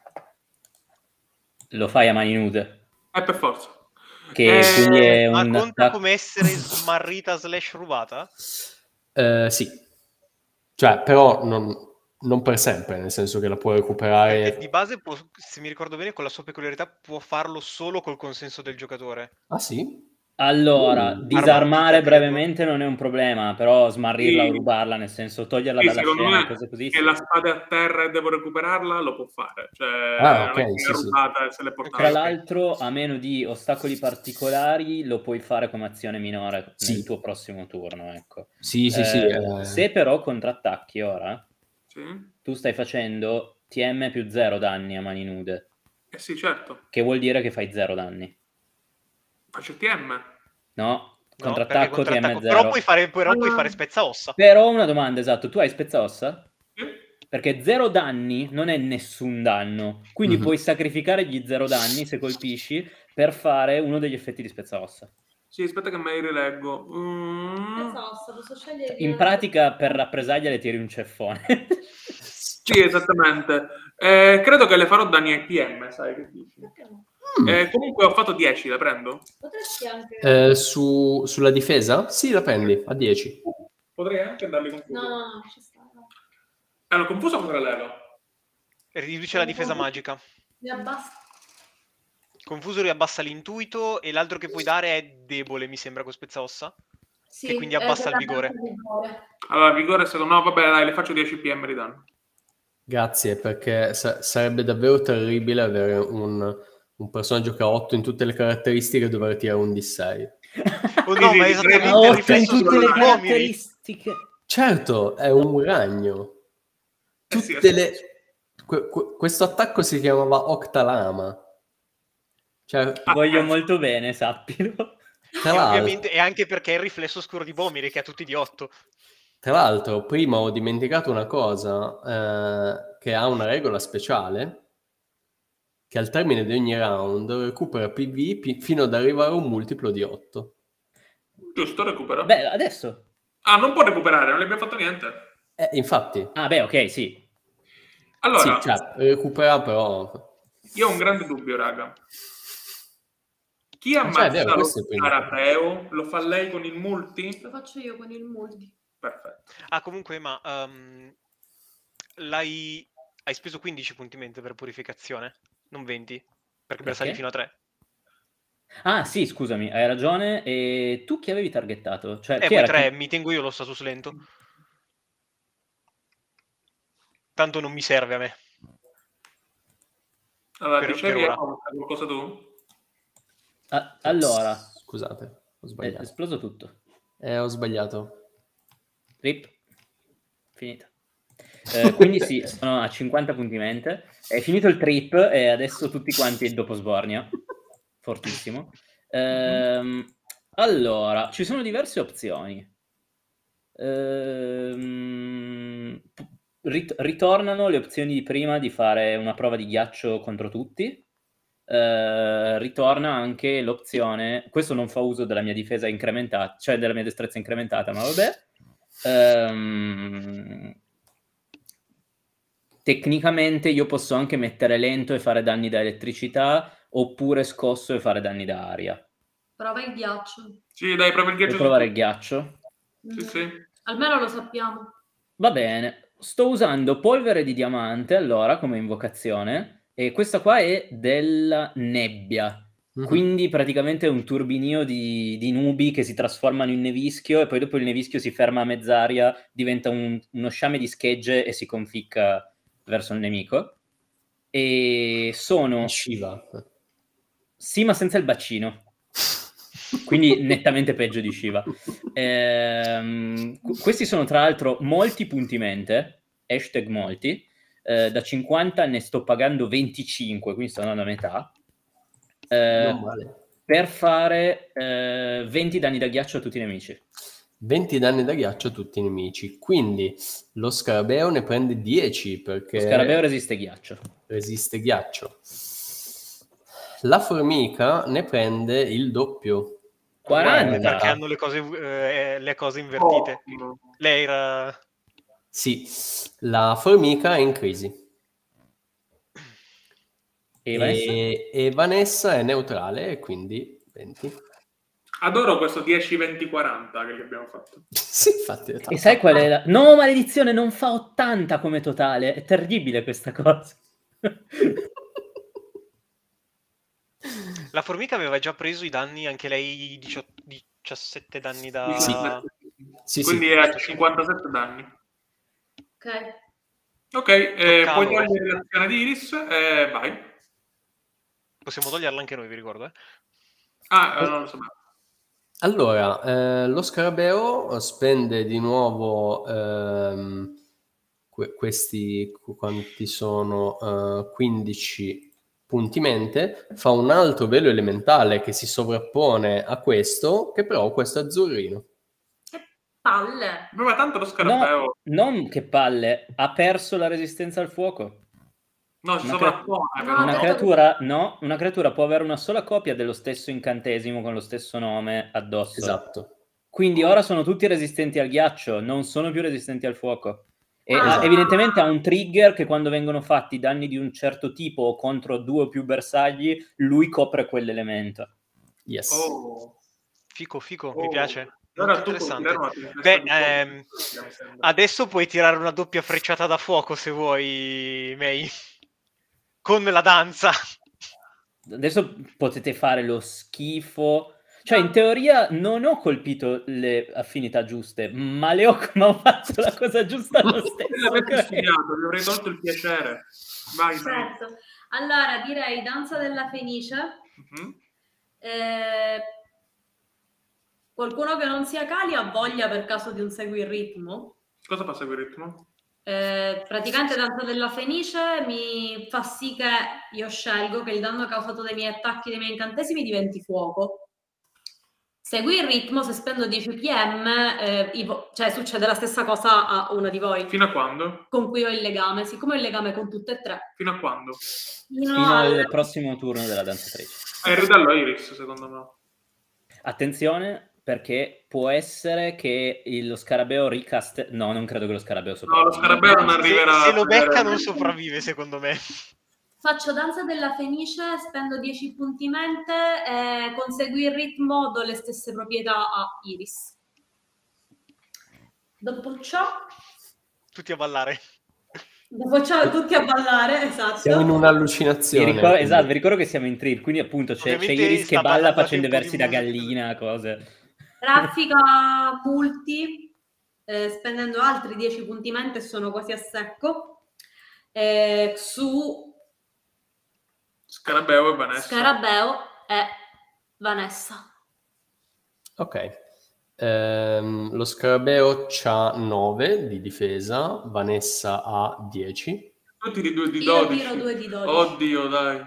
Lo fai a mani nude. Eh, per forza. Che Eh, quindi è Ma un conta attacco- come essere smarrita slash rubata? Eh, sì, cioè però non, non per sempre, nel senso che la puoi recuperare. Perché di base, può- se mi ricordo bene, con la sua peculiarità può farlo solo col consenso del giocatore. Ah sì? Allora, Mm. disarmare Armamentita, credo. brevemente non è un problema, però smarrirla Sì. o rubarla, nel senso toglierla Sì, dalla secondo scena, me cose così. che sì. la spada è a terra e devo recuperarla, lo può fare. Cioè, Ah, non è ok, che sì, l'ha sì. rubata e se l'è portata. Tra ok. l'altro, a meno di ostacoli particolari, lo puoi fare come azione minore Sì. nel tuo prossimo turno, ecco. Sì, sì, sì. Eh, eh. Se però contrattacchi ora, Sì? tu stai facendo T M più zero danni a mani nude, Eh sì, certo. che vuol dire che fai zero danni. Faccio T M. No, No, perché contrattacco T M contrattacco. zero. Però puoi fare, però puoi Ah. fare spezzaossa. Però una domanda, esatto, tu hai spezzaossa? Sì? Perché zero danni non è nessun danno, quindi Mhm. puoi sacrificare gli zero danni se colpisci per fare uno degli effetti di spezzaossa. Sì, aspetta che me li rileggo. Mm. Spezzaossa, posso scegliere di In pratica per rappresaglia le tiri un ceffone. Sì, esattamente. Eh, credo che le farò danni ai P M, sai che dici. Perché no? Eh, comunque ho fatto dieci, la prendo? Potresti anche... Eh, su- sulla difesa? Sì, la prendi a dieci. Potrei anche andarli confuso. No, no, no, ci sta. no. Allora, confuso cosa levo? Riduce la difesa magica. Mi abbassa. Confuso riabbassa l'intuito e l'altro che puoi dare è debole, mi sembra, con spezzaossa. Sì, Che quindi eh, abbassa il dovrebbe vigore. essere il vigore. Allora, vigore è stato... No, vabbè, dai, le faccio dieci P M di danno. Grazie, perché sa- sarebbe davvero terribile avere un, un personaggio che ha otto in tutte le caratteristiche e dover tirare un D sei. Oh Sì, no, sì, ma sì, è esattamente Ha il otto in riflesso tutte scuro le di Bomiri. caratteristiche. Certo, è un ragno. Eh sì, Tutte eh sì. le... que- que- questo attacco si chiamava Octalama. Cioè, Ti voglio Ah, molto bene, sappilo. tra E l'altro, ovviamente è anche perché è il riflesso scuro di Bomiri, che ha tutti di otto. tra l'altro, prima ho dimenticato una cosa, eh, che ha una regola speciale, che al termine di ogni round recupera P V pi- fino ad arrivare a un multiplo di otto. Giusto, recupero. Beh, adesso. Ah, non può recuperare, non gli abbiamo fatto niente. Eh, infatti, Ah, beh, ok, sì. Allora, sì, cioè, recupera però... io ho un grande dubbio, raga. Chi Ah, cioè, è ammazza vero, lo questo è il primo. scarabeo lo fa lei con il multi? Lo faccio io con il multi. Perfetto. Ah, comunque, ma um, l'hai... hai speso quindici punti mente per purificazione, non venti, perché bersagli Perché? fino a tre. Ah, sì, scusami, hai ragione. E tu chi avevi targettato? Cioè, Eh, chi voi era tre, chi- mi tengo io lo status lento. Tanto non mi serve a me. Allora, Per- dicevi per ora. Amo, qualcosa tu? Ah, allora, Scusate, ho è sbagliato. esploso tutto. Eh, ho sbagliato. Rip. Finita. Eh, quindi sì, sono a cinquanta punti mente. È finito il trip e adesso tutti quanti dopo Sbornia. Fortissimo. Ehm, allora, ci sono diverse opzioni. Ehm, rit- ritornano le opzioni di prima di fare una prova di ghiaccio contro tutti. Eh, ritorna anche l'opzione, questo non fa uso della mia difesa incrementata, cioè della mia destrezza incrementata, ma vabbè. Ehm, tecnicamente io posso anche mettere lento e fare danni da elettricità, oppure scosso e fare danni da aria. Prova il ghiaccio. Sì, dai, proprio il Devo ghiaccio. provare il su ghiaccio? tutti. Sì, sì. Almeno lo sappiamo. Va bene, sto usando polvere di diamante allora come invocazione e questa qua è della nebbia, Mhm. quindi praticamente è un turbinio di, di nubi che si trasformano in nevischio e poi dopo il nevischio si ferma a mezz'aria, diventa un- uno sciame di schegge e si conficca verso il nemico. E sono... Shiva. Sì, ma senza il bacino. Quindi nettamente peggio di Shiva. Ehm, qu- questi sono tra l'altro molti punti mente, hashtag molti, eh, da cinquanta ne sto pagando venticinque, quindi sto andando a metà, eh, Non male. per fare eh, venti danni da ghiaccio a tutti i nemici. venti danni da ghiaccio a tutti i nemici. Quindi lo scarabeo ne prende dieci perché Lo scarabeo resiste ghiaccio. resiste ghiaccio. La formica ne prende il doppio. quaranta. Eh, perché hanno le cose, eh, le cose invertite. Ottimo. Lei era... Sì, la formica è in crisi. E Vanessa? E, e Vanessa è neutrale, e quindi venti. Adoro questo dieci venti quaranta che gli abbiamo fatto. Sì, infatti. E sai qual è la... No, maledizione, non fa ottanta come totale. È terribile questa cosa. La formica aveva già preso i danni, anche lei, diciotto, diciassette danni da... Sì. Sì, Quindi sì. è a cinquantasette danni. Ok. Ok, eh, Tocca a puoi loro. togliere l'azione di Iris e vai. Possiamo toglierla anche noi, vi ricordo, eh? Ah, eh, non lo so. Allora, eh, lo scarabeo spende di nuovo ehm, que- questi, quanti sono? Eh, quindici punti mente, fa un altro velo elementale che si sovrappone a questo, che però questo è azzurrino. Che palle. Ma tanto lo No, scarabeo... non che palle, ha perso la resistenza al fuoco. No, si Una, crea- sovrappone, No, però. una detto creatura, no, una creatura può avere una sola copia dello stesso incantesimo con lo stesso nome addosso. Esatto. Quindi ora sono tutti resistenti al ghiaccio, non sono più resistenti al fuoco. E Ah. ha- evidentemente ha un trigger che quando vengono fatti danni di un certo tipo o contro due o più bersagli, lui copre quell'elemento. Yes. Oh. Fico, fico, Oh. mi piace. Allora Molto tu puoi interessante. tirare una tempesta Beh, di fuoco, ehm, mi sembra. adesso puoi tirare una doppia frecciata da fuoco se vuoi, May. Con la danza. Adesso potete fare lo schifo. Cioè, in teoria non ho colpito le affinità giuste, ma le ho, ma ho fatto la cosa giusta lo Se stesso. l'avete ok? studiato, vi avrei tolto il piacere. Vai, vai. Certo. Allora, direi danza della fenice. Mhm. Eh, qualcuno che non sia Cali ha voglia per caso di un segui il ritmo? Cosa passa con il ritmo? Eh, praticamente danza della fenice mi fa sì che io scelgo che il danno causato dai miei attacchi, dai miei incantesimi diventi fuoco. Segui il ritmo, se spendo dieci P M, eh, i vo- cioè succede la stessa cosa a una di voi Fino a quando? con cui ho il legame. Siccome ho il legame con tutte e tre, Fino a quando? fino, Fino al... al prossimo turno della danzatrice. È il rudello Iris, secondo me. Attenzione, perché può essere che il- lo scarabeo ricast... No, non credo che lo scarabeo No, lo sopravviva. scarabeo non Se, arriverà se a lo becca vedere- non sopravvive, secondo me. Faccio danza della fenice, spendo dieci punti mente e consegui il ritmo, do le stesse proprietà a Iris. Dopo ciò, Tutti a ballare. dopo ciò tutti a ballare, esatto. Siamo in Vi un'allucinazione. ricor- quindi. esatto, vi ricordo che siamo in trip, quindi appunto c'è, c'è Ovviamente Iris che sta balla ballando a facendo tempo di versi da musica. gallina, cose. Traffica multi, eh, spendendo altri dieci punti mente e sono quasi a secco. Eh, su Scarabeo e Vanessa. Scarabeo e Vanessa. Ok. Ehm, lo scarabeo c'ha nove di difesa, Vanessa ha dieci. Tu tiri due di Io dodici. tiro due di dodici. Oddio, dai.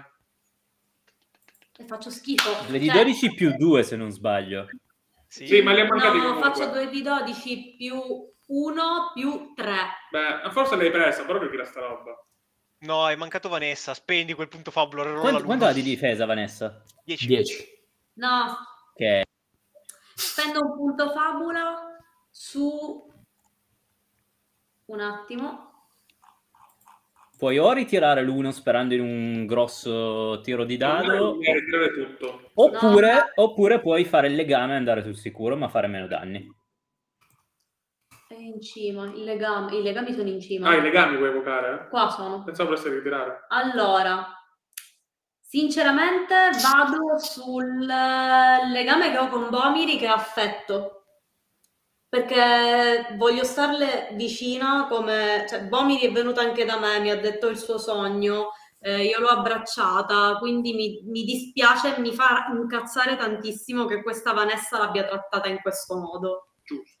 E faccio schifo. due di Cioè, dodici più due se non sbaglio. Sì, Sì, ma li ha mancati no, comunque. faccio due di dodici più uno più tre. Beh, forse l'hai presa, però che tira sta roba. No, è mancato Vanessa. Spendi quel punto fabulo. rolla Quanto, l'uno. quanto ha di difesa Vanessa? dieci. dieci. No, Che spendo un punto fabula su... Un attimo. puoi o ritirare l'uno sperando in un grosso tiro di dado, Devi ritirare tutto. oppure, No. oppure puoi fare il legame e andare sul sicuro, ma fare meno danni. È in cima, il legame, i legami sono in cima. Ah, i legami puoi evocare? Qua sono. Pensavo potessi ritirare. Allora, sinceramente vado sul legame che ho con Bomiri che è affetto. Perché voglio starle vicina come... Cioè, Bomiri è venuta anche da me, mi ha detto il suo sogno, eh, io l'ho abbracciata, quindi mi, mi dispiace e mi fa incazzare tantissimo che questa Vanessa l'abbia trattata in questo modo. Giusto.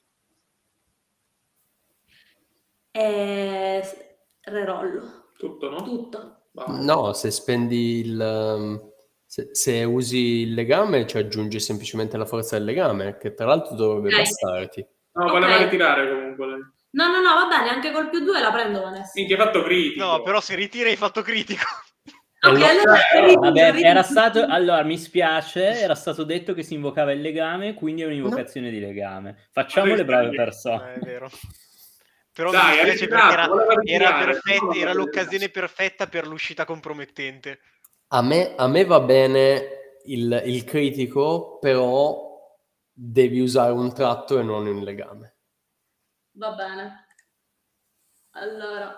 E... Rerollo. Tutto, no? Tutto. Vai. No, se spendi il... um, Se, se usi il legame ci aggiungi semplicemente la forza del legame, che tra l'altro dovrebbe Ok. bastarti. No, Ok. voleva ritirare comunque lei. No, no, no, va bene, anche col più due la prendo Vanessa. Minchia, hai fatto critico. No, però se ritira hai fatto critico. Ok, Allora- allora ritiro, Vabbè, ritiro. era stato... Allora, mi spiace, era stato detto che si invocava il legame, quindi è un'invocazione di legame. Facciamo le brave Eh, persone. è vero. Però Dai, mi hai dispiace ritirato, perché era, voleva era, ritirare, perfetta- non lo era voleva l'occasione perfetta per l'uscita compromettente. A me, a me va bene il, il critico, però devi usare un tratto e non un legame. Va bene. Allora,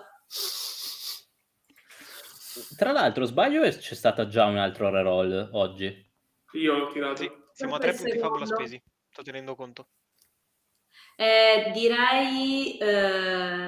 Tra l'altro, sbaglio, c'è stata già un altro reroll oggi. Io l'ho tirato. Sì, siamo a tre punti fabula spesi, sto tenendo conto. Eh, direi eh,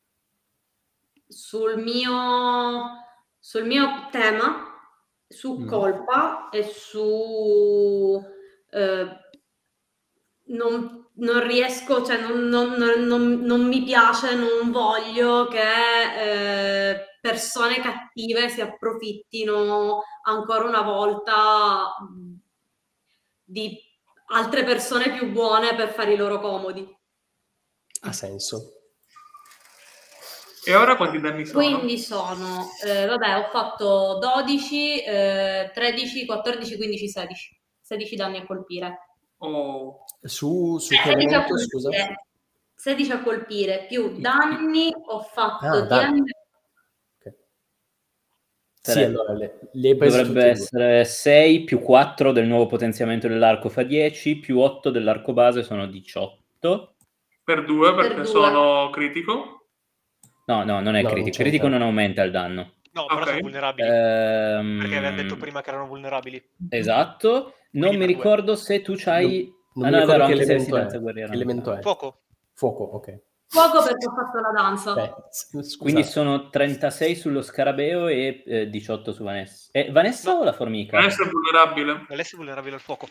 sul mio sul mio tema, su Mm. colpa e su eh, non, non riesco, cioè non, non- non- non- non mi piace, non voglio che eh, persone cattive si approfittino ancora una volta mh, di altre persone più buone per fare i loro comodi. Ha senso. E ora quanti danni sono? Quindi sono, eh, vabbè, ho fatto dodici, eh, tredici, quattordici, quindici, sedici. sedici danni a colpire. Oh. Su, su che sedici a elemento, scusa? colpire, sedici a colpire, più danni ho fatto Ah, danni. D M. Ok. Sì, Tre. allora le, le hai prese Dovrebbe tutte e due. essere sei più quattro del nuovo potenziamento dell'arco fa dieci, più otto dell'arco base sono diciotto. Per due, perché Per due. sono critico. No, no, non è No, non critico. c'entra. Critico non aumenta il danno. No, però Ok. sono vulnerabili. Ehm, Perché avevamo detto prima che erano vulnerabili. Esatto. Non Quindi mi per due. ricordo se tu c'hai... Non Ah mi no, è ricordo vero, che anche se elemento è. residenza guerriera. Che elemento è? Fuoco. Fuoco, ok. Fuoco perché ho fatto la danza. Beh, s- scusa. Quindi sono trentasei sullo scarabeo e eh, diciotto su Vanessa. Eh, Vanessa No. o la formica? Non essere vulnerabile. Alessia è vulnerabile al fuoco.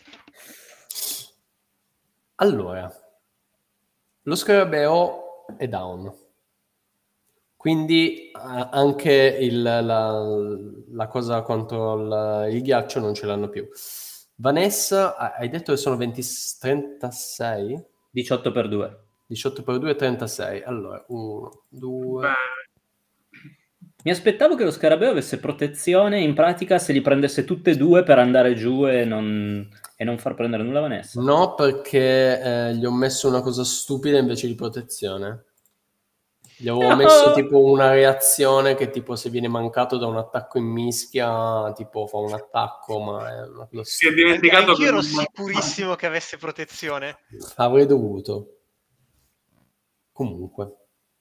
Allora, lo scarabeo è down. Quindi eh, anche il, la, la cosa contro il, il ghiaccio non ce l'hanno più. Vanessa, ah, hai detto che sono venti, trentasei? diciotto per due. diciotto per due, trentasei. Allora, uno, due... Bene. Mi aspettavo che lo scarabeo avesse protezione, in pratica se li prendesse tutte e due per andare giù e non, e non far prendere nulla a Vanessa. No, perché eh, gli ho messo una cosa stupida invece di protezione. Gli avevo No! messo tipo una reazione che tipo se viene mancato da un attacco in mischia, tipo fa un attacco, ma è una cosa Si è stupida. dimenticato Anch'io che ero non- sicurissimo che avesse protezione. Avrei dovuto. Comunque.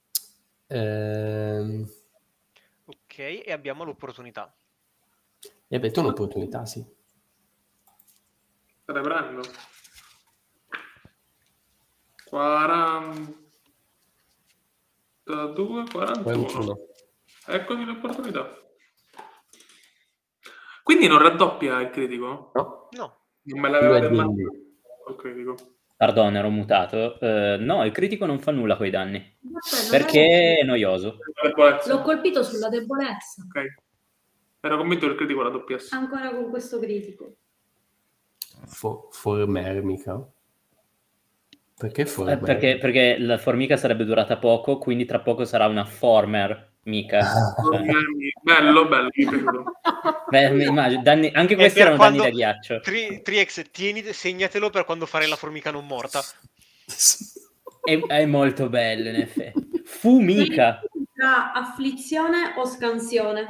Ehm... Ok, e abbiamo l'opportunità. E avete un'opportunità, sì. Te le prendo. quarantadue, quarantuno. quarantuno. Eccomi l'opportunità. Quindi non raddoppia il critico? No? No. Non me Lui l'avevate è mai D and D. il critico. Pardon, ero mutato. Eh, no, il critico non fa nulla coi danni. Vabbè, non Perché è noioso. Debolezza. L'ho colpito sulla debolezza. Ok. Ero convinto che il critico la doppiasse. Ancora con questo critico. Fo- formermica. Perché Eh, formermica? perché, perché la formica sarebbe durata poco, quindi tra poco sarà una former mica. Cioè, Bello, bello, mi è piaciuto. beh, mi immagino, danni- anche E questi per erano quando- danni da ghiaccio. Tri- Triex, tieni, segnatelo per quando fare la formica non morta. È, è molto bello, in effetti. Fumica. Tra afflizione o scansione?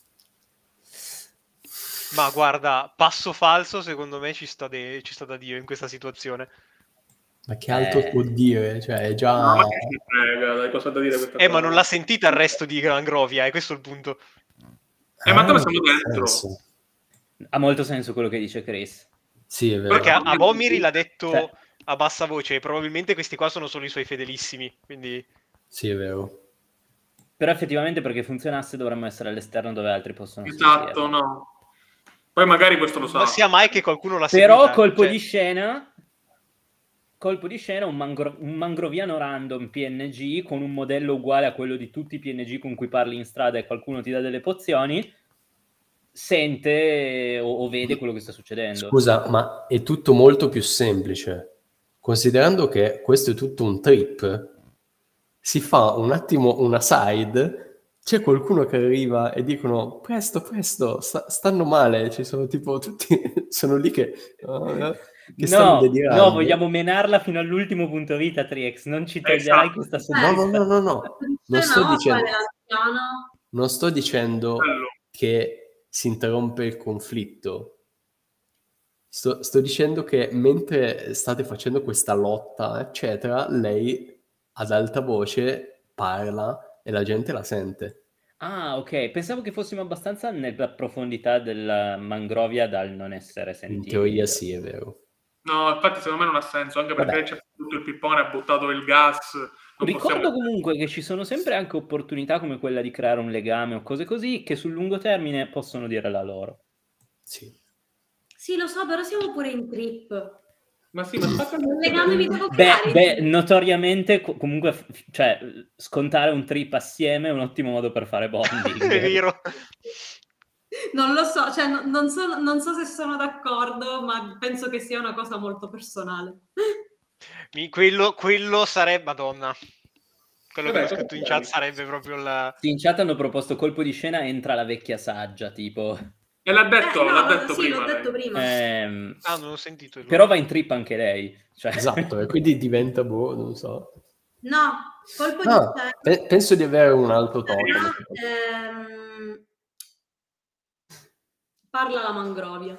Ma guarda, passo falso secondo me ci sta, de- ci sta da Dio in questa situazione. Ma che altro Eh. può dire? Cioè, è già... No, ma che ci frega, dai, cosa da dire questa Eh, ma cosa? non l'ha sentita il resto di Gran Grovia, e questo è il punto. Eh, ma dove Ah, siamo dentro? senso. Ha molto senso quello che dice Chris. Sì, è vero. Perché a, a Bomiri l'ha detto Cioè- a bassa voce, e probabilmente questi qua sono solo i suoi fedelissimi, quindi... Sì, è vero. Però effettivamente perché funzionasse dovremmo essere all'esterno dove altri possono Esatto, sentirlo. no. Poi magari questo lo sa. Non sia mai che qualcuno l'ha Però seguita, colpo cioè- di scena colpo di scena un, mangro- un mangroviano random P N G con un modello uguale a quello di tutti i P N G con cui parli in strada e qualcuno ti dà delle pozioni, sente o, o vede quello che sta succedendo. Scusa, ma è tutto molto più semplice. Considerando che questo è tutto un trip, si fa un attimo una side, c'è qualcuno che arriva e dicono presto, presto, sta- stanno male, ci sono tipo tutti, sono lì che, uh, che stanno No, delirando. no, vogliamo menarla fino all'ultimo punto vita, Triex, non ci toglierai Esatto. questa No, soddisfa. no, no, no, no. Non sto no, dicendo, fare l'anziana. non sto dicendo Bello. che si interrompe il conflitto. Sto, sto dicendo che mentre state facendo questa lotta, eccetera, lei ad alta voce parla e la gente la sente. Ah, ok. Pensavo che fossimo abbastanza nella profondità della mangrovia dal non essere In sentiti. teoria sì, è vero. No, infatti secondo me non ha senso, anche perché Vabbè. c'è tutto il pippone, ha buttato il gas. Non Ricordo possiamo... comunque che ci sono sempre anche opportunità come quella di creare un legame o cose così che sul lungo termine possono dire la loro. Sì. Sì, lo so, però siamo pure in trip. Ma sì, ma spacca Un legame vi devo Beh, creare. beh, notoriamente co- comunque f- cioè, scontare un trip assieme è un ottimo modo per fare bonding. È vero. Non lo so, cioè, no- non, so, non so se sono d'accordo, ma penso che sia una cosa molto personale. Mi- quello, quello sarebbe, Madonna. Quello Vabbè, che ho scritto in cosa chat fai? sarebbe proprio la... Sì, in chat hanno proposto colpo di scena, entra la vecchia saggia, tipo... E l'ha detto, Eh, no, l'ha lo- detto sì, prima. l'ho detto lei. prima. Ehm, Ah, non ho sentito. il- però va in trip anche lei. Cioè... Esatto, e quindi diventa, boh, non so. No, colpo Ah, di scena. pe- penso di avere un altro totem. Ehm, parla la mangrovia.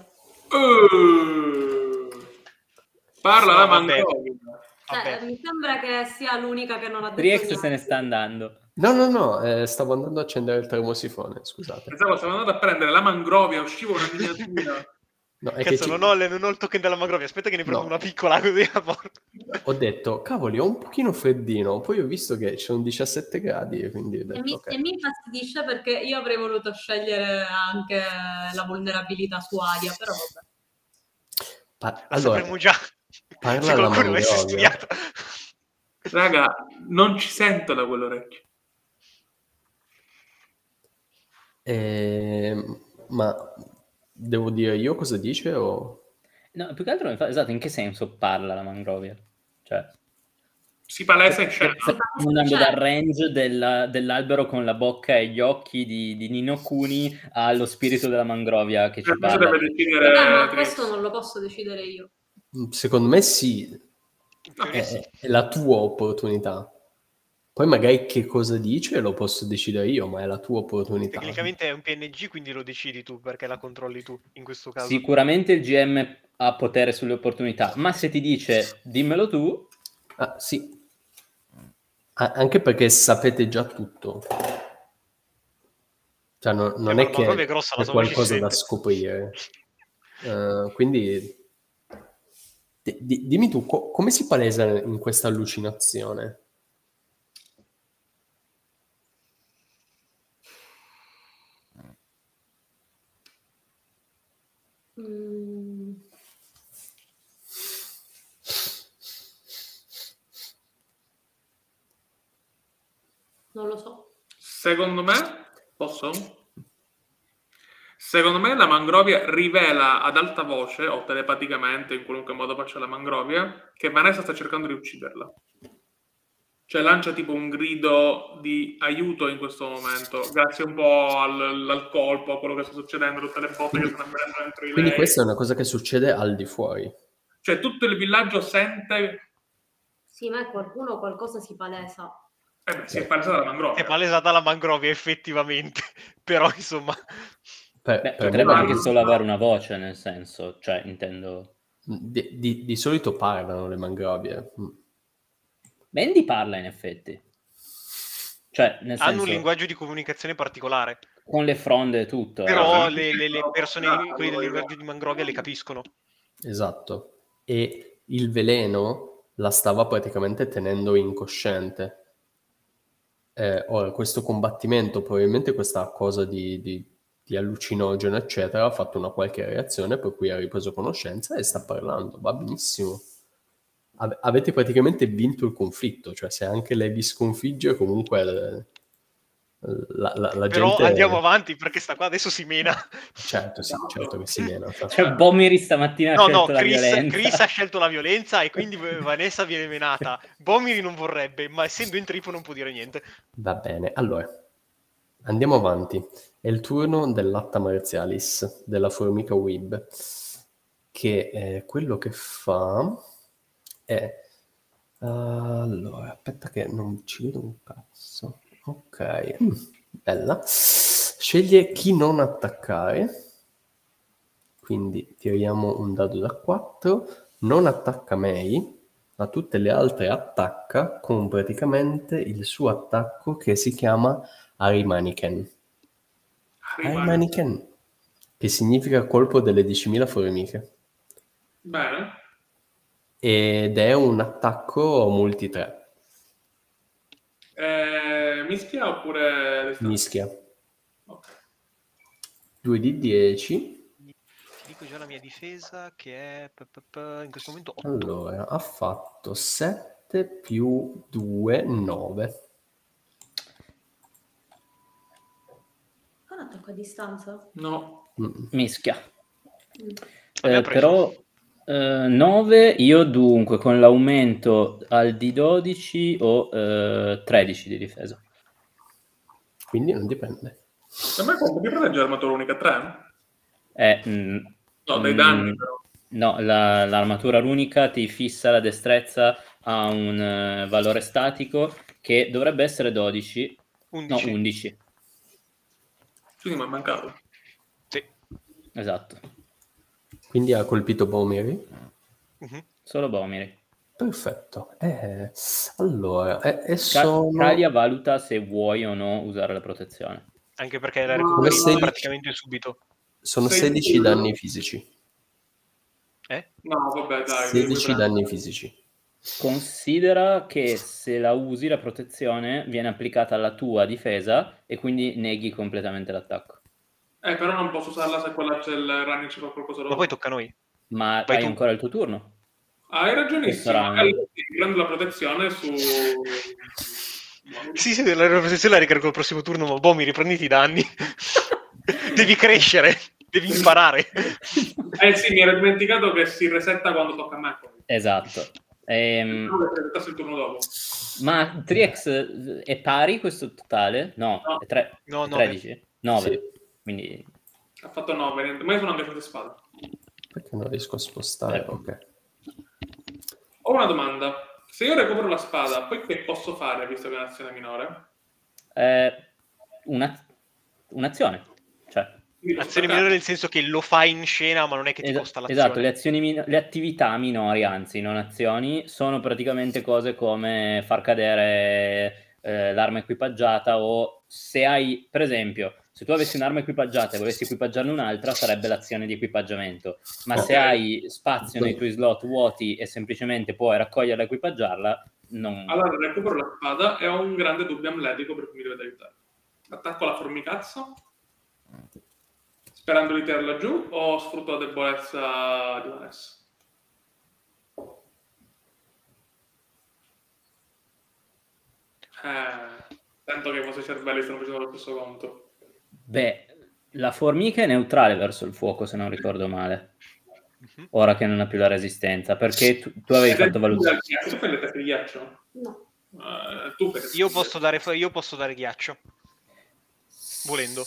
Uh, parla No, la vabbè. mangrovia. Cioè, Vabbè. mi sembra che sia l'unica che non ha detto Trix niente. se ne sta andando. No, no, no, eh, stavo andando a accendere il termosifone, scusate. Pensavo, stavo andando a prendere la mangrovia, usciva una miniatura. No, è che Cazzo, ci- non ho, le- non ho il token della mangrovia. Aspetta che ne prendo No. una piccola così la porto. ho detto, cavoli, ho un pochino freddino, poi ho visto che ci sono diciassette gradi, e quindi ho E detto, mi, ok. e mi infastidisce perché io avrei voluto scegliere anche la vulnerabilità su aria, però vabbè. Pa- La allora, sapremo già. parla Se alla qualcuno avesse mangrovia. studiato. Raga, non ci sento da quell'orecchio. Ehm, ma devo dire io cosa dice o... No, più che altro, mi fa- esatto, in che senso parla la mangrovia? Cioè, Si palesa in scena. Si fa- andando cioè, dal range della- dell'albero con la bocca e gli occhi di, di Nino Kuni allo spirito della mangrovia che ci Questo parla. deve decidere vabbè, ma Trix. questo non lo posso decidere io. Secondo me sì, In teoria sì. è, è la tua opportunità. Poi magari che cosa dice lo posso decidere io, ma è la tua opportunità. Tecnicamente è un P N G, quindi lo decidi tu perché la controlli tu in questo caso. Sicuramente il G M ha potere sulle opportunità, ma se ti dice dimmelo tu, Ah, sì. A- anche perché sapete già tutto. Cioè, no- non Eh, è ma la che mangrovia è grossa, la è sua voce si qualcosa da sente. scoprire. Eh, quindi di- di- dimmi tu, co- come si palesa in questa allucinazione? Mm. Non lo so. Secondo me, posso? Secondo me la mangrovia rivela ad alta voce, o telepaticamente, in qualunque modo faccia la mangrovia, che Vanessa sta cercando di ucciderla. Cioè lancia tipo un grido di aiuto in questo momento, grazie un po' al, al colpo, a quello che sta succedendo, tutte le botte che stanno avvenendo dentro di Quindi lei. questa è una cosa che succede al di fuori. Cioè tutto il villaggio sente... Sì, ma qualcuno qualcosa si palesa. Eh beh, si è palesata la mangrovia. È palesata la mangrovia effettivamente, però insomma... Per- beh, per potrebbe me- anche solo avere una voce, nel senso, cioè intendo... Di, di- di solito parlano le mangrovie. Mm. Mandy parla in effetti. Cioè, nel Hanno senso, un linguaggio di comunicazione particolare, con le fronde e tutto. eh. però Eh, le, le- le persone, ah, quelli del allora- linguaggio di mangrovia le capiscono. Esatto. E il veleno la stava praticamente tenendo incosciente. Eh, ora, questo combattimento, probabilmente questa cosa di, di, di allucinogeno, eccetera, ha fatto una qualche reazione per cui ha ripreso conoscenza e sta parlando. Va benissimo. Ave- avete praticamente vinto il conflitto, cioè se anche lei vi sconfigge, comunque eh, la, la, la Però gente... andiamo avanti perché sta qua adesso si mena. Certo, sì, certo che si mena. Cioè, Bomiri stamattina ha No, scelto no, la Chris, violenza. Chris ha scelto la violenza e quindi Vanessa viene menata. Bomiri non vorrebbe, ma essendo in triplo non può dire niente. Va bene, allora, andiamo avanti. È il turno dell'Atta Marzialis, della formica Weeb, che eh, quello che fa è... Allora, aspetta che non ci vedo un cazzo. Ok, mm, bella. Sceglie chi non attaccare, quindi tiriamo un dado da quattro, non attacca Mei, a tutte le altre attacca con praticamente il suo attacco che si chiama Arimaniken. Rimane. Arimaniken, che significa colpo delle diecimila formiche. Bene. Ed è un attacco multi tre. Eh, mischia oppure... distanza? Mischia. Ok. due di dieci. Ti dico già la mia difesa che è p- p- p- in questo momento otto. Allora, ha fatto sette più due, nove. Fa un attacco a distanza? No. Mm. Mischia. Mm. Aveva Eh, preso. però eh, nove, io dunque con l'aumento al di dodici ho eh, tredici di difesa. Quindi non dipende. Per me quanto ti protegge l'armatura unica? tre? Eh, mm, No, dai mm, danni però. No, la- l'armatura runica ti fissa la destrezza a un eh, valore statico che dovrebbe essere dodici, undici. no undici, Quindi mi è mancato. Sì. esatto, Quindi ha colpito Bomiri. Mhm. solo Bomiri. Perfetto. Eh, allora, e, e Ca- sono... Calia valuta se vuoi o no usare la protezione. Anche perché la No, recuperi sedici. praticamente subito. sono Sei sedici sicuro? danni fisici. Eh? No, vabbè, dai. sedici devi danni fisici. Considera che se la usi la protezione viene applicata alla tua difesa e quindi neghi completamente l'attacco. Eh, però non posso usarla se quella c'è il running ci fa qualcosa Ma dopo. poi tocca a noi. Ma Vai hai tu. ancora il tuo turno? Ah, hai ragionissimo. Questo round. Allora, sì, prendo la protezione su... Sì, sì, la protezione la ricarico il prossimo turno, ma boh, mi riprenditi i danni. Devi crescere, devi imparare. Eh sì, mi ero dimenticato che si resetta quando tocca a me. Poi. Esatto. Ehm, Pensavo che resettasse il turno dopo. ma Triex è pari questo totale? No, No. è, tre, No, è nove. tredici? nove. Sì. Quindi Ha fatto nove, niente. Ma io sono anche senza spada. Perché non riesco a spostare? Ecco. Ok. Ho una domanda. Se io recupero la spada, poi che posso fare, visto che è un'azione minore? è una- un'azione. Cioè, Quindi posso Azione attaccare. minore nel senso che lo fai in scena, ma non è che ti es- costa l'azione. esatto, le, azioni min- le attività minori, anzi non azioni, sono praticamente cose come far cadere eh, l'arma equipaggiata o se hai, per esempio, se tu avessi un'arma equipaggiata e volessi equipaggiarne un'altra sarebbe l'azione di equipaggiamento, ma se Ok. hai spazio nei tuoi slot vuoti e semplicemente puoi raccoglierla e equipaggiarla, non... Allora recupero la spada e ho un grande dubbio amletico per cui mi dovete aiutare. Attacco la formicazzo sperando di tirarla giù o sfrutto la debolezza di Vanessa? Eh, sento che i vostri cervelli stanno facendo lo stesso conto. Beh, la formica è neutrale verso il fuoco, se non ricordo male, Mhm. ora che non ha più la resistenza, perché tu, tu avevi Ed è fatto valutazione. il ghiaccio. Tu fai l'attacco di ghiaccio? No. Eh, tu fai Io posso dare, io posso dare ghiaccio, volendo.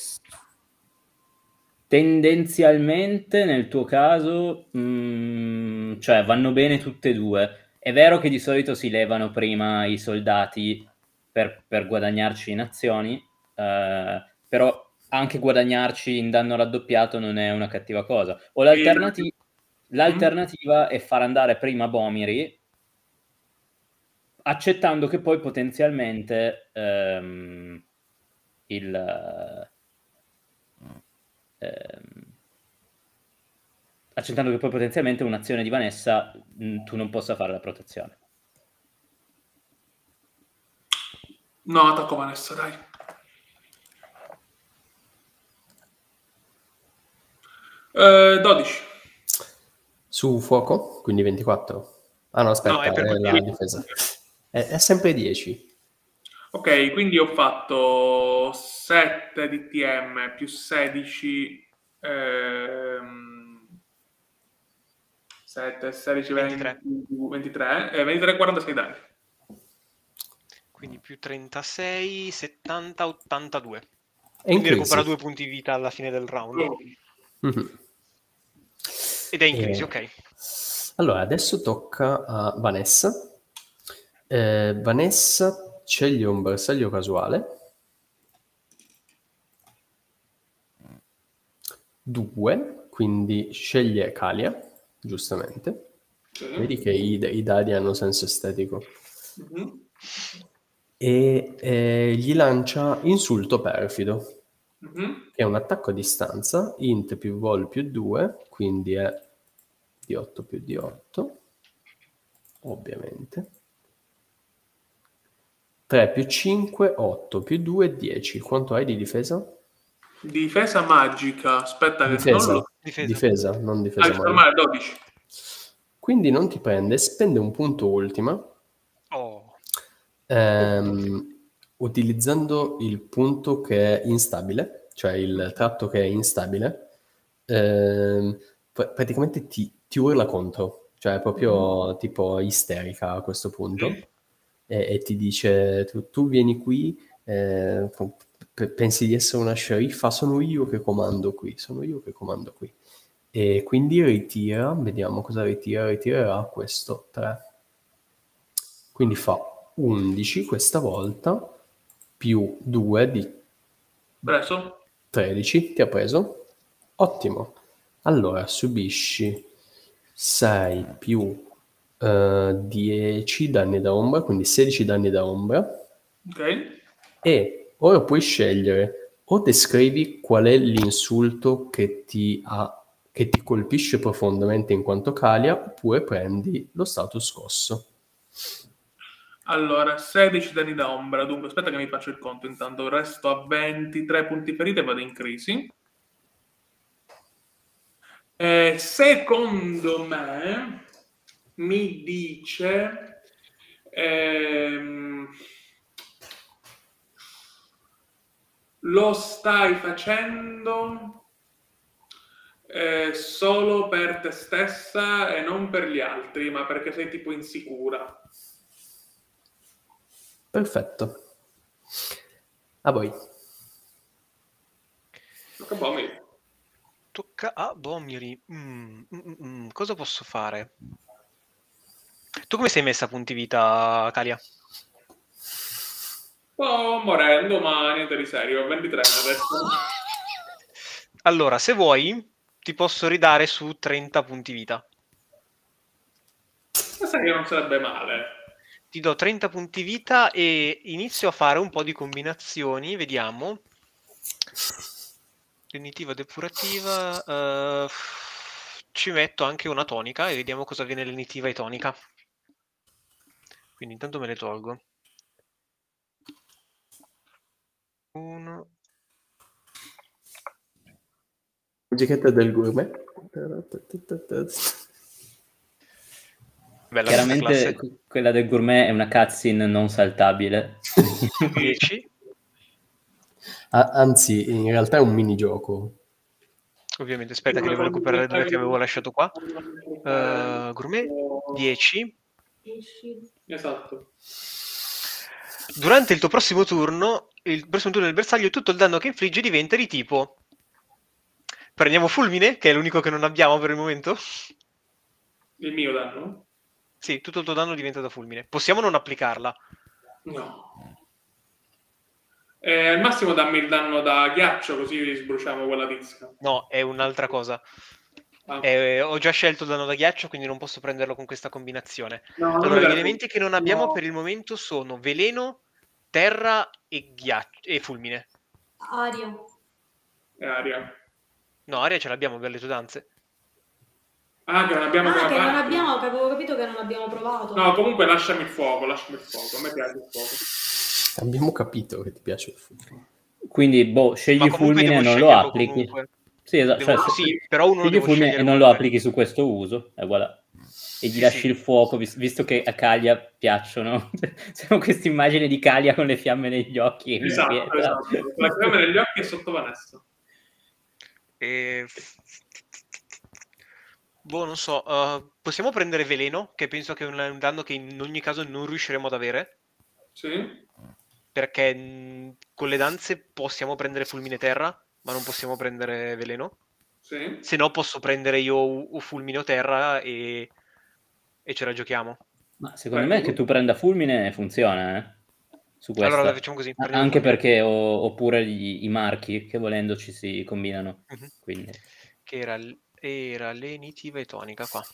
Tendenzialmente nel tuo caso, mm, cioè vanno bene tutte e due. È vero che di solito si levano prima i soldati per, per guadagnarci in azioni, eh, però anche guadagnarci in danno raddoppiato non è una cattiva cosa. O l'alternati- l'alternativa è far andare prima Bomiri, accettando che poi potenzialmente ehm, il... ehm, accettando che poi potenzialmente un'azione di Vanessa mh, tu non possa fare la protezione. No, attacco Vanessa, dai. Eh, dodici. Su fuoco, quindi ventiquattro. Ah no, aspetta, No, è per è la colpire. difesa. È, è sempre dieci. Ok, quindi ho fatto sette di T M più sedici, ehm, sette, sedici, ventitré. venti, ventitré, eh, ventitré, quarantasei danni. Quindi più trentasei, settanta, ottantadue. È in Quindi recupera crisi. due punti di vita alla fine del round. Oh, Mhm. Ed è in E- crisi, ok. Allora, adesso tocca a Vanessa. Eh, Vanessa sceglie un bersaglio casuale. Due, quindi sceglie Calia, giustamente. sì. Vedi che i, i dadi hanno senso estetico. Mhm. e eh, gli lancia insulto perfido, Mhm. che è un attacco a distanza, int più vol più due, quindi è di otto più di otto, ovviamente. tre più cinque, otto più due, dieci. Quanto hai di difesa? Difesa magica. Aspetta che non Difesa, lo... Difesa. difesa, non Ah, difesa difesa magica. normale, dodici. Quindi non ti prende, spende un punto ultima, Oh. ehm, utilizzando il punto che è instabile, cioè il tratto che è instabile, ehm, pr- praticamente ti, ti urla contro, cioè è proprio tipo isterica a questo punto, Sì. e, e ti dice tu, tu vieni qui, eh, p- pensi di essere una sceriffa, sono io che comando qui, sono io che comando qui. E quindi ritira, vediamo cosa ritira, ritirerà questo tre. Quindi fa undici questa volta, più due di Preso? tredici, ti ha preso? Ottimo. Allora subisci sei più eh, dieci danni da ombra, quindi sedici danni da ombra, Ok. e ora puoi scegliere o descrivi qual è l'insulto che ti ha che ti colpisce profondamente in quanto Calia, oppure prendi lo status scosso. Allora, sedici danni da ombra. Dunque, aspetta che mi faccio il conto. Intanto resto a ventitré punti feriti e vado in crisi. Eh, secondo me mi dice ehm, lo stai facendo eh, solo per te stessa e non per gli altri, ma perché sei tipo insicura. Perfetto. A voi. Tocca a Bommi. Tocca a Bomiri. Mm, mm, mm, mm, cosa posso fare? Tu come sei messa a punti vita, Calia? Sto morendo, ma niente di serio. ventitré adesso. Allora, se vuoi, ti posso ridare su trenta punti vita. Ma sai che non sarebbe male. Ti do trenta punti vita e inizio a fare un po' di combinazioni. Vediamo. Lenitiva depurativa. eh, ci metto anche una tonica e vediamo cosa viene lenitiva e tonica. Quindi intanto me le tolgo. Uno. Musichetta del gourmet. Bella questa Chiaramente classe. que- quella del gourmet è una cutscene non saltabile. dieci. Ah, anzi, in realtà è un minigioco. Ovviamente, aspetta che devo recuperare dove che avevo lasciato qua. Uh, gourmet, dieci. Esatto. Durante il tuo prossimo turno, il prossimo turno del bersaglio, tutto il danno che infligge diventa di tipo... Prendiamo fulmine, che è l'unico che non abbiamo per il momento. Il mio danno? Sì, tutto il tuo danno diventa da fulmine. Possiamo non applicarla? No. Eh, al massimo dammi il danno da ghiaccio, così sbruciamo quella tizia. No, è un'altra cosa. Ah. Eh, ho già scelto il danno da ghiaccio, quindi non posso prenderlo con questa combinazione. No, non Allora, mi gli dà- elementi che non abbiamo no. per il momento sono veleno, terra e ghiaccio e fulmine. Aria. È aria. No, aria ce l'abbiamo per le tue danze. Ah, che non abbiamo Ah, come che non parte. abbiamo, che avevo capito che non abbiamo provato. No, comunque lasciami il fuoco, lasciami il fuoco. A me piace il fuoco. Abbiamo capito che ti piace il fulmine. Quindi, boh, scegli Ma comunque fulmine e devo non lo sceglierlo applichi. comunque. Sì, esatto. Devo- cioè, sì, però uno lo scegli devo fulmine scegliere e non lo comunque. applichi su questo uso, e voilà. E gli Sì, lasci sì. il fuoco, vis- visto che a Calia piacciono. Sono queste immagini di Calia con le fiamme negli occhi. e via Esatto, pietra. esatto. La crema negli occhi è sotto Vanessa. E... Boh, non so. uh, possiamo prendere veleno, che penso che è un, un danno che in ogni caso non riusciremo ad avere. Sì? Perché mh, con le danze possiamo prendere fulmine terra, ma non possiamo prendere veleno. Sì? Se no posso prendere io u- u fulmine o terra e, e ce la giochiamo. Ma secondo Vai, me che tu prenda fulmine funziona, eh? Su questa. Allora facciamo così, A- prendiamo Anche fulmine. perché ho, oppure gli- i marchi che volendo ci si combinano. Mhm. Quindi. Che era, l- era lenitiva e tonica qua.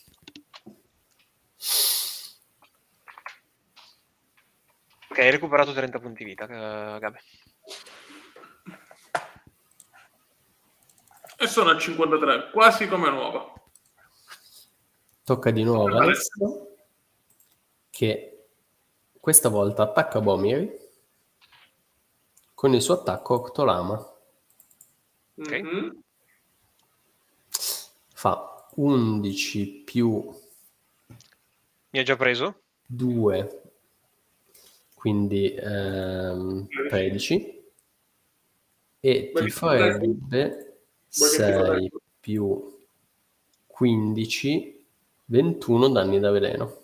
Ok, hai recuperato trenta punti vita, uh, Gabe. E sono al cinquantatré, quasi come nuova. Tocca di nuovo adesso, che questa volta attacca Bomiri con il suo attacco Octolama. Ok. Mm-hmm. Fa undici più Mi ha già preso? due, quindi ehm, tredici, e ti farebbe sei più quindici, ventuno danni da veleno.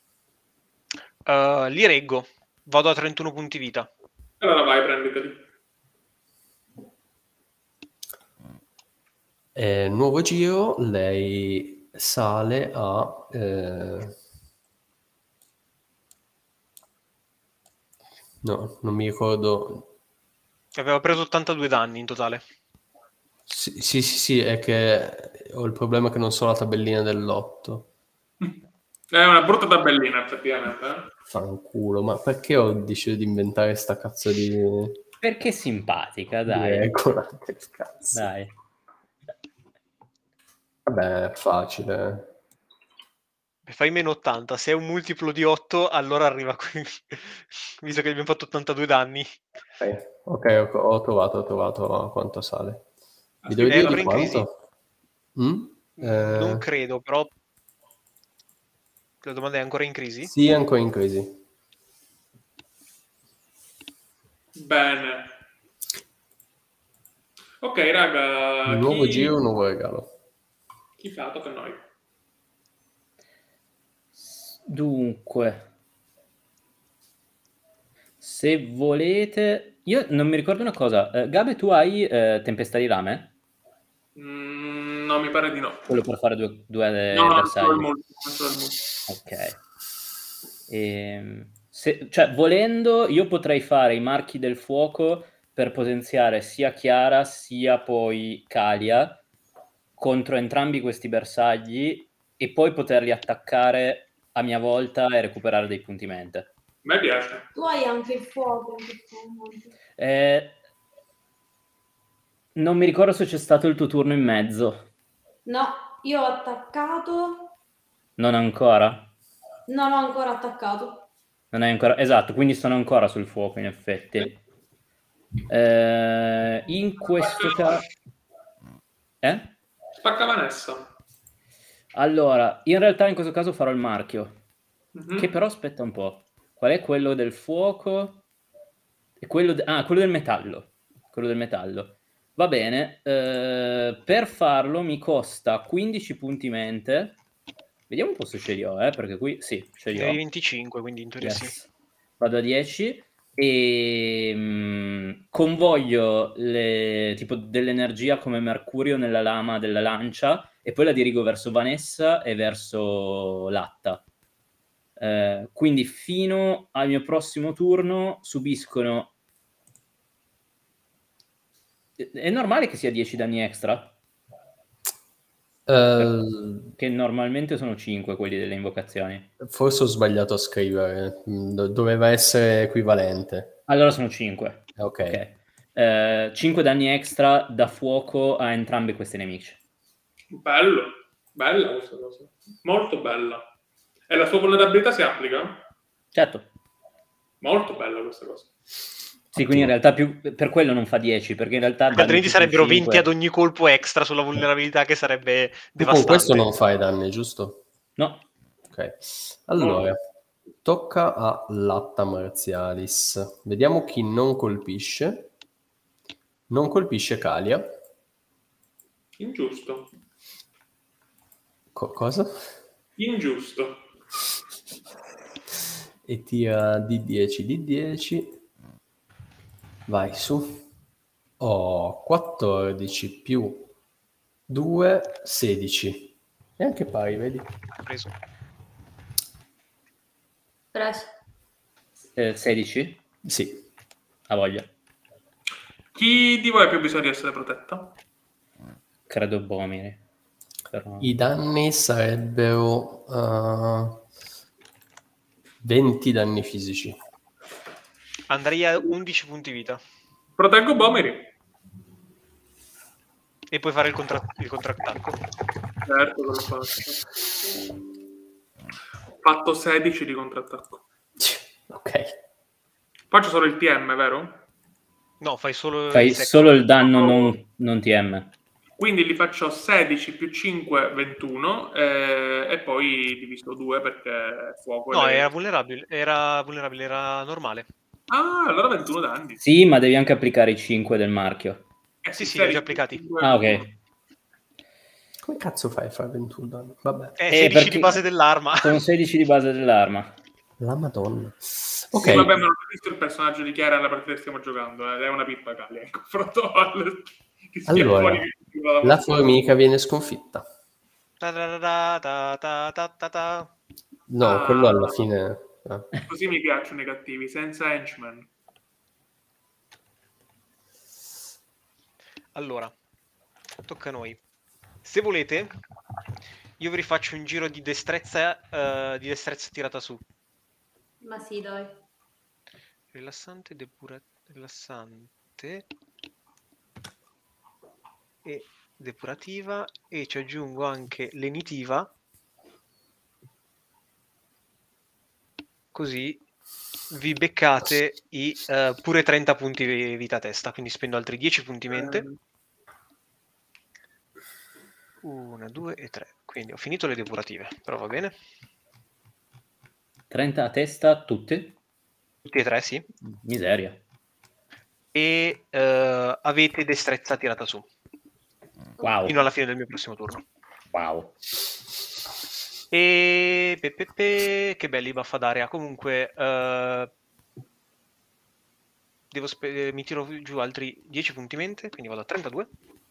Uh, li reggo, vado a trentuno punti vita. Allora vai, prenditeli. Eh, nuovo giro, lei sale a... Eh... No, non mi ricordo. Aveva preso ottantadue danni in totale. Sì, sì, sì, sì, è che ho il problema che non so la tabellina dell'otto. È una brutta tabellina, effettivamente. Eh? Fanculo, ma perché ho deciso di inventare sta cazzo di... Perché simpatica, di dai. regola? Che cazzo. Dai. Vabbè, è facile. Fai meno ottanta, se è un multiplo di otto, allora arriva qui. Visto che abbiamo fatto ottantadue danni. Ok, ok, ho, ho trovato, ho trovato quanto sale. Vi devo È dire ancora di in crisi? quanto? Mm? Eh, Non credo, però... La domanda è ancora in crisi? Sì, è ancora in crisi. Bene. Ok, raga. Un nuovo chi... giro, un nuovo regalo. Chi fa? Tocca a noi. Dunque, se volete... Io non mi ricordo una cosa. Eh, Gabe, tu hai eh, Tempesta di Rame? Mm, no, mi pare di no. Quello per fare due, due No, non bersagli. solo il multi, non solo il multi. Ok. Ehm, se, cioè, volendo, io potrei fare i marchi del fuoco per potenziare sia Chiara sia poi Kalia contro entrambi questi bersagli e poi poterli attaccare a mia volta e recuperare dei punti mente. A me piace. Tu hai anche il fuoco. Eh, non mi ricordo se c'è stato il tuo turno in mezzo. No, io ho attaccato. Non ancora? Non ho ancora attaccato. Non è ancora... Esatto, quindi sono ancora sul fuoco in effetti. Eh, in questo caso... Eh? Spacca Vanessa. Allora, in realtà in questo caso farò il marchio. Mm-hmm. Che però aspetta un po'. Qual è quello del fuoco? E quello de- ah, quello del metallo. Quello del metallo. Va bene. Eh, per farlo mi costa quindici punti mente. Vediamo un po' se ce li ho, eh, perché qui sì, ce li Ne ho. hai venticinque, quindi in teoria Yes. sì. Vado a dieci e mh, convoglio le, tipo dell'energia come mercurio nella lama della lancia e poi la dirigo verso Vanessa e verso Latta. Eh, quindi fino al mio prossimo turno subiscono... È normale che sia dieci danni extra? Uh, che normalmente sono cinque quelli delle invocazioni. Forse ho sbagliato a scrivere, Do- doveva essere equivalente. Allora sono cinque. Ok. okay. Uh, cinque danni extra da fuoco a entrambi questi nemici. Bello, bella questa cosa. Molto bella. E la sua vulnerabilità si applica? Certo. Molto bella questa cosa. Sì, quindi in realtà più, per quello non fa dieci, perché in realtà... Altrimenti sarebbero cinque... venti ad ogni colpo extra sulla vulnerabilità, che sarebbe Tu devastante. con questo non fai danni, giusto? No. Ok. Allora, tocca a Latta Marzialis. Vediamo chi non colpisce. Non colpisce Kalia. Ingiusto. Co- cosa? Ingiusto. E tira D dieci, D dieci. Vai su. Ho quattordici più due, sedici. E anche pari, vedi? Preso. Preso. Eh, sedici? Sì. A voglia. Chi di voi ha più bisogno di essere protetto? Credo Bomiri. Però... I danni sarebbero uh, venti danni fisici. Andrei a undici punti vita. Proteggo Bomeri. E puoi fare il, contra- il contrattacco. Certo che lo faccio. Ho fatto sedici di contrattacco. Ok. Faccio solo il T M, vero? No, fai solo Fai il secco. solo il danno, non, non T M. Quindi li faccio sedici più cinque, ventuno, eh, e poi diviso due perché è fuoco. No, e le- era vulnerabile, era vulnerabile, era normale. Ah, allora ventuno danni. Sì, ma devi anche applicare i cinque del marchio. Eh Sì, sì, sedici li ho già applicati. più cinque, Ah, ventuno. ok. Come cazzo fai a fare ventuno danni? Vabbè. È Eh, sedici perché di base dell'arma. Sono sedici di base dell'arma. La madonna. Sì, Ok. vabbè, ma non ho visto il personaggio di Chiara nella partita che stiamo giocando. eh, È una pippa Calia in confronto al... che sia Allora, fuori di- dalla la mossa. formica viene sconfitta. Ta ta ta ta ta ta ta ta. No, Ah. quello alla fine... ah. Così mi piacciono i cattivi, senza henchman. Allora, tocca a noi. Se volete, io vi rifaccio un giro di destrezza, eh, di destrezza tirata su. Ma sì, dai. Rilassante, depura... rilassante e depurativa, e ci aggiungo anche lenitiva, così vi beccate i eh, pure trenta punti vi- vita a testa, quindi spendo altri dieci punti mente. Eh, uno, due e tre. Quindi ho finito le depurative, però va bene. trenta a testa, tutte? Tutti e tre, sì. Miseria. E eh, avete destrezza tirata su, Wow. fino alla fine del mio prossimo turno. Wow. E pe, pe, pe, che belli buffa d'aria. Comunque eh, devo spe- mi tiro giù altri dieci punti mente, quindi vado a trentadue.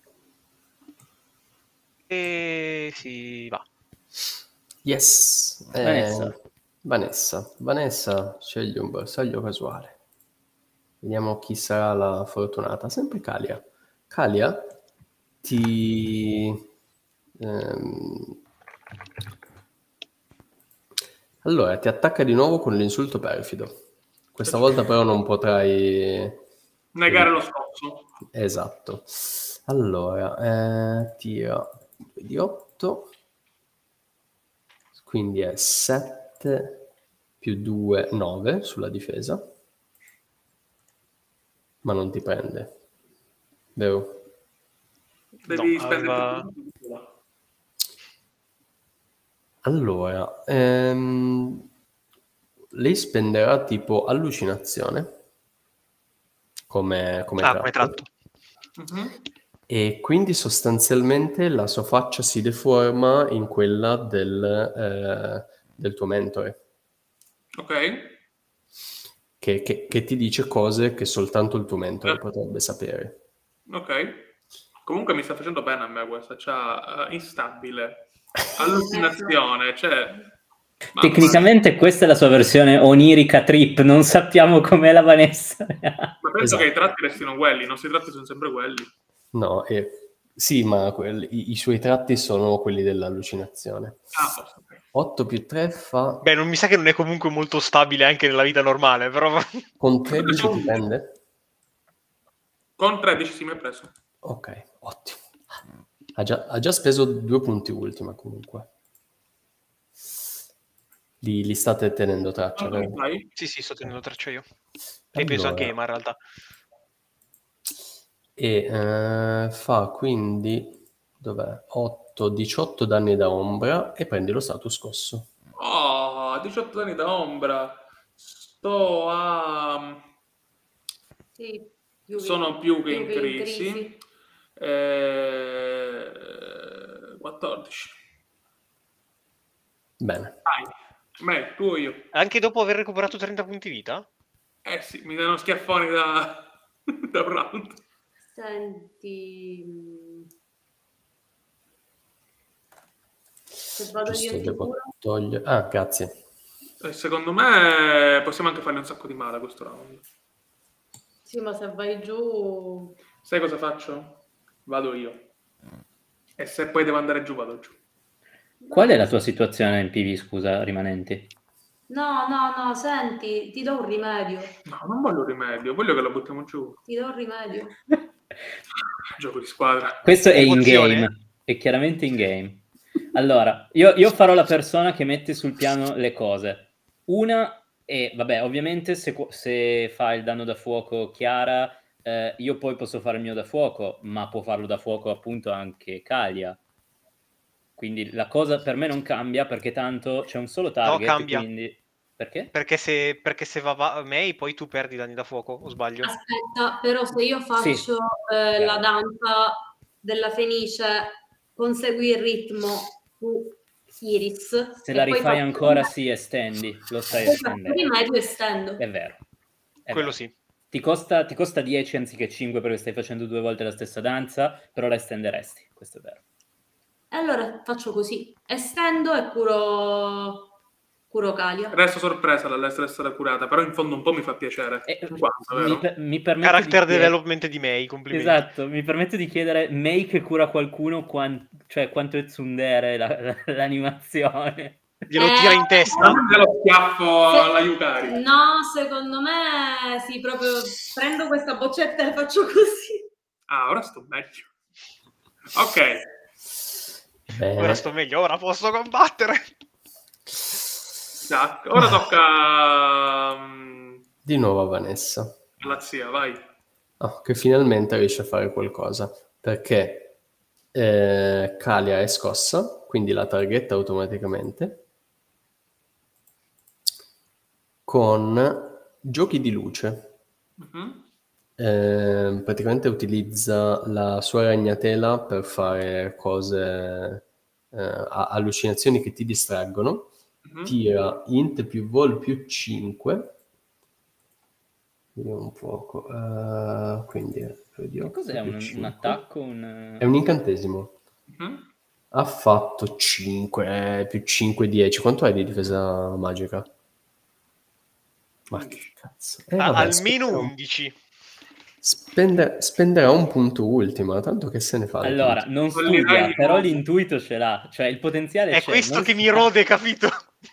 E si va. Yes. Eh, Vanessa. Vanessa. Vanessa sceglie un bersaglio casuale. Vediamo chi sarà la fortunata. Sempre Calia. Calia ti... ehm, Allora, ti attacca di nuovo con l'insulto perfido. Questa volta però non potrai... negare lo sforzo. Esatto. Allora, eh, tira due di otto, quindi è sette più due, nove sulla difesa, ma non ti prende, vero? Devi No, spendere aveva- più punti. Allora, ehm, lei spenderà tipo allucinazione come, come Ah, tratto. come tratto. Mhm. E quindi sostanzialmente la sua faccia si deforma in quella del, eh, del tuo mentore, Ok. che, che- che ti dice cose che soltanto il tuo mentore potrebbe sapere. Ok. Comunque mi sta facendo bene a me questa, c'ha eh, instabile, allucinazione, cioè... mamma Tecnicamente questa è la sua versione onirica trip, non sappiamo com'è la Vanessa. mia. Ma penso Esatto. che i tratti restino quelli, i nostri tratti sono sempre quelli. No, e, sì, ma quel- i, i suoi tratti sono quelli dell'allucinazione. Ah, posto, ok. otto più tre fa... Beh, non mi sa che non è comunque molto stabile anche nella vita normale, però... Con tredici ti prende? Con tredici si mi è preso. Ok, ottimo. Ha già, ha già speso due punti ultima comunque. Li, li state tenendo traccia, Quanto mi vero? fai? Sì, sì, sto tenendo traccia io. Hai preso Allora, anche Ema in realtà. E eh, fa quindi dov'è? otto, diciotto danni da ombra e prendi lo status scosso. Oh, diciotto anni da ombra. Sto a... Sì, più Sono più che più in che in crisi. crisi. Eh, quattordici. Bene. Vai. Beh, tu o io? Anche dopo aver recuperato trenta punti vita? Eh sì, mi danno schiaffoni da, da round. Senti... mm, se vado io Giusto, in devo sicuro... togliere... Ah, grazie. E secondo me possiamo anche fargli un sacco di male a questo round. Sì, ma se vai giù... Sai cosa faccio? Vado io. E se poi devo andare giù, vado giù. Qual è la tua situazione in P V, scusa, rimanenti? No, no, no, senti, ti do un rimedio. No, non voglio un rimedio, voglio che lo buttiamo giù. Ti do un rimedio. Gioco di squadra. Questo è in Emozione? game, è chiaramente in game. Allora, io, io farò la persona che mette sul piano le cose. Una è, vabbè, ovviamente se, se fa il danno da fuoco Chiara, eh, io poi posso fare il mio da fuoco, ma può farlo da fuoco appunto anche Kalia. Quindi la cosa per me non cambia perché tanto c'è un solo target, cambia. quindi... Perché? Perché se, perché se va, va May, poi tu perdi danni da fuoco, o sbaglio? Aspetta, però se io faccio Sì. eh, la danza della Fenice, consegui il ritmo su Iris. Se e la poi rifai faccio ancora, rimedio, sì, estendi, lo stai poi faccio estendendo. rimedio e estendo. È vero. È Quello vero. sì. Ti costa, ti costa dieci anziché cinque perché stai facendo due volte la stessa danza, però la estenderesti, questo è vero. E allora faccio così, estendo e curo, curo Kalia. Resto sorpresa dall'essere stata curata, però in fondo un po' mi fa piacere. E, Un quanto, vero? mi, per- mi permetto Character di chied- development di May, complimenti. Esatto, mi permetto di chiedere, May che cura qualcuno, quan- cioè quanto è tsundere la- la- l'animazione? Glielo Eh, tira in testa? Non è lo schiaffo Se- alla Yukari. No, secondo me sì, proprio prendo questa boccetta e faccio così. Ah, ora sto meglio. Ok. Bene. Ora sto meglio, ora posso combattere. Esatto. Ora tocca um, Di nuovo a Vanessa. alla zia, vai. Ah, che finalmente riesce a fare qualcosa, perché eh, Kalia è scossa, quindi la targetta automaticamente, con giochi di luce. Mhm. Eh, praticamente utilizza la sua ragnatela per fare cose, eh, a- allucinazioni che ti distraggono, Mhm. tira int più vol più cinque, vediamo un poco, eh, quindi Che cos'è un, un attacco? Un... è un incantesimo. Mhm. Ha fatto cinque più cinque, dieci. Quanto hai di difesa magica? Ma che cazzo? Eh, A- vabbè, almeno spenderà un- undici. spende- spenderà un punto ultima, tanto che se ne fa. di Allora, punti. non Non li studia, dai di però nuovo. l'intuito ce l'ha, cioè il potenziale È c'è. questo non che si mi sa. rode, capito?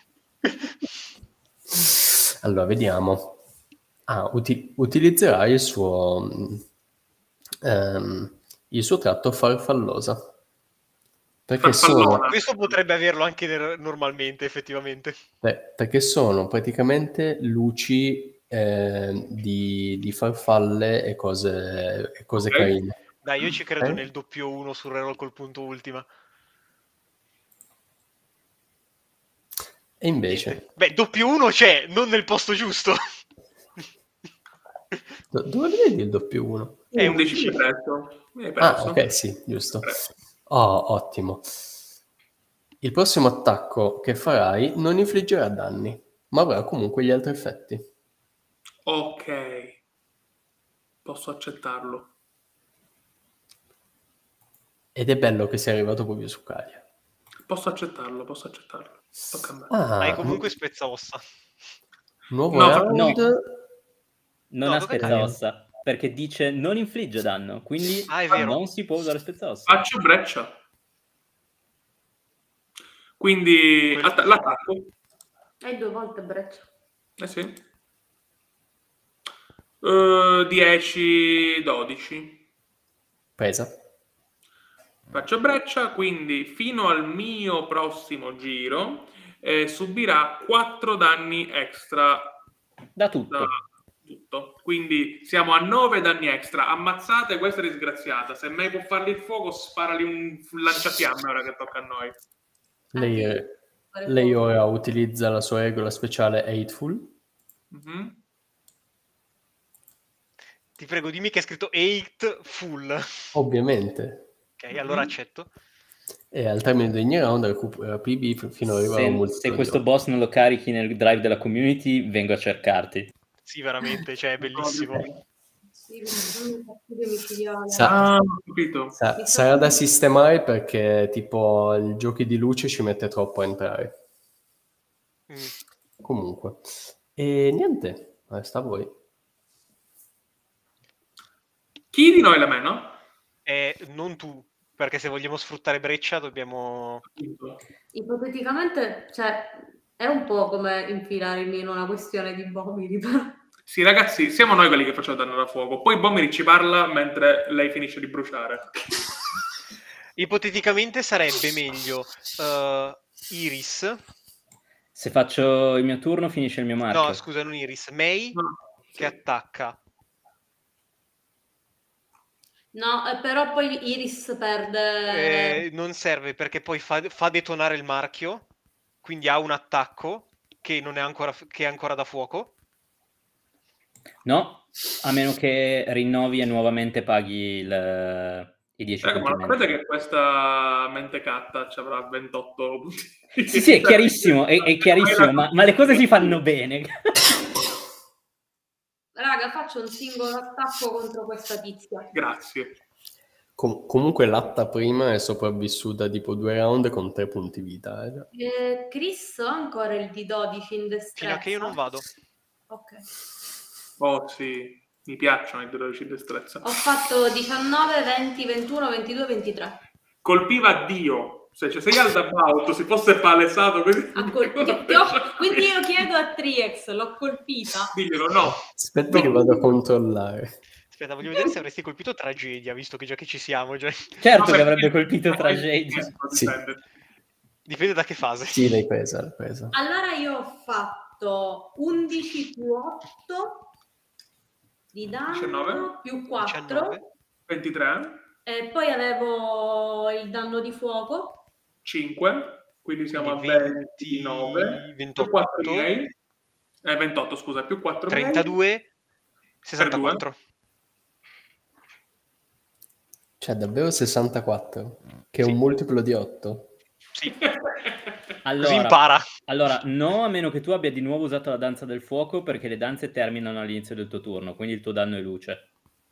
Allora, vediamo. Ah, uti- utilizzerà il suo ehm, il suo tratto farfallosa. Perché sono, Farfallona. Questo potrebbe averlo anche nel- normalmente, effettivamente. beh, perché sono praticamente luci eh, di, di farfalle e cose, e cose Ok. carine. Dai, io ci credo Ok? nel doppio uno sul reroll col punto ultima. E invece, Niente. Beh, doppio uno c'è, non nel posto giusto. do- dove vedi il doppio uno? È undici undici. mi hai preso. Mi hai Ah, preso. ok, sì, giusto. Preso. Oh, ottimo. Il prossimo attacco che farai non infliggerà danni, ma avrà comunque gli altri effetti. Ok. Posso accettarlo. Ed è bello che sia arrivato proprio su Kalia. Posso accettarlo, posso accettarlo. Tocca a me. Ah, Hai comunque nu- spezza ossa. nuovo No, round. no. Non No, ha tocca a te. spezzaossa, perché dice non infligge danno, quindi Ah, è vero. non si può usare spezzaossa. Faccio breccia. Quindi Quello- atta- l'attacco. Hai due volte breccia. Eh sì. Eh, dieci, dodici. Presa. Faccio breccia, quindi fino al mio prossimo giro eh, subirà quattro danni extra Da tutto. da tutto. Quindi siamo a nove danni extra. Ammazzate questa disgraziata. Se mai può fargli il fuoco, sparali un lanciafiamme ora che tocca a noi. Lei, Fare lei fuoco. ora utilizza la sua regola speciale Hateful. Mhm. Ti prego, dimmi che è scritto eight full. Ovviamente. Ok, allora accetto. E al termine di ogni round recupera P B f- fino ad arrivare a un Se, multiplo se di questo otto. boss non lo carichi nel drive della community, vengo a cercarti. Sì, veramente, cioè è bellissimo. Sì, bisogna cattivo micidiale. Sa- Ah, ho capito. sa- sarà da sistemare perché tipo i giochi di luce ci mette troppo a entrare. Mm. Comunque. E niente, resta a voi. Chi di noi la meno? E non tu, perché se vogliamo sfruttare breccia dobbiamo... Ipoteticamente, cioè, È un po' come infilarmi in una questione di Bomiri. Sì, ragazzi, siamo noi quelli che facciamo danno da fuoco. Poi Bomiri ci parla mentre lei finisce di bruciare. Ipoteticamente sarebbe meglio uh, Iris. Se faccio il mio turno finisce il mio marchio. No, scusa, non Iris. May No, che sì. attacca. No, eh, però poi Iris perde... Eh, non serve perché poi fa, fa detonare il marchio, quindi ha un attacco che non è ancora, che è ancora da fuoco. No, a meno che rinnovi e nuovamente paghi il, i dieci Ecco, ma punti non mente. sapete che questa mentecatta ci avrà ventotto punti? Sì, sì, è chiarissimo, è, è chiarissimo, ma, ma le cose si fanno bene. Raga, faccio un singolo attacco contro questa tizia. Grazie. Com- comunque Latta prima è sopravvissuta tipo due round con tre punti vita. Eh. Eh, Chris, ho ancora il D dodici in destrezza? Fino a che io non vado. Ok. Oh sì, mi piacciono i dodici destrezza. Ho fatto diciannove, venti, ventuno, ventidue, ventitré. Colpiva Dio. Se ci sei al about, si fosse palesato così. Ha colpito. Ti ho- Quindi io chiedo a Triex, l'ho colpita? Diglielo, no. Aspetta che vado a controllare. Aspetta, voglio vedere se avresti colpito tragedia, visto che già che ci siamo. Già... Certo Vabbè, che avrebbe sì, colpito sì, tragedia. sì, Sì. dipende. Dipende da che fase. Sì, l'hai presa, l'hai presa. Allora io ho fatto undici più otto di danno diciannove. più quattro diciannove. ventitré. e poi avevo il danno di fuoco. cinque. Quindi siamo Quindi a venti, ventinove. ventotto. Più quattro miei. Eh, ventotto, scusa. Più quattro miei. trentadue, sessantaquattro. Cioè, davvero sessantaquattro? Che è Sì. un multiplo di otto? Sì. Allora, Così impara. Allora, no, a meno che tu abbia di nuovo usato la danza del fuoco, perché le danze terminano all'inizio del tuo turno, quindi il tuo danno è luce.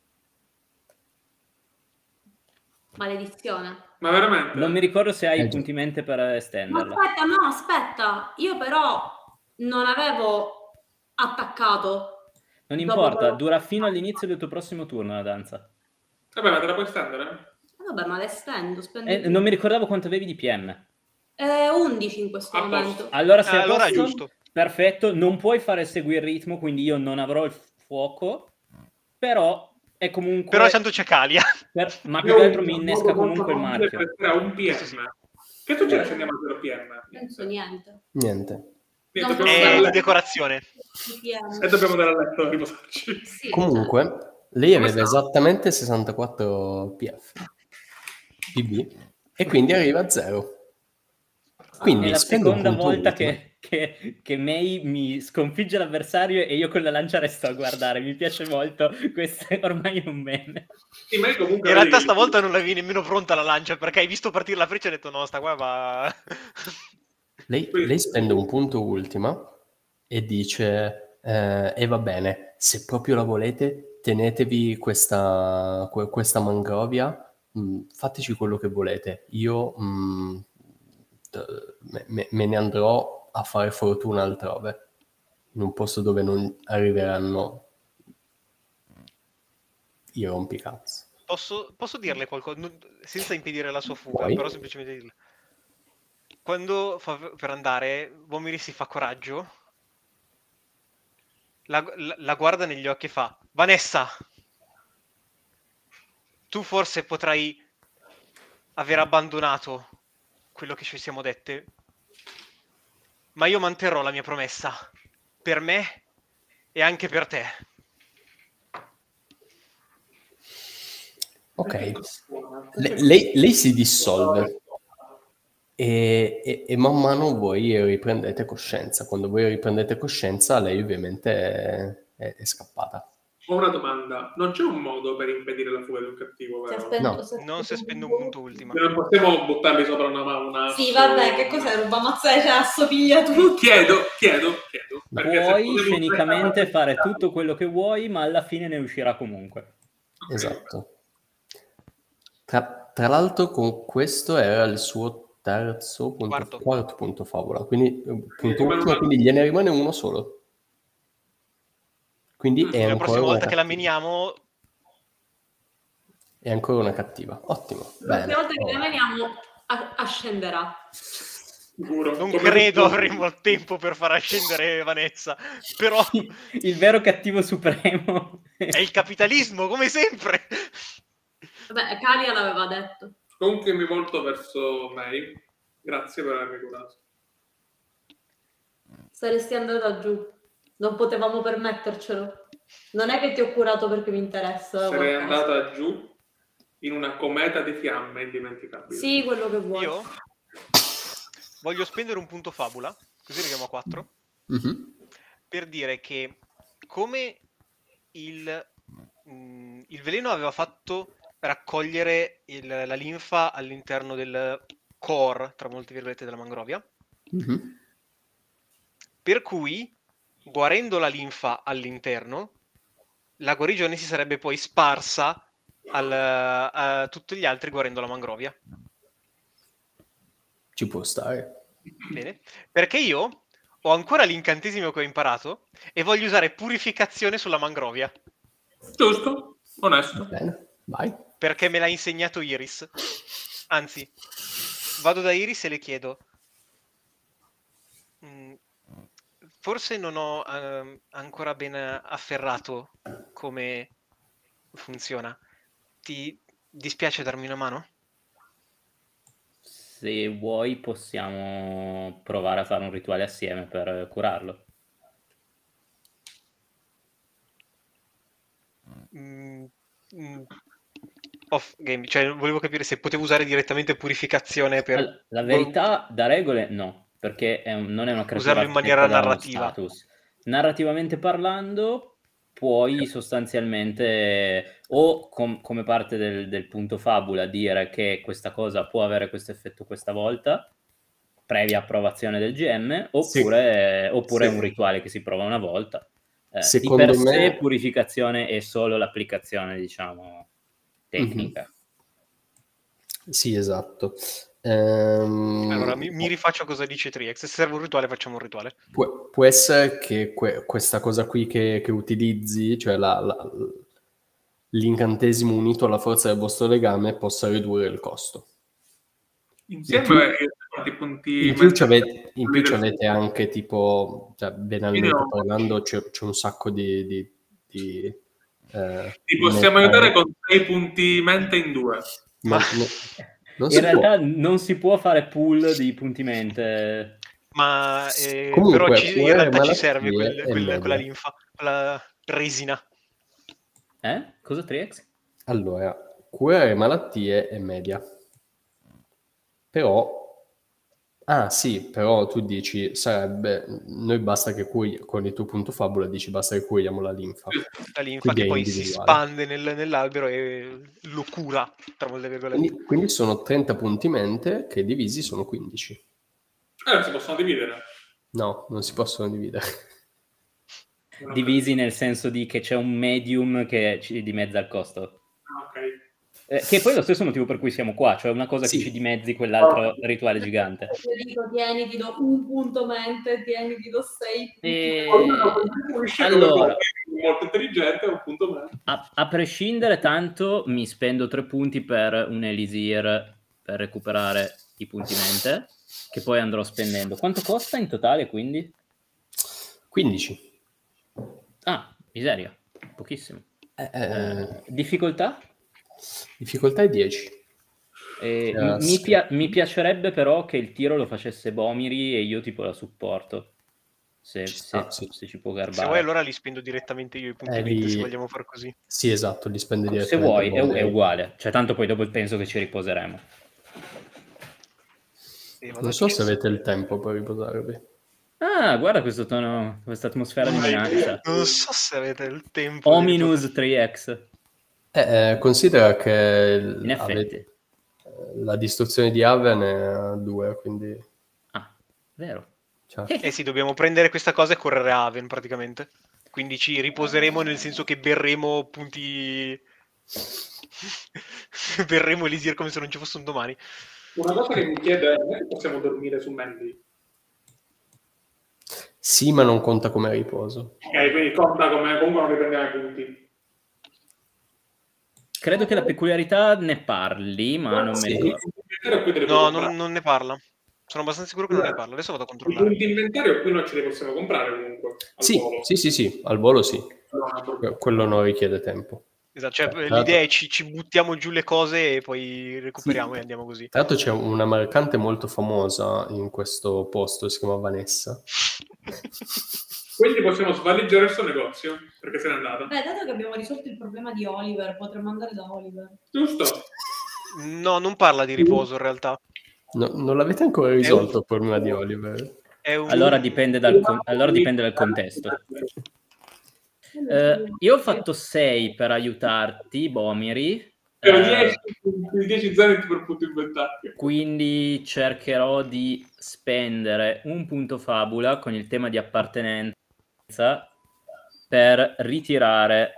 Maledizione. Ma veramente? Non mi ricordo se hai Eh, i già. punti mente per Ma estenderla. aspetta, no, aspetta. Io però non avevo attaccato. Non dopo importa, quello- dura fino all'inizio del tuo prossimo turno la danza. Vabbè, ma te la puoi stendere? Eh, Vabbè, ma le stendo, spendo Eh, tutto. non mi ricordavo quanto avevi di P M. Eh, undici in questo A posto. momento. Allora, se Eh, a allora è posto, giusto. perfetto, non puoi fare seguire il ritmo, quindi io non avrò il fuoco, però è comunque... Però intanto c'è Calia. per- ma più Io che ho altro un mi modo innesca molto comunque il facile marchio. per fare un P M. Questo sì. Che succede se andiamo a zero P M? Penso niente. Niente. Niente, No, dobbiamo È andare a di letto. decorazione. I P M. E dobbiamo andare a letto a riposarci. Sì, Comunque, certo. lei Come aveva sta? esattamente sessantaquattro P F. P B. E quindi arriva a zero. Quindi È la spendo un seconda punto volta ultimo. che, che, che May mi sconfigge l'avversario e io con la lancia resto a guardare. Mi piace molto, questo è ormai un meme. Sì, ma io comunque In vedi realtà che- stavolta non l'avevi nemmeno pronta la lancia, perché hai visto partire la freccia e hai detto no, sta qua va... Lei, lei spende un punto ultima e dice eh, e va bene, se proprio la volete tenetevi questa, que- questa mangrovia, mh, fateci quello che volete, io mh, t- me- me, me ne andrò a fare fortuna altrove, in un posto dove non arriveranno i rompicazzo. Posso, posso dirle qualcosa, non- senza impedire la sua fuga, Puoi. però semplicemente dirle. Quando fa per andare, Bomiri si fa coraggio, la, la- la guarda negli occhi e fa: Vanessa, tu forse potrai aver abbandonato quello che ci siamo dette, ma io manterrò la mia promessa, per me e anche per te. Ok, Le- lei, lei si dissolve e, e- e man mano voi riprendete coscienza. Quando voi riprendete coscienza, lei ovviamente è, è- è scappata. Ho una domanda. Non c'è un modo per impedire la fuga di un cattivo, Se vero? aspetto- No. se Non si spende un punto ultima. Non possiamo buttarli sopra una mano. Una... Sì, vabbè, che cos'è? Ruba mazzare, ce la assomiglia tutto. Chiedo, chiedo, chiedo. perché se Puoi potevo scenicamente aspettare- fare tutto quello che vuoi, ma alla fine ne uscirà comunque. Ok. Esatto. Tra, tra l'altro con questo era il suo terzo punto, Quarto. quarto punto favola, quindi eh, punto rimane ultimo, una- quindi gliene rimane uno solo. Quindi Mm, è La ancora, prossima una volta che la cattiva. meniamo, È ancora una cattiva. Ottimo. L'ultima Bene. volta che Oh. la veniamo a- ascenderà. Sicuro. Non Come credo tutto- avremo il tempo per far ascendere Vanessa, però Il vero cattivo supremo. è il capitalismo, come sempre. Vabbè, Calia l'aveva detto. Comunque mi volto verso May. Grazie per avermi curato. Saresti andata giù. Non potevamo permettercelo. Non è che ti ho curato perché mi interessa. Sarei qualcosa. andata giù in una cometa di fiamme indimenticabile. Sì, quello che vuoi. Io voglio spendere un punto fabula, così arriviamo a quattro, Mhm. per dire che come il, mh, il veleno aveva fatto raccogliere il- la linfa all'interno del core, tra molte virgolette, della mangrovia, Mhm. per cui, guarendo la linfa all'interno, la guarigione si sarebbe poi sparsa al- a tutti gli altri guarendo la mangrovia. Ci può stare. Bene, perché io ho ancora l'incantesimo che ho imparato e voglio usare purificazione sulla mangrovia, Giusto? Onesto. Bene, vai. perché me l'ha insegnato Iris. Anzi, vado da Iris e le chiedo: "Mm, forse non ho ehm, ancora ben afferrato come funziona. Ti dispiace darmi una mano?" Se vuoi possiamo provare a fare un rituale assieme per curarlo. Mm, mm, off game, cioè volevo capire se potevo usare direttamente purificazione per All- La verità, da regole, no, perché è un- non è una creatura usarlo in maniera affetta da uno narrativa. status. Narrativamente parlando, puoi sostanzialmente, o com- come parte del, del punto fabula, dire che questa cosa può avere questo effetto questa volta, previa approvazione del G M, oppure, oppure Sì. è un rituale che si prova una volta. Eh, di Secondo per me- sé purificazione è solo l'applicazione, diciamo, tecnica. Sì, esatto. Ehm, Allora, mi, mi rifaccio cosa dice Triex. Se serve un rituale, facciamo un rituale. Può, può essere che que- questa cosa qui che, che utilizzi, cioè la- la- l'incantesimo unito alla forza del vostro legame, possa ridurre il costo. Insieme In più- ai quanti punti In più, mental- c'avete, in più del- c'avete anche tipo, cioè, banalmente Io- parlando, c'è, c'è un sacco di... di, di eh, Ti possiamo meta- aiutare con sei punti mente in due. Ma Ma- no- non In si realtà può. non si può fare pool di punti mente. Ma eh, Comunque, però ci- in curare realtà ci malattie serve quel- è quel- meglio. quella linfa, quella resina. Eh? Cosa Triex? Allora, curare malattie è media. Però, ah sì, però tu dici, sarebbe, noi basta che curi, con il tuo punto fabula dici basta che curiamo la linfa. La linfa Quindi che è poi si individuale. spande nel- nell'albero e lo cura, tra molte virgolette. Quindi, quindi sono trenta punti mente che divisi sono quindici. Eh, si possono dividere. No, non si possono dividere. Divisi nel senso di che c'è un medium che ci dimezza il costo. Ah, ok. Eh, che poi è lo stesso motivo per cui siamo qua, cioè una cosa Sì. che ci dimezzi quell'altro rituale gigante. Io dico, tieni, ti do un punto mente, tieni, ti do sei punti. E... Capisce Allora, che è molto intelligente, è un punto meno. a, a prescindere, tanto mi spendo tre punti per un elisir per recuperare i punti mente, che poi andrò spendendo. Quanto costa in totale, quindi? quindici. Ah, miseria, pochissimo. Eh, eh, Difficoltà? difficoltà è dieci. Eh, Eh, mi, sì. pia- mi piacerebbe però che il tiro lo facesse Bomiri e io tipo la supporto, se, Ci se- sta, sì. se ci può Se garbare. vuoi allora li spendo direttamente io i punti Eh, mente, li- se vogliamo far così. Sì, esatto, li spende Se direttamente. vuoi, è, Bomber. è uguale, cioè tanto poi dopo penso che ci riposeremo. E vado Non a so se Chris. avete il tempo per riposarvi. Ah, guarda questo tono, questa atmosfera di minaccia. Non so se avete il tempo. di Ominous tre X, Eh, eh, considera che in effetti. avete- la distruzione di Haven è a due, quindi... Ah, vero. cioè, Eh sì, dobbiamo prendere questa cosa e correre a Haven praticamente. Quindi ci riposeremo nel senso che berremo punti... berremo Elisir come se non ci fosse un domani. Una cosa che mi chiedo è, noi possiamo dormire su Mandy? sì, ma non conta come riposo. Ok, quindi conta come comunque non riprendiamo i punti. Credo che la peculiarità ne parli, ma non Sì. me ne ricordo. No, non, non ne parla. Sono abbastanza sicuro che non ne parla. Adesso vado a I controllare. punti inventario qui non ce li possiamo comprare comunque. Al Sì, volo. sì, sì, sì, al volo sì. No, Que- Quello non richiede tempo. Esatto, cioè, Tra l'idea è l'altro- ci, ci buttiamo giù le cose e poi recuperiamo Sì. e andiamo così. Tra l'altro c'è una mercante molto famosa in questo posto, si chiama Vanessa. Quindi possiamo svaligiare il suo negozio, perché se n'è andata. Beh, dato che abbiamo risolto il problema di Oliver, potremmo andare da Oliver. Giusto? No, non parla di riposo in realtà. No, non l'avete ancora risolto il problema di Oliver? È un... Allora dipende dal, con- allora dipende dal contesto. Eh, io ho fatto sei per aiutarti, Bomiri. Però eh, dieci zenith per punto inventario. quindi cercherò di spendere un punto fabula con il tema di appartenenza per ritirare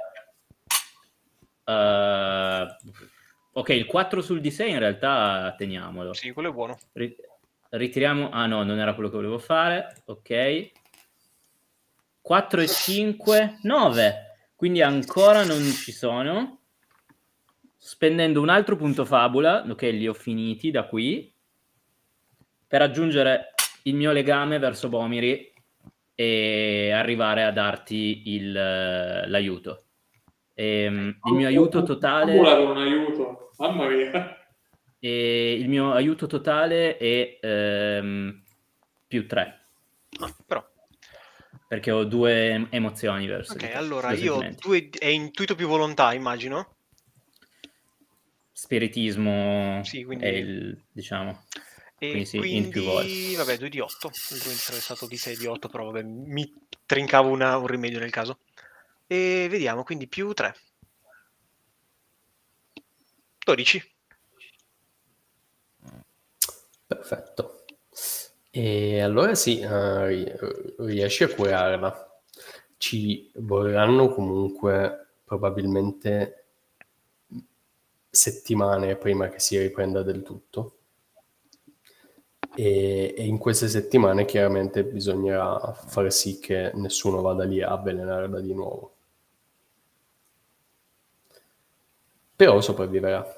eh, ok, il quattro sul D sei in realtà teniamolo. Sì, quello è buono. Ri- ritiriamo, ah no, non era quello che volevo fare, ok. quattro e cinque, nove, quindi ancora non ci sono. Spendendo un altro punto fabula, ok, li ho finiti da qui, per aggiungere il mio legame verso Bomiri e arrivare a darti il, l'aiuto. Ehm, il mio aiuto totale... Un aiuto, mamma mia. E il mio aiuto totale è ehm, più tre. Ah, però. Perché ho due emozioni verso Ok, di te, allora due io ho sentimenti. due... È intuito più volontà, immagino? Spiritismo Sì, quindi... è il, diciamo... E Quindi sì, quindi, in più volte. vabbè, due di otto. Altrimenti sarebbe stato di sei di otto, però vabbè, mi trincavo una, un rimedio nel caso. E vediamo, quindi più tre. dodici. Perfetto. E allora sì, eh, ri- riesci a curarla. Ci vorranno comunque probabilmente settimane prima che si riprenda del tutto. E, e in queste settimane chiaramente bisognerà far sì che nessuno vada lì a avvelenarla di nuovo. Però sopravviverà.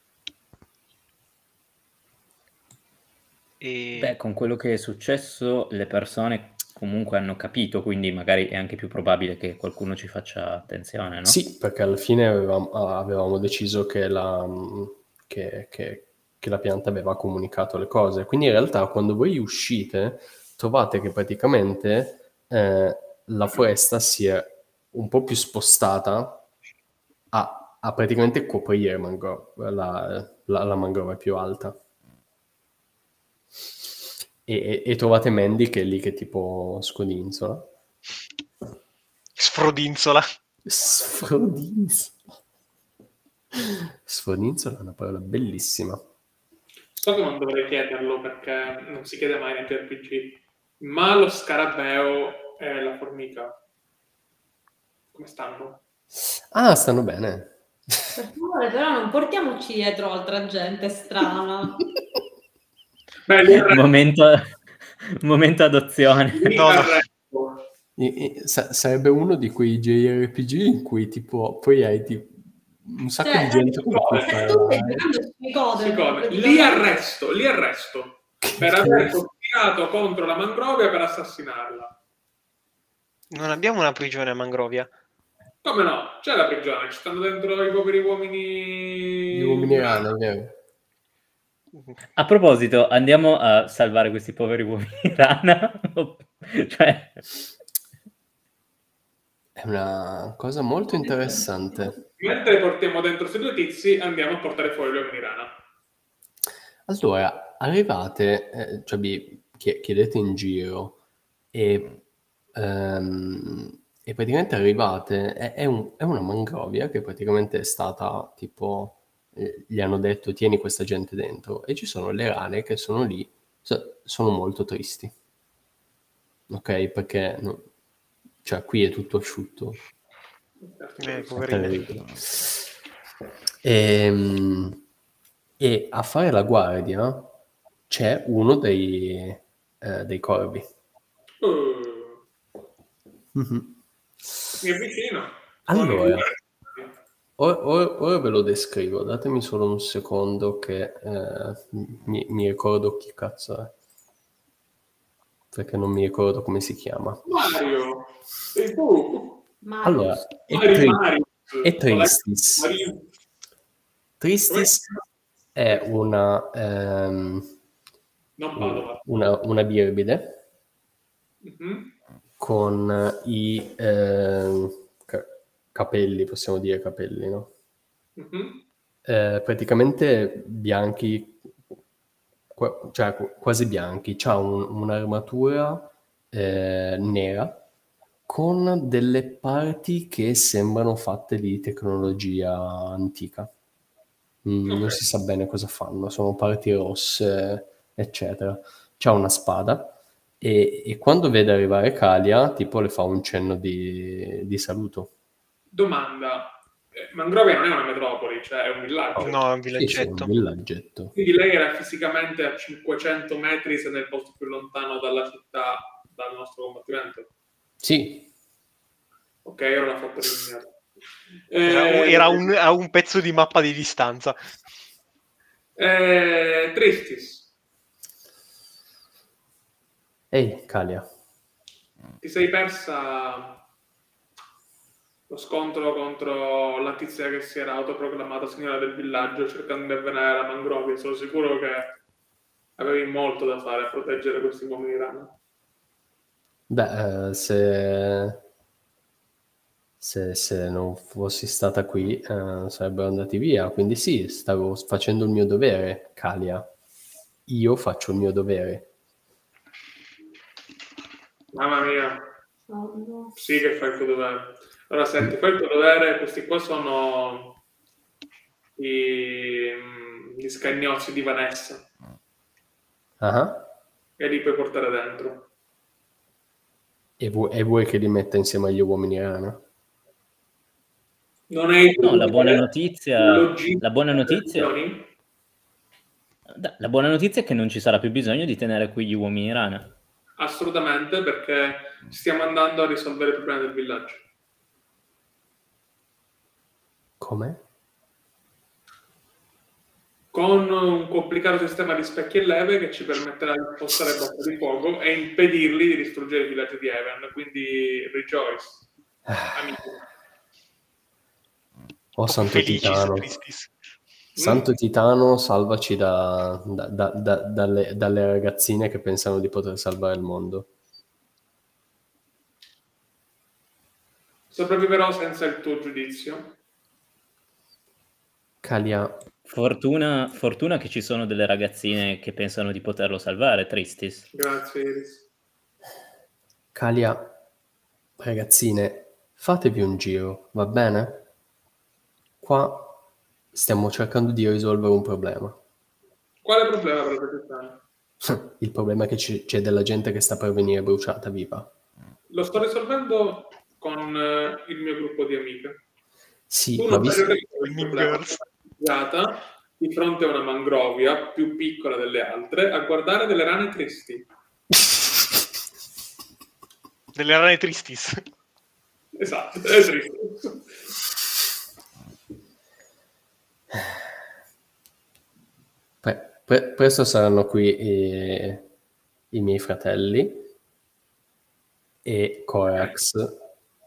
E... Beh, con quello che è successo le persone comunque hanno capito, quindi magari è anche più probabile che qualcuno ci faccia attenzione, no? Sì, perché alla fine avevamo, avevamo deciso che la, che, che, che la pianta aveva comunicato le cose. Quindi in realtà quando voi uscite trovate che praticamente eh, la foresta si è un po' più spostata a, a praticamente coprire mangro- la, la, la mangrove più alta. E, e trovate Mandy che è lì che tipo scodinzola. Sfrodinzola. Sfrodinzola. Sfrodinzola è una parola bellissima. So che non dovrei chiederlo perché non si chiede mai nei J R P G, ma lo scarabeo e la formica come stanno? Ah, stanno bene. Per favore, però non portiamoci dietro altra gente strana. Beh, lì arresto. Momento, momento adozione. Lì No, no. arresto. E- e sa- sarebbe uno di quei J R P G in cui tipo poi hai tipo un sacco Cioè, di gente con cui eh, fare tu stai la- giocando sui code, Secondo, lì praticamente. arresto, lì arresto per aver cospirato contro la mangrovia per assassinarla. Non abbiamo una prigione a Mangrovia. Come no? C'è la prigione, ci stanno dentro i poveri uomini. gli uomini rana, è vero? A proposito, andiamo a salvare questi poveri uomini rana? Cioè, È una cosa molto interessante. Mentre portiamo dentro questi due tizi, andiamo a portare fuori gli uomini rana. Allora, arrivate, eh, cioè vi chie- chiedete in giro e, ehm, e praticamente arrivate, è, è un- è una mangrovia che praticamente è stata tipo, eh, gli hanno detto tieni questa gente dentro e ci sono le rane che sono lì, so- sono molto tristi, ok? Perché no- cioè qui è tutto asciutto. Eh, È poverino. terribile. Ehm, E, a fare la guardia c'è uno dei, eh, dei corvi. Uh, Mhm. mi avvicino. Allora, ora, ora- ora ve lo descrivo, datemi solo un secondo che eh, mi, mi ricordo chi cazzo è. perché non mi ricordo come si chiama. Mario, sei tu. Marius. Allora, è, Mario, tri- Mario. è Tristis. Mario. Tristis è una, ehm, Non Padova. una, una birbide Mhm. con i ehm, ca- capelli, possiamo dire capelli, no? Mhm. Eh, praticamente bianchi, qua- cioè qu- quasi bianchi. C'ha un- un'armatura eh, nera con delle parti che sembrano fatte di tecnologia antica. Mm, Non Ok. si sa bene cosa fanno, sono parti rosse, eccetera. C'ha una spada e, e quando vede arrivare Kalia, tipo le fa un cenno di, di saluto. Domanda. Eh, Mangrovia non è una metropoli, cioè è un villaggio. No, è un Sì, sì, è un villaggetto. villaggetto. Quindi lei era fisicamente a cinquecento metri, se nel posto più lontano dalla città, dal nostro combattimento. Sì, Ok, ora l'ha fatto eliminare. Era, un, Eh, era un- a un pezzo di mappa di distanza. eh, Tristis, ehi, Kalia. ti sei persa lo scontro contro la tizia che si era autoproclamata signora del villaggio cercando di avvelenare la Mangrovia. Sono sicuro che avevi molto da fare a proteggere questi uomini rana. Beh, eh, se, se, se non fossi stata qui, eh, sarebbero andati via. Quindi sì, stavo facendo il mio dovere, Kalia. Io faccio il mio dovere. Mamma mia, Oh, no. sì che fai il tuo dovere. Allora, senti, fai il tuo dovere, questi qua sono i, gli scagnozzi di Vanessa Ah, e li puoi portare dentro. E, vu- e vuoi che li metta insieme agli uomini rana? Non è il tuo No, la buona dovere, notizia, logistica la buona delle notizia, azioni? da- la buona notizia è che non ci sarà più bisogno di tenere qui gli uomini rana. Assolutamente, perché stiamo andando a risolvere il problema del villaggio. Come? Con un complicato sistema di specchi e leve che ci permetterà di spostare blocchi di fuoco e impedirli di distruggere il villaggio di Even. Quindi rejoice, amico. Oh, Proprio santo felici su Titano. Tristis. Santo Titano, salvaci da- da- da- da- dalle, dalle ragazzine che pensano di poter salvare il mondo. Sopravviverò senza il tuo giudizio. Kalia, Fortuna, fortuna che ci sono delle ragazzine che pensano di poterlo salvare, Tristis. Grazie, Iris. Kalia, ragazzine, fatevi un giro, va bene? Qua stiamo cercando di risolvere un problema. Quale problema per la protezione? Il problema è che c- c'è della gente che sta per venire bruciata viva. Lo sto risolvendo con eh, il mio gruppo di amiche. Sì, Tu ma non visto... stai risolvendo il Mean problema. Girls. Sei di fronte a una mangrovia più piccola delle altre a guardare delle rane tristi. Delle rane Tristis. Esatto, è triste. Pre- pre- presto saranno qui i, i miei fratelli e Corax.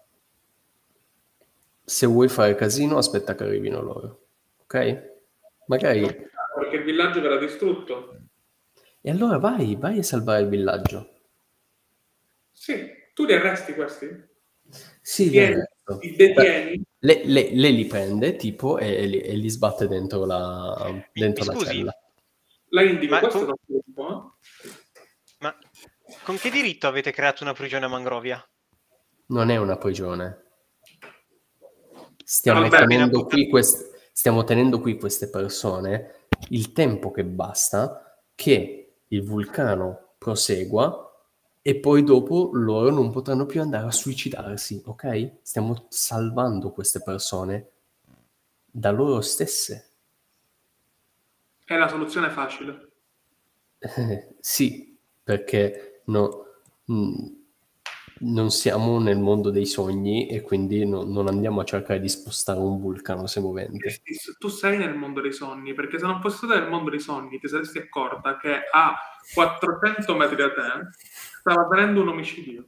Se vuoi fare casino, aspetta che arrivino loro, ok? Magari... Perché il villaggio verrà distrutto. E allora vai, vai a salvare il villaggio. Sì, tu li arresti questi? Sì, Tieni, del resto. li detieni? Le, le- le li prende, tipo, e, e li, e li sbatte dentro la, Mi, dentro mi la scusi, cella. La indico, Ma questo con- è un po', ma con che diritto avete creato una prigione a Mangrovia? Non è una prigione. Stiamo, Vabbè, tenendo appena- qui quest- stiamo tenendo qui queste persone il tempo che basta che il vulcano prosegua e poi dopo loro non potranno più andare a suicidarsi, ok? Stiamo salvando queste persone da loro stesse. è la soluzione facile. Eh, sì, perché no, mh, non siamo nel mondo dei sogni e quindi no, non andiamo a cercare di spostare un vulcano se movente. Tu sei nel mondo dei sogni, perché se non fossi stata nel mondo dei sogni ti saresti accorta che a quattrocento metri da te stava avvenendo un omicidio.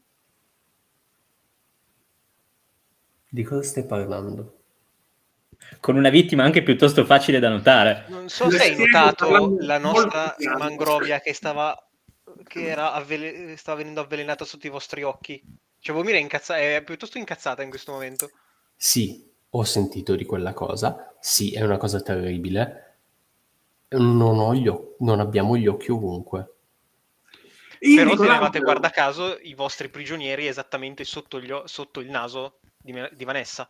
Di cosa stai parlando? Con una vittima anche piuttosto facile da notare. Non so se hai notato la nostra mangrovia che stava che era avvele- stava venendo avvelenata sotto i vostri occhi. Cioè, Vomira è, incazza- è piuttosto incazzata in questo momento. Sì, ho sentito di quella cosa. Sì, è una cosa terribile. Non, ho gli o- non abbiamo gli occhi ovunque. Però tenevate, guarda caso, i vostri prigionieri esattamente sotto, gli o- sotto il naso di, Me- di Vanessa.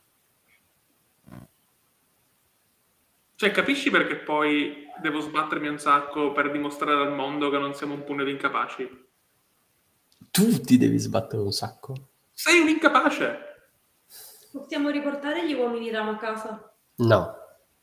Cioè, capisci perché poi devo sbattermi un sacco per dimostrare al mondo che non siamo un pugno di incapaci? Tu ti devi sbattere un sacco. Sei un incapace! Possiamo riportare gli uomini Rama a casa? No.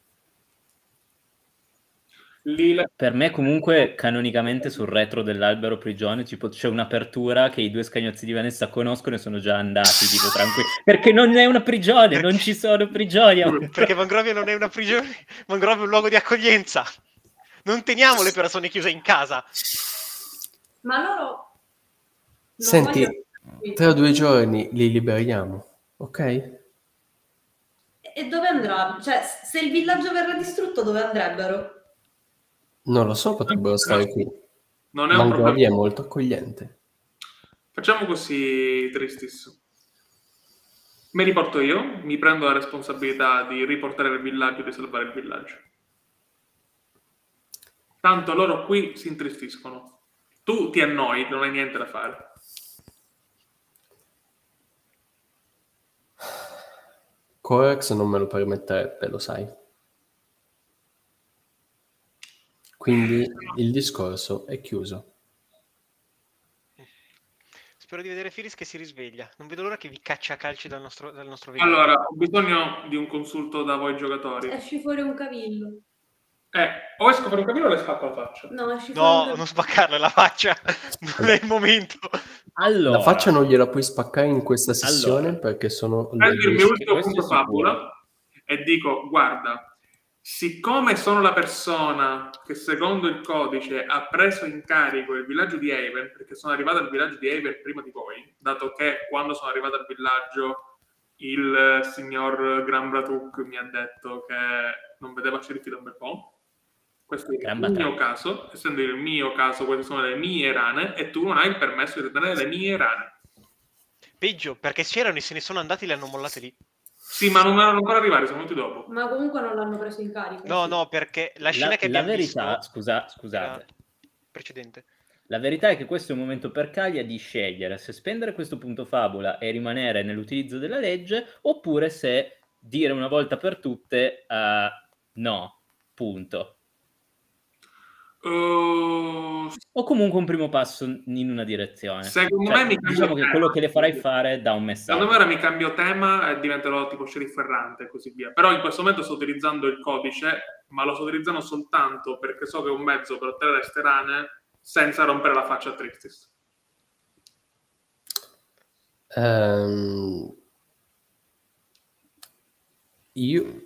Lila. Per me comunque canonicamente sul retro dell'albero prigione tipo, c'è un'apertura che i due scagnozzi di Vanessa conoscono e sono già andati tipo tranquilli, perché non è una prigione, perché... non ci sono prigioni. Perché Mangrovia non è una prigione, Mangrovia è un luogo di accoglienza. Non teniamo le persone chiuse in casa. Ma loro... Senti, tra due giorni li liberiamo, ok? E dove andranno? Cioè, se il villaggio verrà distrutto, dove andrebbero? Non lo so, potrebbero stare qui. Non è un Mangrovia problema. è molto accogliente. Facciamo così, Tristis. Mi riporto io, mi prendo la responsabilità di riportare il villaggio e di salvare il villaggio. Tanto loro qui si intristiscono. Tu ti annoi, non hai niente da fare. Corex non me lo permetterebbe, lo sai. Quindi il discorso è chiuso. Spero di vedere Firis che si risveglia. Non vedo l'ora che vi caccia a calci dal nostro, dal nostro villaggio. Allora, ho bisogno di un consulto da voi giocatori. Esci fuori un cavillo. Eh, o esco per un cavillo o le spacco la faccia? No, esci No, fuori un non spaccarle la faccia. Non è il momento. Allora, La faccia non gliela puoi spaccare in questa sessione allora, perché sono... Prendo il mio ultimo questo punto è sicuro. fabula e dico, guarda, siccome sono la persona che secondo il codice ha preso in carico il villaggio di Haven, perché sono arrivato al villaggio di Haven prima di voi, dato che quando sono arrivato al villaggio il signor Gran Bratuk mi ha detto che non vedeva sceriffi da un bel po'. Questo è il Gran mio Batrac. caso, essendo il mio caso, queste sono le mie rane e tu non hai il permesso di tenere le mie rane. Peggio, perché c'erano e se ne sono andati e le hanno mollate lì. Sì, ma non erano ancora arrivati, sono venuti dopo. Ma comunque non l'hanno preso in carico. No, sì. no, perché la scena La, che la abbiamo verità, visto scusa, scusate, era precedente. la verità è che questo è un momento per Calia di scegliere se spendere questo punto fabula e rimanere nell'utilizzo della legge oppure se dire una volta per tutte uh, no, punto. Uh, O comunque un primo passo in una direzione. Secondo Cioè, me mi cambio diciamo che tema. quello che le farai fare dà un messaggio. Secondo me ora mi cambio tema e diventerò tipo sceriffo errante e così via. Però in questo momento sto utilizzando il codice, ma lo sto utilizzando soltanto perché so che è un mezzo per ottenere ste rane senza rompere la faccia a Tristis. Ehm, io...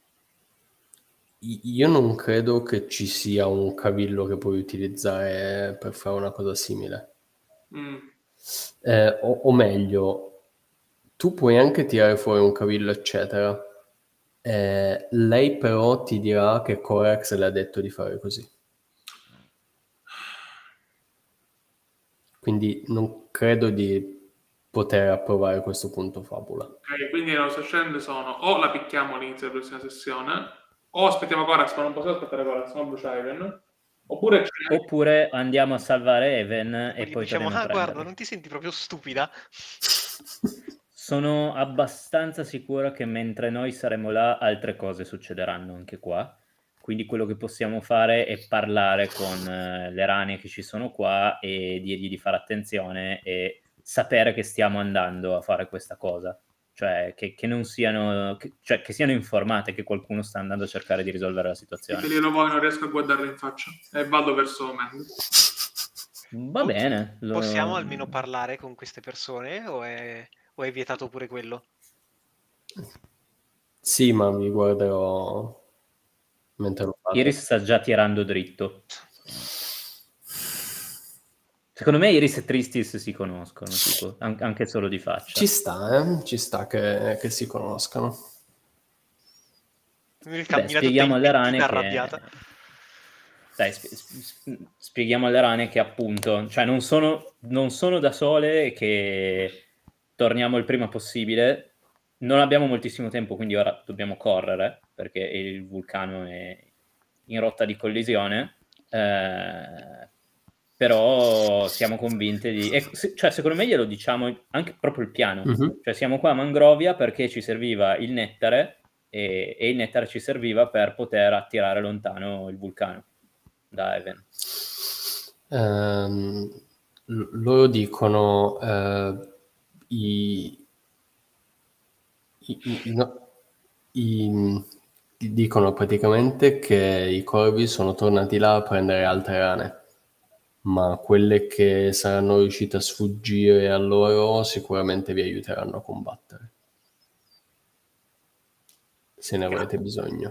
Io non credo che ci sia un cavillo che puoi utilizzare per fare una cosa simile. Mm. Eh, o, o meglio, tu puoi anche tirare fuori un cavillo, eccetera. Eh, lei però ti dirà che Corex le ha detto di fare così. Quindi non credo di poter approvare questo punto fabula. Ok, quindi le nostre scelte sono o la picchiamo all'inizio della prossima sessione, o aspettiamo Corax, ma non possiamo aspettare Corax, no brucia Haven, oppure c'è... Oppure andiamo a salvare Haven e Quindi poi diciamo, torniamo a ah guarda, prenderli. non ti senti proprio stupida? Sono abbastanza sicuro che mentre noi saremo là altre cose succederanno anche qua, quindi quello che possiamo fare è parlare con eh, le rane che ci sono qua e dirgli di fare attenzione e sapere che stiamo andando a fare questa cosa, cioè che, che non siano, che, cioè che siano informate che qualcuno sta andando a cercare di risolvere la situazione. Se glielo vuoi non riesco a guardarlo in faccia e vado verso Mandy. Va bene. lo- Possiamo almeno parlare con queste persone o è, o è vietato pure quello? Sì, ma vi guarderò mentre lo fate. Iris sta già tirando dritto. Secondo me Iris e Tristis si conoscono, tipo, an- anche solo di faccia. Ci sta, eh? Ci sta che, che si conoscano. Il Beh, camminato spieghiamo alle rane pentita che... arrabbiata. Dai, sp- sp- spieghiamo alle rane che appunto, cioè non sono, non sono da sole e che torniamo il prima possibile. Non abbiamo moltissimo tempo, quindi ora dobbiamo correre perché il vulcano è in rotta di collisione. Eh, però siamo convinti di... e se- cioè, secondo me glielo diciamo anche proprio il piano. Mhm. Cioè, siamo qua a Mangrovia perché ci serviva il nettare e, e il nettare ci serviva per poter attirare lontano il vulcano da Even. Ehm, l- loro dicono eh, i, i- i- i- no- i- dicono praticamente che i corvi sono tornati là a prendere altre rane, ma quelle che saranno riuscite a sfuggire a loro sicuramente vi aiuteranno a combattere, se ne avrete bisogno.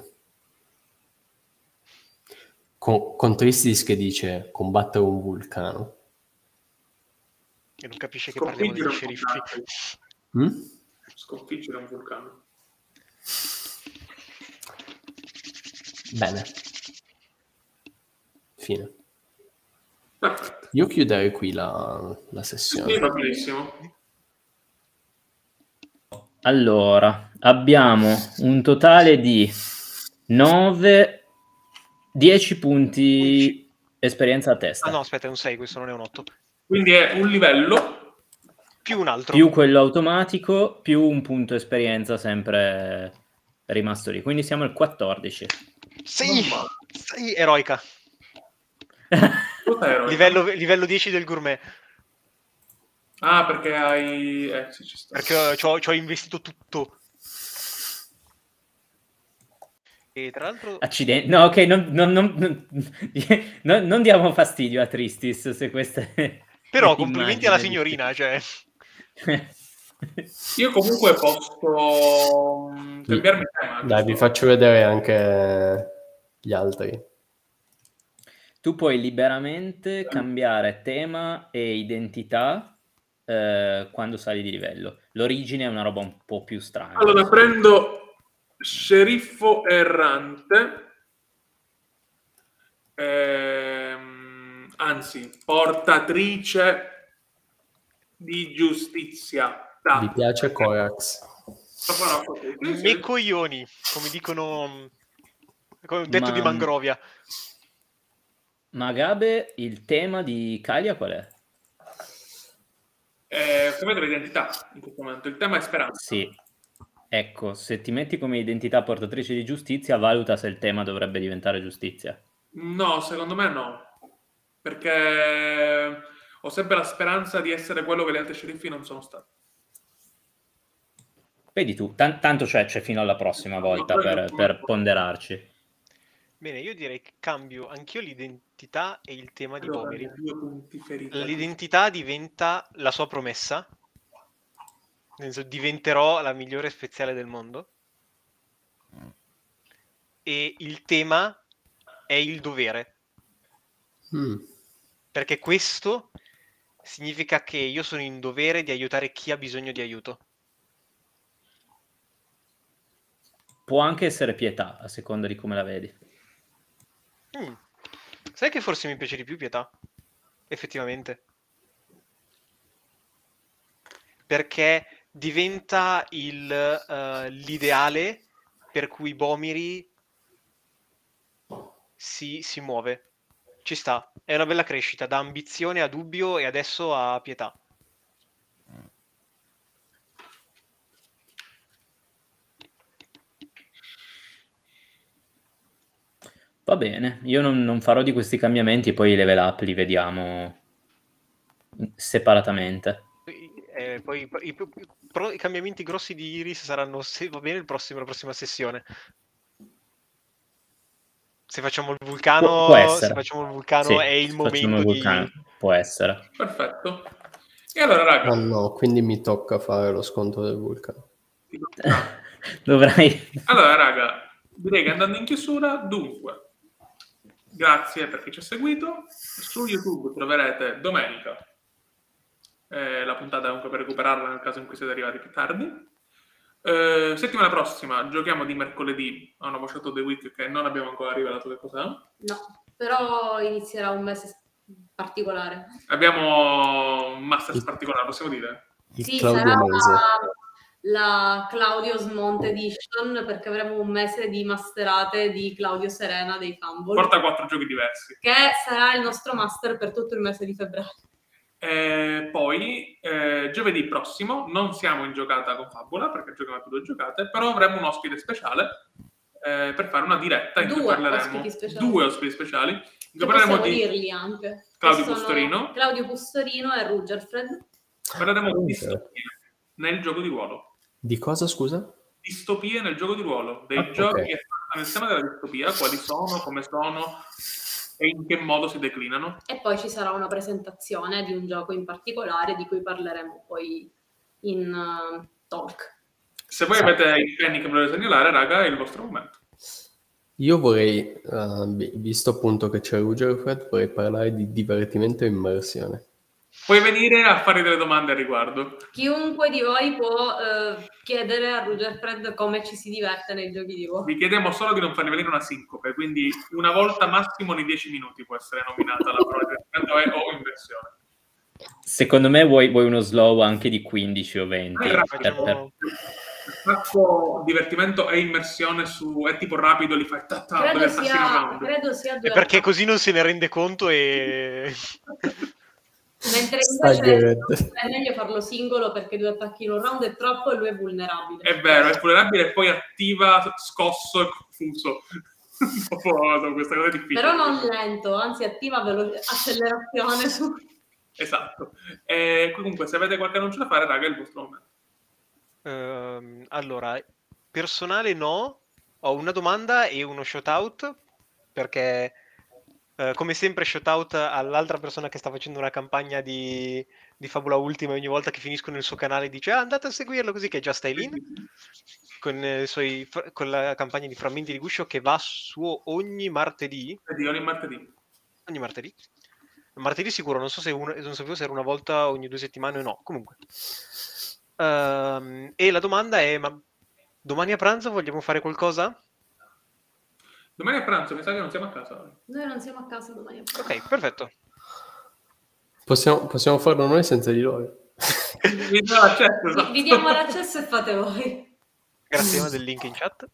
Con, con Tristis che dice combattere un vulcano. E non capisce che parliamo Sconfiggere degli un sceriffi. vulcano. Mm? Sconfiggere un vulcano. Bene. Fine. Perfetto. Io chiuderei qui la, la Sì, sessione. va benissimo. Allora, abbiamo un totale di nove, dieci punti esperienza a testa. Ah no, aspetta, è un sei, questo non è un otto. Quindi è un livello Più un altro. Più quello automatico, più un punto esperienza sempre rimasto lì. Quindi siamo al quattordici. Sì, Non male. sì, eroica. Cos'è eroico? Livello, livello dieci del gourmet. Ah, perché hai... Eh, sì, ci sta. Perché ci ho, ci ho investito tutto. E tra l'altro... Accidenti. No, ok, non, non- non- non- non- non diamo fastidio a Tristis se questa è Però è complimenti alla l'immagine di- signorina, cioè... Io comunque posso mm, cambiarmi tema. Dai, vi giusto? faccio vedere anche gli altri. Tu puoi liberamente cambiare tema e identità eh, quando sali di livello. L'origine è una roba un po' più strana. Allora, prendo sceriffo errante, ehm, anzi, portatrice di giustizia. Da. Vi piace Corax? Proprio una foto. Sì, sì. Me coglioni, come dicono... Come detto Ma- di Mangrovia. Magabe, il tema di Kalia qual è? Eh, come vedo l'identità in questo momento. Il tema è speranza. Sì. Ecco, se ti metti come identità portatrice di giustizia, valuta se il tema dovrebbe diventare giustizia. No, secondo me no. Perché ho sempre la speranza di essere quello che gli altri sceriffi non sono stati. Vedi tu, tan- tanto c'è, c'è fino alla prossima volta per, per ponderarci. Bene, io direi che cambio anch'io l'identità e il tema di Allora, Bomeri. due punti feriti. L'identità diventa la sua promessa. Nel senso, diventerò la migliore speziale del mondo. E il tema è il dovere. Mm. Perché questo significa che io sono in dovere di aiutare chi ha bisogno di aiuto. Può anche essere pietà, a seconda di come la vedi. Mm. Sai che forse mi piace di più pietà? Effettivamente. Perché diventa il, eh, l'ideale per cui Bomiri si, si muove. Ci sta. È una bella crescita, da ambizione a dubbio e adesso a pietà. Va bene, io non, non farò di questi cambiamenti, poi i level up li vediamo separatamente. Eh, poi i, i- però i cambiamenti grossi di Iris saranno, se va bene, il prossimo, la prossima sessione. Se facciamo il vulcano, Pu- può essere. se facciamo il vulcano Sì, è il se facciamo momento il vulcano, di... può essere. Perfetto. E allora, raga, Ah no, quindi mi tocca fare lo sconto del vulcano. ti tocca. Dovrai... Allora, raga, direi che andando in chiusura, dunque, grazie per chi ci ha seguito. Su YouTube troverete domenica eh, la puntata comunque per recuperarla nel caso in cui siete arrivati più tardi. Eh, settimana prossima giochiamo di mercoledì a una Watch Out of the Week che non abbiamo ancora rivelato che cos'è. No, però inizierà un mese particolare. Abbiamo un Masters particolare, possiamo dire? Il Sì, Claudio sarà Mese. la Claudio Smont Edition, perché avremo un mese di masterate di Claudio Serena dei Fumble, Porta quattro giochi diversi. che sarà il nostro master per tutto il mese di febbraio. Eh, poi eh, giovedì prossimo non siamo in giocata con Fabula perché giochiamo a due giocate, però avremo un ospite speciale eh, per fare una diretta in cui Due parleremo ospiti speciali. due ospiti speciali in cui Che parleremo possiamo di dirli anche. Claudio Che sono Pustorino. Claudio Pustorino e Rugerfred. parleremo di Ok. distopie nel gioco di ruolo. Di cosa, scusa? Distopie nel gioco di ruolo, dei Ah, giochi ok. che stanno nel tema della distopia, quali sono, come sono e in che modo si declinano. E poi ci sarà una presentazione di un gioco in particolare di cui parleremo poi in uh, talk. Se voi Sì. avete i penny che volete segnalare, raga, è il vostro momento. Io vorrei, eh, vi- visto appunto che c'è Rugerfred, vorrei parlare di divertimento e immersione. Puoi venire a fare delle domande al riguardo. Chiunque di voi può eh, chiedere a Rugerfred come ci si diverte nei giochi di ruolo. Vi chiediamo solo di non fargli venire una sincope, quindi una volta massimo nei dieci minuti può essere nominata la parola divertimento e o inversione. Secondo me vuoi, vuoi uno slow anche di quindici o venti. Eh, per- per- Attacco divertimento e immersione su è tipo rapido, li fai ta ta, Credo dove attacchi in un sia, round. credo sia due E perché attacchi. così non se ne rende conto e... Mentre Staggered. invece è meglio farlo singolo perché due attacchi in un round è troppo e lui è vulnerabile. È vero, è vulnerabile e poi attiva scosso e confuso. dopo, dopo questa cosa è difficile. Però non lento, anzi attiva velo- accelerazione su... Esatto. E comunque, se avete qualche annuncio da fare, raga, è il vostro momento. Ehm, allora, personale no, ho una domanda e uno shout out, perché eh, come sempre shout out all'altra persona che sta facendo una campagna di, di Fabula Ultima e ogni volta che finisco nel suo canale dice ah, andate a seguirlo così, che è Just Eileen, con, eh, i suoi, fr- con la campagna di Frammenti di Guscio che va su ogni martedì, Vedi, ogni martedì. ogni martedì, martedì sicuro, non so se uno, non sapevo se era una volta ogni due settimane o no, comunque. Ehm, e la domanda è, ma domani a pranzo vogliamo fare qualcosa? Domani a pranzo, mi sa che non siamo a casa. Noi non siamo a casa domani. Ok, perfetto. Possiamo, possiamo farlo noi senza di loro. Vi do l'accesso, Vi, esatto. vi diamo l'accesso e fate voi. Grazie Emma del link in chat.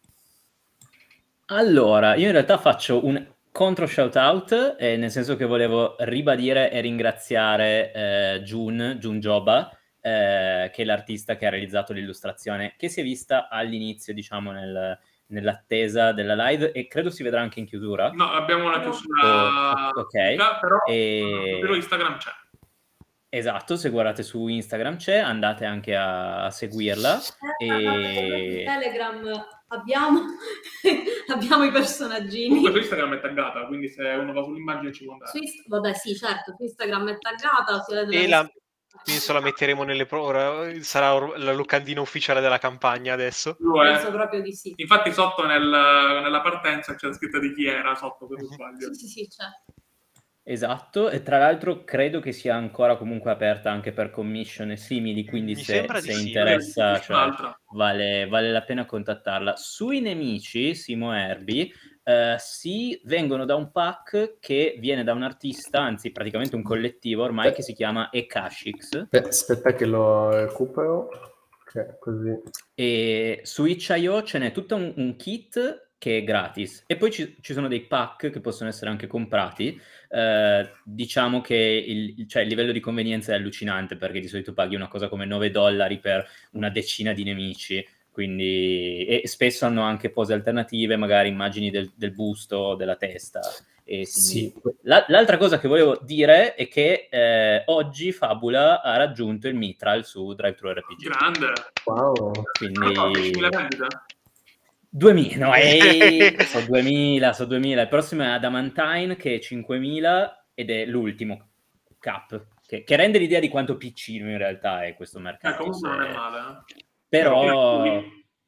Allora, io in realtà faccio un contro shout out, eh, nel senso che volevo ribadire e ringraziare eh, Jun, Jun Joba, eh, che è l'artista che ha realizzato l'illustrazione, che si è vista all'inizio, diciamo, nel- nell'attesa della live, e credo si vedrà anche in chiusura. No, abbiamo una No. chiusura, Oh, ok. però E- però Instagram c'è. Esatto, se guardate su Instagram c'è, andate anche a, a seguirla. Eh, E- su Telegram abbiamo, abbiamo i personaggini. Comunque su Instagram è taggata, quindi se uno va sull'immagine ci può andare. Su Inst- vabbè, sì, certo, su Instagram è taggata. se vedete E la- la, penso la metteremo nelle pro- ora sarà or- la locandina ufficiale della campagna adesso. Lui è- Penso proprio di sì. Infatti sotto nel- nella partenza c'è la scritta di chi era, sotto se non sbaglio. Sì, sì, sì, c'è. Esatto, e tra l'altro credo che sia ancora comunque aperta anche per commission e simili, quindi Mi se, sembra di se sì. interessa, C'è cioè, un'altra. vale, vale la pena contattarla. Sui nemici, Simo Erbi, eh, si vengono da un pack che viene da un artista, anzi praticamente un collettivo ormai, che si chiama Ekashix, Beh, aspetta che lo recupero. Ok, così. e su itch punto io ce n'è tutto un, un kit che è gratis, e poi ci, ci sono dei pack che possono essere anche comprati. Eh, diciamo che il, cioè, il livello di convenienza è allucinante, perché di solito paghi una cosa come nove dollari per una decina di nemici, quindi, e spesso hanno anche pose alternative, magari immagini del, del busto, della testa. E quindi- Sì. La- l'altra cosa che volevo dire è che eh, oggi Fabula ha raggiunto il Mitral su DriveThru R P G. Grande. Wow. Però diecimila Quindi vendite. duemila, no, ehi, so duemila, so duemila. Il prossimo è Adamantine che è cinquemila ed è l'ultimo cap, che, che rende l'idea di quanto piccino in realtà è questo Eh, mercato. comunque se- non è male. Eh. Però,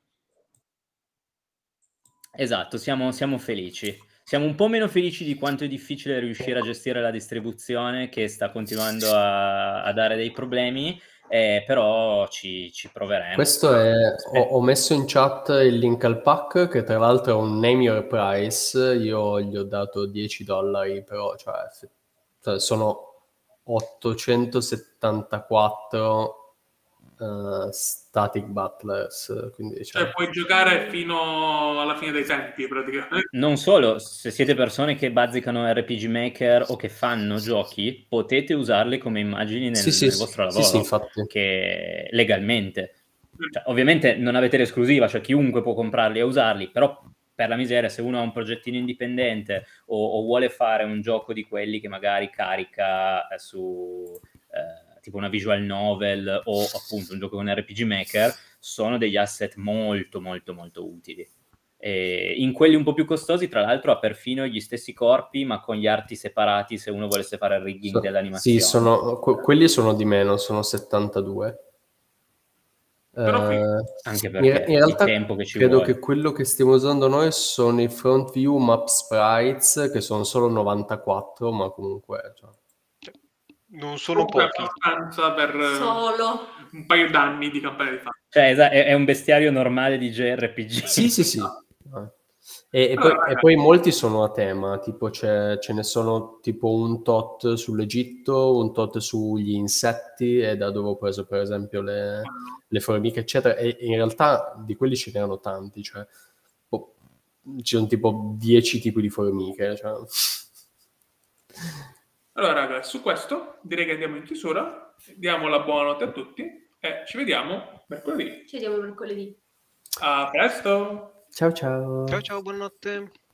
esatto, siamo, siamo felici. Siamo un po' meno felici di quanto è difficile riuscire a gestire la distribuzione, che sta continuando a, a dare dei problemi, eh, però ci, ci proveremo. Questo è... Ho, ho messo in chat il link al pack, che tra l'altro è un name your price. Io gli ho dato dieci dollari, però cioè, se- cioè, sono ottocentosettantaquattro eh, static butlers, quindi Cioè, cioè, puoi giocare fino alla fine dei tempi, praticamente. Non solo, se siete persone che bazzicano R P G Maker o che fanno giochi, potete usarli come immagini nel, sì, sì, nel sì, vostro sì, lavoro, sì, infatti. che legalmente. Cioè, ovviamente non avete l'esclusiva, cioè chiunque può comprarli e usarli, però per la miseria, se uno ha un progettino indipendente o, o vuole fare un gioco di quelli che magari carica eh, su eh, tipo una visual novel o appunto un gioco con R P G Maker, sono degli asset molto molto molto utili. E in quelli un po' più costosi, tra l'altro, ha perfino gli stessi corpi, ma con gli arti separati se uno volesse fare il rigging So- dell'animazione. sì, sono, que- quelli sono di meno, sono settantadue. Però qui- Eh, Anche in, perché in realtà il tempo che ci credo vuole. che quello che stiamo usando noi sono i front view map sprites, che sono solo novantaquattro, ma comunque cioè, Non sono comunque pochi. abbastanza per eh, Solo. un paio d'anni di campagna di fatto. Cioè, esa- è, è un bestiario normale di J R P G. sì, sì, sì. Eh. E, e poi, Allora, e ragazzi. poi molti sono a tema, tipo c'è- ce ne sono tipo un tot sull'Egitto, un tot sugli insetti, e da dove ho preso per esempio le, le formiche, eccetera. E in realtà di quelli ce n'erano tanti, cioè boh, ci sono tipo dieci tipi di formiche. Cioè. Allora, ragazzi, su questo direi che andiamo in chiusura. Diamo la buonanotte a tutti e ci vediamo mercoledì. Ci vediamo mercoledì. A presto! Ciao ciao. Ciao ciao, buonanotte.